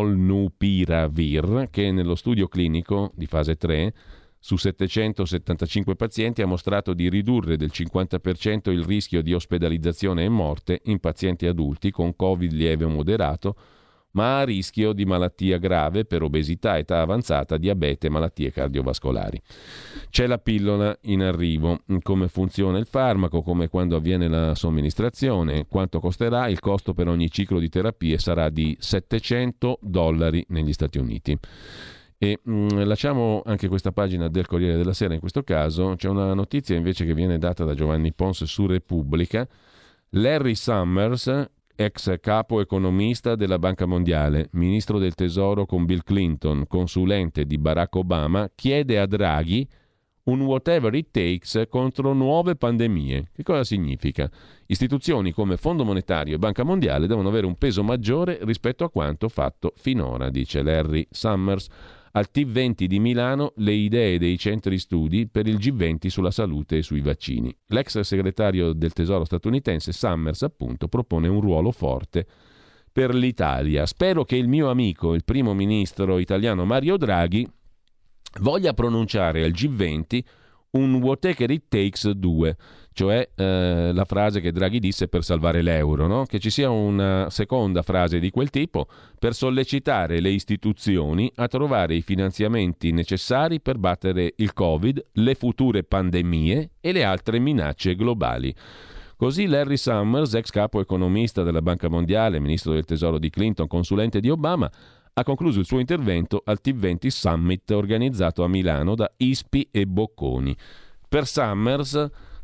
Molnupiravir, che nello studio clinico di fase tre su settecentosettantacinque pazienti ha mostrato di ridurre del cinquanta per cento il rischio di ospedalizzazione e morte in pazienti adulti con Covid lieve o moderato, ma a rischio di malattia grave per obesità, età avanzata, diabete e malattie cardiovascolari. C'è la pillola in arrivo. Come funziona il farmaco, come quando avviene la somministrazione, quanto costerà, il costo per ogni ciclo di terapie sarà di settecento dollari negli Stati Uniti. E mh, lasciamo anche questa pagina del Corriere della Sera. In questo caso c'è una notizia invece che viene data da Giovanni Pons su Repubblica. Larry Summers, ex capo economista della Banca Mondiale, ministro del Tesoro con Bill Clinton, consulente di Barack Obama, chiede a Draghi un whatever it takes contro nuove pandemie. Che cosa significa? Istituzioni come Fondo Monetario e Banca Mondiale devono avere un peso maggiore rispetto a quanto fatto finora, dice Larry Summers. Al T venti di Milano le idee dei centri studi per il G venti sulla salute e sui vaccini. L'ex segretario del Tesoro statunitense Summers, appunto, propone un ruolo forte per l'Italia. Spero che il mio amico, il primo ministro italiano Mario Draghi, voglia pronunciare al G venti un whatever it takes due, cioè eh, la frase che Draghi disse per salvare l'euro, no? Che ci sia una seconda frase di quel tipo per sollecitare le istituzioni a trovare i finanziamenti necessari per battere il Covid, le future pandemie e le altre minacce globali. Così Larry Summers, ex capo economista della Banca Mondiale, ministro del Tesoro di Clinton, consulente di Obama, ha concluso il suo intervento al T venti Summit organizzato a Milano da I S P I e Bocconi. Per Summers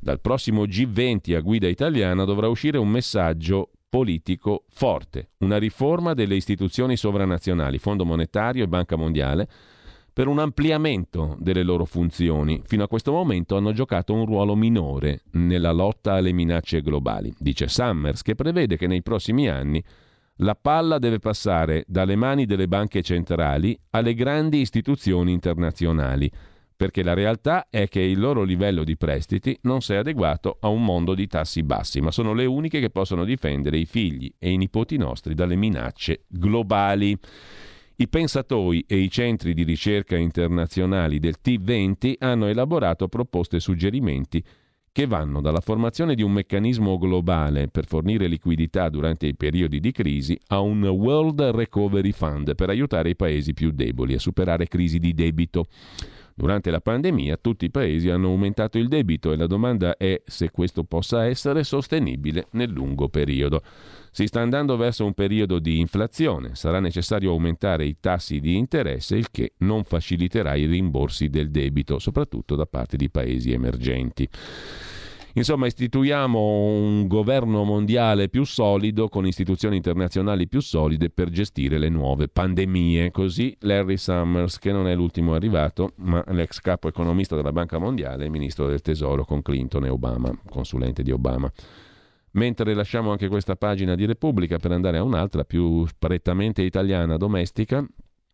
Dal prossimo G venti a guida italiana dovrà uscire un messaggio politico forte, una riforma delle istituzioni sovranazionali, Fondo Monetario e Banca Mondiale, per un ampliamento delle loro funzioni. Fino a questo momento hanno giocato un ruolo minore nella lotta alle minacce globali, dice Summers, che prevede che nei prossimi anni la palla deve passare dalle mani delle banche centrali alle grandi istituzioni internazionali, perché la realtà è che il loro livello di prestiti non si è adeguato a un mondo di tassi bassi, ma sono le uniche che possono difendere i figli e i nipoti nostri dalle minacce globali. I pensatori e i centri di ricerca internazionali del T venti hanno elaborato proposte e suggerimenti che vanno dalla formazione di un meccanismo globale per fornire liquidità durante i periodi di crisi a un World Recovery Fund per aiutare i paesi più deboli a superare crisi di debito. Durante la pandemia tutti i paesi hanno aumentato il debito e la domanda è se questo possa essere sostenibile nel lungo periodo. Si sta andando verso un periodo di inflazione, sarà necessario aumentare i tassi di interesse, il che non faciliterà i rimborsi del debito, soprattutto da parte di paesi emergenti. Insomma, istituiamo un governo mondiale più solido con istituzioni internazionali più solide per gestire le nuove pandemie. Così Larry Summers, che non è l'ultimo arrivato, ma l'ex capo economista della Banca Mondiale e ministro del Tesoro con Clinton e Obama, consulente di Obama. Mentre lasciamo anche questa pagina di Repubblica per andare a un'altra più prettamente italiana, domestica,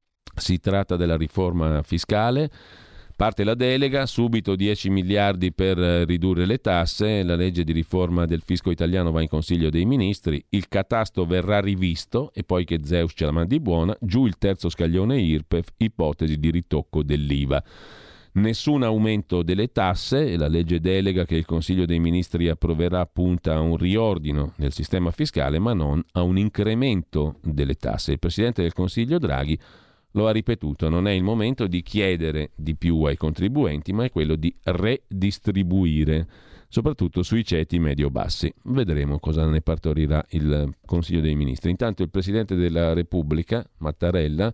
si tratta della riforma fiscale. Parte la delega, subito dieci miliardi per ridurre le tasse, la legge di riforma del fisco italiano va in Consiglio dei Ministri, il catasto verrà rivisto e poi che Zeus ce la mandi buona, giù il terzo scaglione I R P E F, ipotesi di ritocco dell'I V A. Nessun aumento delle tasse e la legge delega che il Consiglio dei Ministri approverà punta a un riordino del sistema fiscale ma non a un incremento delle tasse. Il Presidente del Consiglio Draghi lo ha ripetuto, non è il momento di chiedere di più ai contribuenti, ma è quello di redistribuire, soprattutto sui ceti medio-bassi. Vedremo cosa ne partorirà il Consiglio dei Ministri. Intanto il Presidente della Repubblica, Mattarella,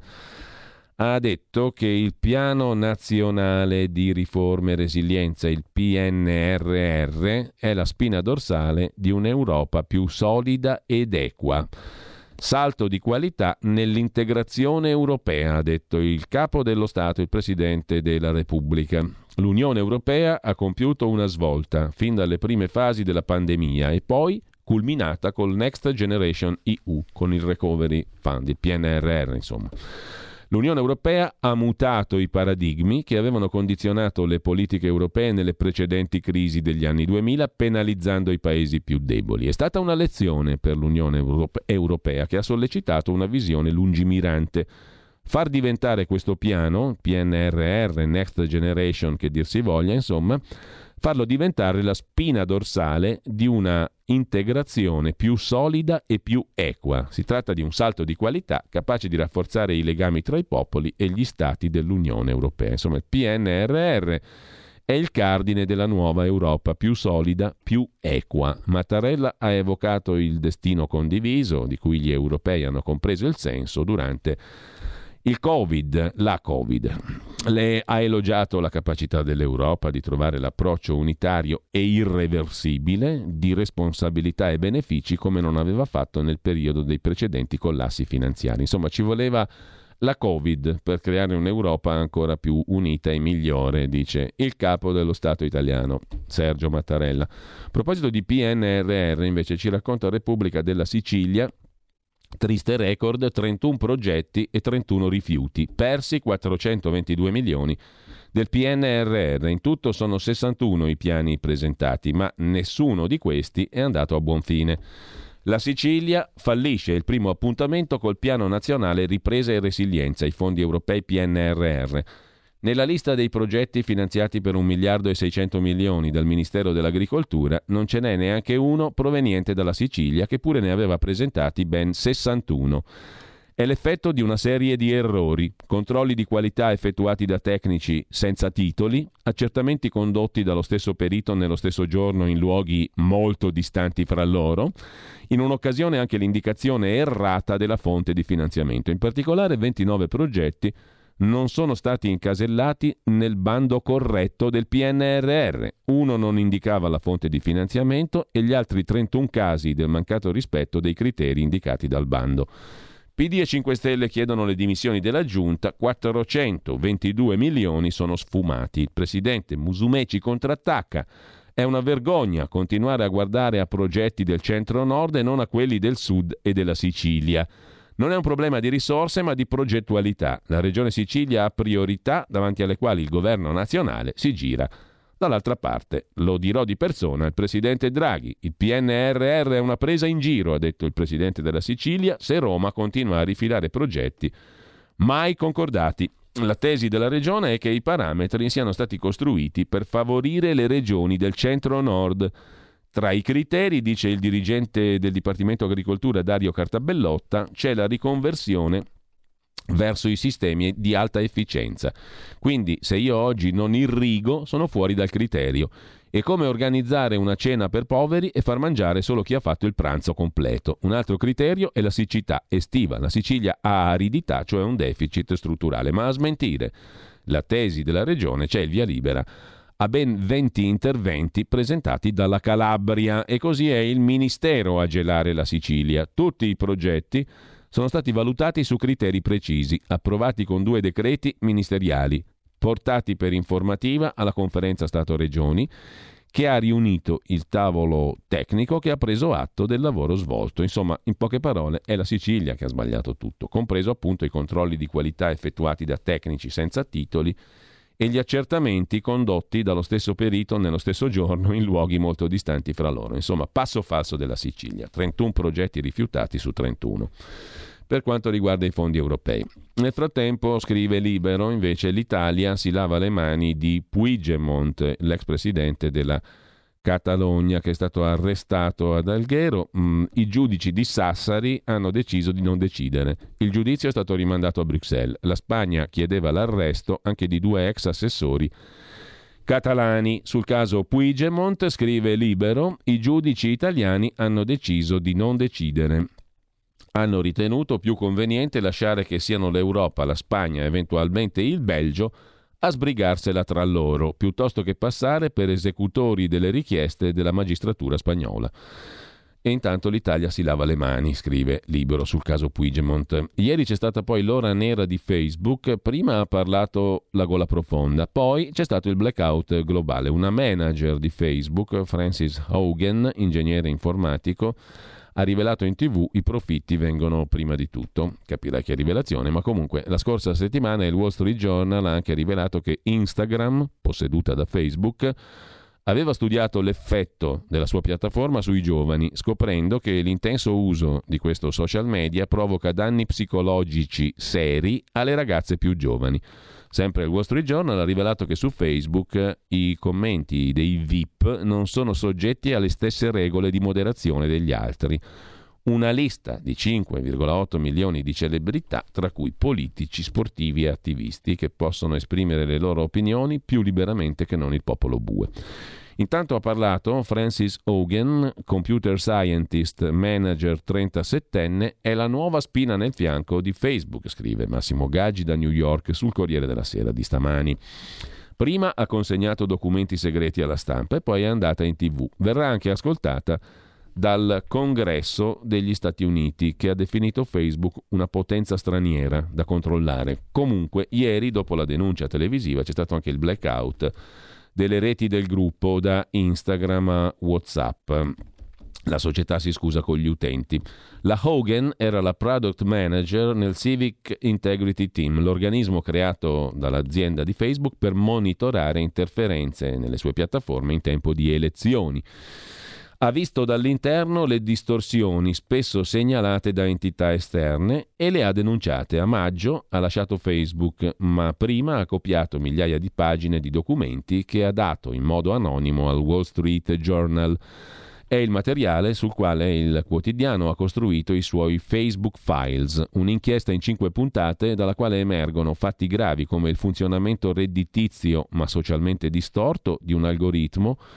ha detto che il Piano Nazionale di Riforma e Resilienza, il P N R R, è la spina dorsale di un'Europa più solida ed equa. Salto di qualità nell'integrazione europea, ha detto il capo dello Stato, il Presidente della Repubblica. L'Unione Europea ha compiuto una svolta fin dalle prime fasi della pandemia e poi culminata col Next Generation E U, con il Recovery Fund, il P N R R, insomma. L'Unione Europea ha mutato i paradigmi che avevano condizionato le politiche europee nelle precedenti crisi degli anni duemila, penalizzando i paesi più deboli. È stata una lezione per l'Unione Europea che ha sollecitato una visione lungimirante. Far diventare questo piano, P N R R, Next Generation, che dir si voglia, insomma, farlo diventare la spina dorsale di una integrazione più solida e più equa. Si tratta di un salto di qualità capace di rafforzare i legami tra i popoli e gli stati dell'Unione Europea. Insomma, il P N R R è il cardine della nuova Europa, più solida, più equa. Mattarella ha evocato il destino condiviso, di cui gli europei hanno compreso il senso durante il Covid, la Covid. Le ha elogiato la capacità dell'Europa di trovare l'approccio unitario e irreversibile di responsabilità e benefici come non aveva fatto nel periodo dei precedenti collassi finanziari. Insomma, ci voleva la Covid per creare un'Europa ancora più unita e migliore, dice il capo dello Stato italiano, Sergio Mattarella. A proposito di P N R R, invece, ci racconta Repubblica della Sicilia. Triste record, trentuno progetti e trentuno rifiuti, persi quattrocentoventidue milioni del P N R R. In tutto sono sessantuno i piani presentati, ma nessuno di questi è andato a buon fine. La Sicilia fallisce il primo appuntamento col Piano Nazionale Ripresa e Resilienza, i fondi europei P N R R. Nella lista dei progetti finanziati per un miliardo e seicento milioni dal Ministero dell'Agricoltura non ce n'è neanche uno proveniente dalla Sicilia, che pure ne aveva presentati ben sessantuno. È l'effetto di una serie di errori, controlli di qualità effettuati da tecnici senza titoli, accertamenti condotti dallo stesso perito nello stesso giorno in luoghi molto distanti fra loro, in un'occasione anche l'indicazione errata della fonte di finanziamento. In particolare ventinove progetti non sono stati incasellati nel bando corretto del P N R R. Uno non indicava la fonte di finanziamento e gli altri trentuno casi del mancato rispetto dei criteri indicati dal bando. P D e cinque Stelle chiedono le dimissioni della giunta, quattrocentoventidue milioni sono sfumati. Il presidente Musumeci contrattacca. È una vergogna continuare a guardare a progetti del centro-nord e non a quelli del sud e della Sicilia. Non è un problema di risorse ma di progettualità. La regione Sicilia ha priorità davanti alle quali il governo nazionale si gira dall'altra parte. Lo dirò di persona il presidente Draghi. Il P N R R è una presa in giro, ha detto il presidente della Sicilia, se Roma continua a rifilare progetti mai concordati. La tesi della regione è che i parametri siano stati costruiti per favorire le regioni del centro-nord. Tra i criteri, dice il dirigente del Dipartimento Agricoltura Dario Cartabellotta, c'è la riconversione verso i sistemi di alta efficienza. Quindi se io oggi non irrigo sono fuori dal criterio. È come organizzare una cena per poveri e far mangiare solo chi ha fatto il pranzo completo. Un altro criterio è la siccità estiva. La Sicilia ha aridità, cioè un deficit strutturale, ma a smentire la tesi della regione c'è il via libera a ben venti interventi presentati dalla Calabria e così è il Ministero a gelare la Sicilia. Tutti i progetti sono stati valutati su criteri precisi, approvati con due decreti ministeriali, portati per informativa alla conferenza Stato-Regioni, che ha riunito il tavolo tecnico che ha preso atto del lavoro svolto. Insomma, in poche parole, è la Sicilia che ha sbagliato tutto, compreso appunto i controlli di qualità effettuati da tecnici senza titoli e gli accertamenti condotti dallo stesso perito nello stesso giorno in luoghi molto distanti fra loro. Insomma, passo falso della Sicilia, trentuno progetti rifiutati su trentuno. Per quanto riguarda i fondi europei. Nel frattempo, scrive Libero, invece l'Italia si lava le mani di Puigdemont, l'ex presidente della Catalogna che è stato arrestato ad Alghero. Mm, I giudici di Sassari hanno deciso di non decidere. Il giudizio è stato rimandato a Bruxelles. La Spagna chiedeva l'arresto anche di due ex assessori catalani. Sul caso Puigdemont, scrive Libero, i giudici italiani hanno deciso di non decidere. Hanno ritenuto più conveniente lasciare che siano l'Europa, la Spagna e eventualmente il Belgio a sbrigarsela tra loro, piuttosto che passare per esecutori delle richieste della magistratura spagnola. E intanto l'Italia si lava le mani, scrive Libero sul caso Puigdemont. Ieri c'è stata poi l'ora nera di Facebook, prima ha parlato la Gola Profonda, poi c'è stato il blackout globale. Una manager di Facebook, Frances Haugen, ingegnere informatico, ha rivelato in tv i profitti vengono prima di tutto. Capirai che rivelazione, ma comunque la scorsa settimana il Wall Street Journal ha anche rivelato che Instagram, posseduta da Facebook, aveva studiato l'effetto della sua piattaforma sui giovani, scoprendo che l'intenso uso di questo social media provoca danni psicologici seri alle ragazze più giovani. Sempre il Wall Street Journal ha rivelato che su Facebook i commenti dei V I P non sono soggetti alle stesse regole di moderazione degli altri. Una lista di cinque virgola otto milioni di celebrità, tra cui politici, sportivi e attivisti, che possono esprimere le loro opinioni più liberamente che non il popolo bue. Intanto ha parlato Frances Haugen, computer scientist, manager trentasettenne, è la nuova spina nel fianco di Facebook, scrive Massimo Gaggi da New York sul Corriere della Sera di stamani. Prima ha consegnato documenti segreti alla stampa e poi è andata in tv. Verrà anche ascoltata dal Congresso degli Stati Uniti, che ha definito Facebook una potenza straniera da controllare. Comunque, ieri, dopo la denuncia televisiva, c'è stato anche il blackout delle reti del gruppo da Instagram a WhatsApp. La società si scusa con gli utenti. La Haugen era la product manager nel Civic Integrity Team, l'organismo creato dall'azienda di Facebook per monitorare interferenze nelle sue piattaforme in tempo di elezioni. Ha visto dall'interno le distorsioni spesso segnalate da entità esterne e le ha denunciate. A maggio ha lasciato Facebook, ma prima ha copiato migliaia di pagine di documenti che ha dato in modo anonimo al Wall Street Journal. È il materiale sul quale il quotidiano ha costruito i suoi Facebook Files, un'inchiesta in cinque puntate dalla quale emergono fatti gravi come il funzionamento redditizio ma socialmente distorto di un algoritmo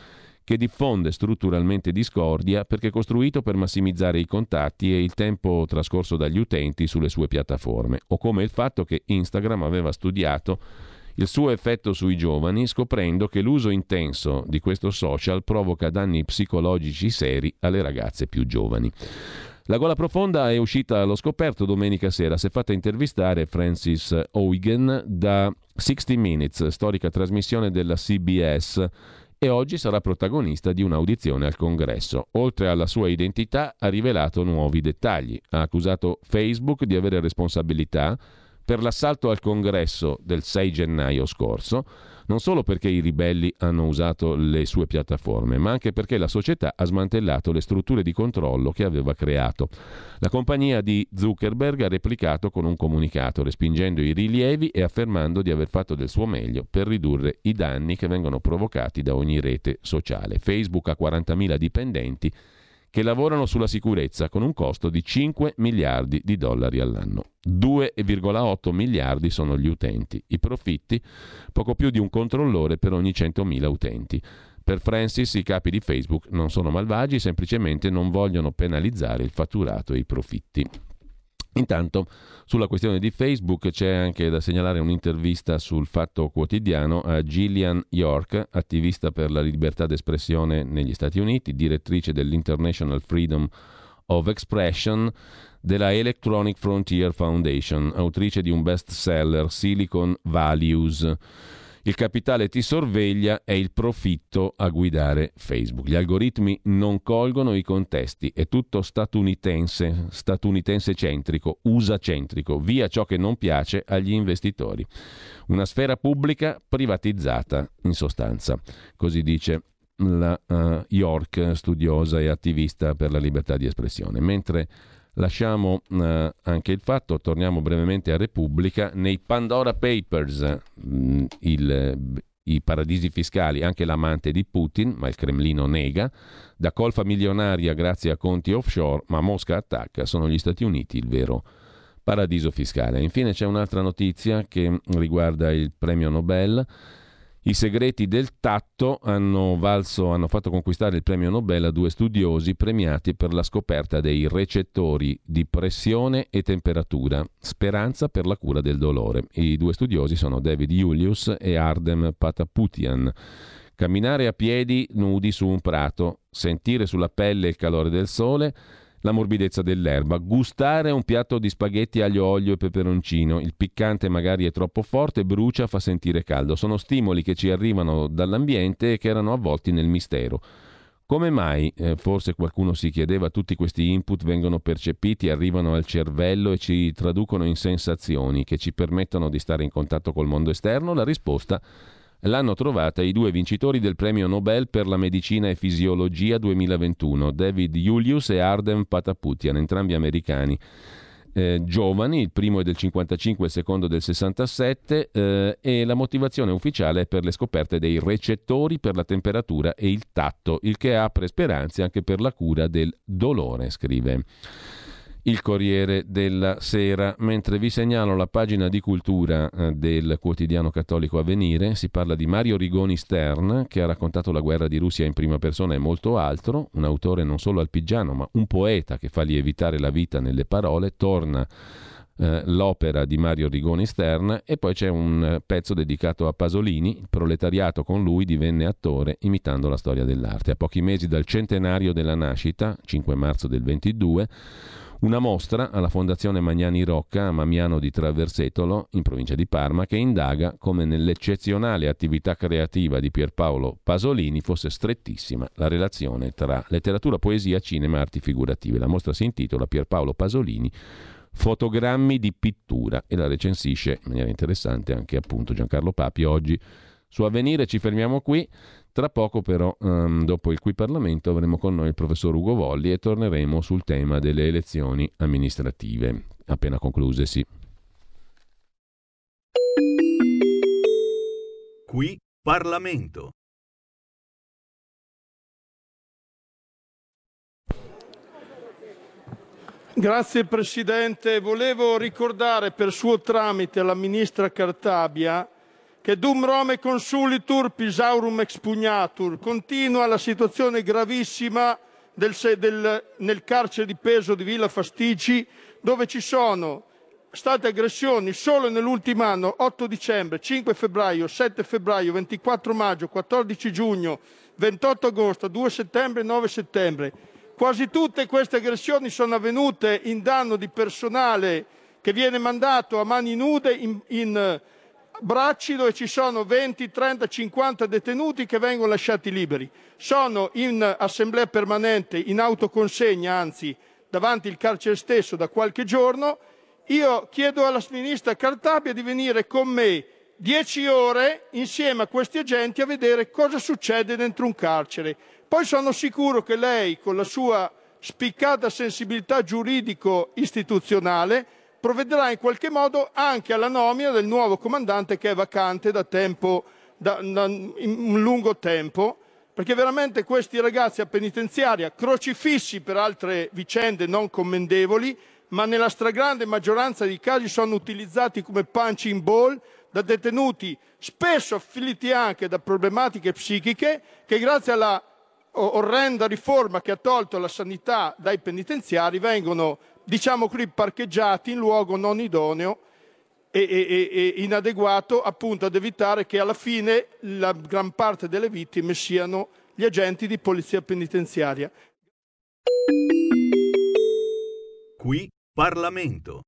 che diffonde strutturalmente discordia perché è costruito per massimizzare i contatti e il tempo trascorso dagli utenti sulle sue piattaforme, o come il fatto che Instagram aveva studiato il suo effetto sui giovani scoprendo che l'uso intenso di questo social provoca danni psicologici seri alle ragazze più giovani. La Gola Profonda è uscita allo scoperto domenica sera, si è fatta intervistare Frances Haugen da sessanta Minutes, storica trasmissione della C B S, e oggi sarà protagonista di un'audizione al Congresso. Oltre alla sua identità ha rivelato nuovi dettagli. Ha accusato Facebook di avere responsabilità per l'assalto al Congresso del sei gennaio scorso, non solo perché i ribelli hanno usato le sue piattaforme, ma anche perché la società ha smantellato le strutture di controllo che aveva creato. La compagnia di Zuckerberg ha replicato con un comunicato, respingendo i rilievi e affermando di aver fatto del suo meglio per ridurre i danni che vengono provocati da ogni rete sociale. Facebook ha quarantamila dipendenti che lavorano sulla sicurezza con un costo di cinque miliardi di dollari all'anno. due virgola otto miliardi sono gli utenti. I profitti, poco più di un controllore per ogni centomila utenti. Per Francis i capi di Facebook non sono malvagi, semplicemente non vogliono penalizzare il fatturato e i profitti. Intanto, sulla questione di Facebook c'è anche da segnalare un'intervista sul Fatto Quotidiano a Gillian York, attivista per la libertà d'espressione negli Stati Uniti, direttrice dell'International Freedom of Expression della Electronic Frontier Foundation, autrice di un bestseller, Silicon Values. Il capitale ti sorveglia, è il profitto a guidare Facebook. Gli algoritmi non colgono i contesti, è tutto statunitense, statunitense centrico, U S A centrico, via ciò che non piace agli investitori. Una sfera pubblica privatizzata, in sostanza, così dice la uh, York, studiosa e attivista per la libertà di espressione. Mentre lasciamo uh, anche il Fatto, torniamo brevemente a Repubblica. Nei Pandora Papers, mh, il, i paradisi fiscali, anche l'amante di Putin, ma il Cremlino nega, da colfa milionaria grazie a conti offshore, ma Mosca attacca, sono gli Stati Uniti il vero paradiso fiscale. Infine c'è un'altra notizia che riguarda il premio Nobel. I segreti del tatto hanno valso, hanno fatto conquistare il premio Nobel a due studiosi premiati per la scoperta dei recettori di pressione e temperatura, speranza per la cura del dolore. I due studiosi sono David Julius e Ardem Pataputian. Camminare a piedi nudi su un prato, sentire sulla pelle il calore del sole, la morbidezza dell'erba, gustare un piatto di spaghetti aglio, olio e peperoncino, il piccante magari è troppo forte, brucia, fa sentire caldo. Sono stimoli che ci arrivano dall'ambiente e che erano avvolti nel mistero. Come mai, eh, forse qualcuno si chiedeva, tutti questi input vengono percepiti, arrivano al cervello e ci traducono in sensazioni che ci permettono di stare in contatto col mondo esterno? La risposta l'hanno trovata i due vincitori del premio Nobel per la medicina e fisiologia duemilaventuno, David Julius e Ardem Pataputian, entrambi americani, eh, giovani, il primo è del cinquantacinque, il secondo del sessantasette, eh, e la motivazione ufficiale è per le scoperte dei recettori per la temperatura e il tatto, il che apre speranze anche per la cura del dolore, scrive il Corriere della Sera. Mentre vi segnalo la pagina di cultura eh, del quotidiano cattolico Avvenire, si parla di Mario Rigoni Stern, che ha raccontato la guerra di Russia in prima persona e molto altro, un autore non solo alpigiano ma un poeta che fa lievitare la vita nelle parole. Torna eh, l'opera di Mario Rigoni Stern e poi c'è un eh, pezzo dedicato a Pasolini. Il proletariato con lui divenne attore imitando la storia dell'arte. A pochi mesi dal centenario della nascita, cinque marzo del ventidue, una mostra alla Fondazione Magnani Rocca a Mamiano di Traversetolo, in provincia di Parma, che indaga come nell'eccezionale attività creativa di Pierpaolo Pasolini fosse strettissima la relazione tra letteratura, poesia, cinema e arti figurative. La mostra si intitola Pierpaolo Pasolini, fotogrammi di pittura, e la recensisce in maniera interessante anche appunto Giancarlo Papi oggi su Avvenire. Ci fermiamo qui. Tra poco però, um, dopo il Qui Parlamento, avremo con noi il professor Ugo Volli e torneremo sul tema delle elezioni amministrative, appena conclusesi. Qui Parlamento. Grazie Presidente. Volevo ricordare per suo tramite alla Ministra Cartabia che dum Rome consulitur pisaurum expugnatur. Continua la situazione gravissima del, del, nel carcere di Pesaro di Villa Fastici, dove ci sono state aggressioni solo nell'ultimo anno: otto dicembre, cinque febbraio, sette febbraio, ventiquattro maggio, quattordici giugno, ventotto agosto, due settembre e nove settembre. Quasi tutte queste aggressioni sono avvenute in danno di personale che viene mandato a mani nude in, in bracci, dove ci sono venti, trenta, cinquanta detenuti che vengono lasciati liberi. Sono in assemblea permanente, in autoconsegna, anzi davanti al carcere stesso da qualche giorno. Io chiedo alla ministra Cartabia di venire con me dieci ore insieme a questi agenti a vedere cosa succede dentro un carcere. Poi sono sicuro che lei, con la sua spiccata sensibilità giuridico-istituzionale, provvederà in qualche modo anche alla nomina del nuovo comandante, che è vacante da tempo, da, da un lungo tempo, perché veramente questi ragazzi a penitenziaria, crocifissi per altre vicende non commendevoli, ma nella stragrande maggioranza dei casi sono utilizzati come punching ball da detenuti spesso afflitti anche da problematiche psichiche, che grazie alla orrenda riforma che ha tolto la sanità dai penitenziari vengono, diciamo qui, parcheggiati in luogo non idoneo e, e, e inadeguato, appunto ad evitare che alla fine la gran parte delle vittime siano gli agenti di polizia penitenziaria. Qui Parlamento.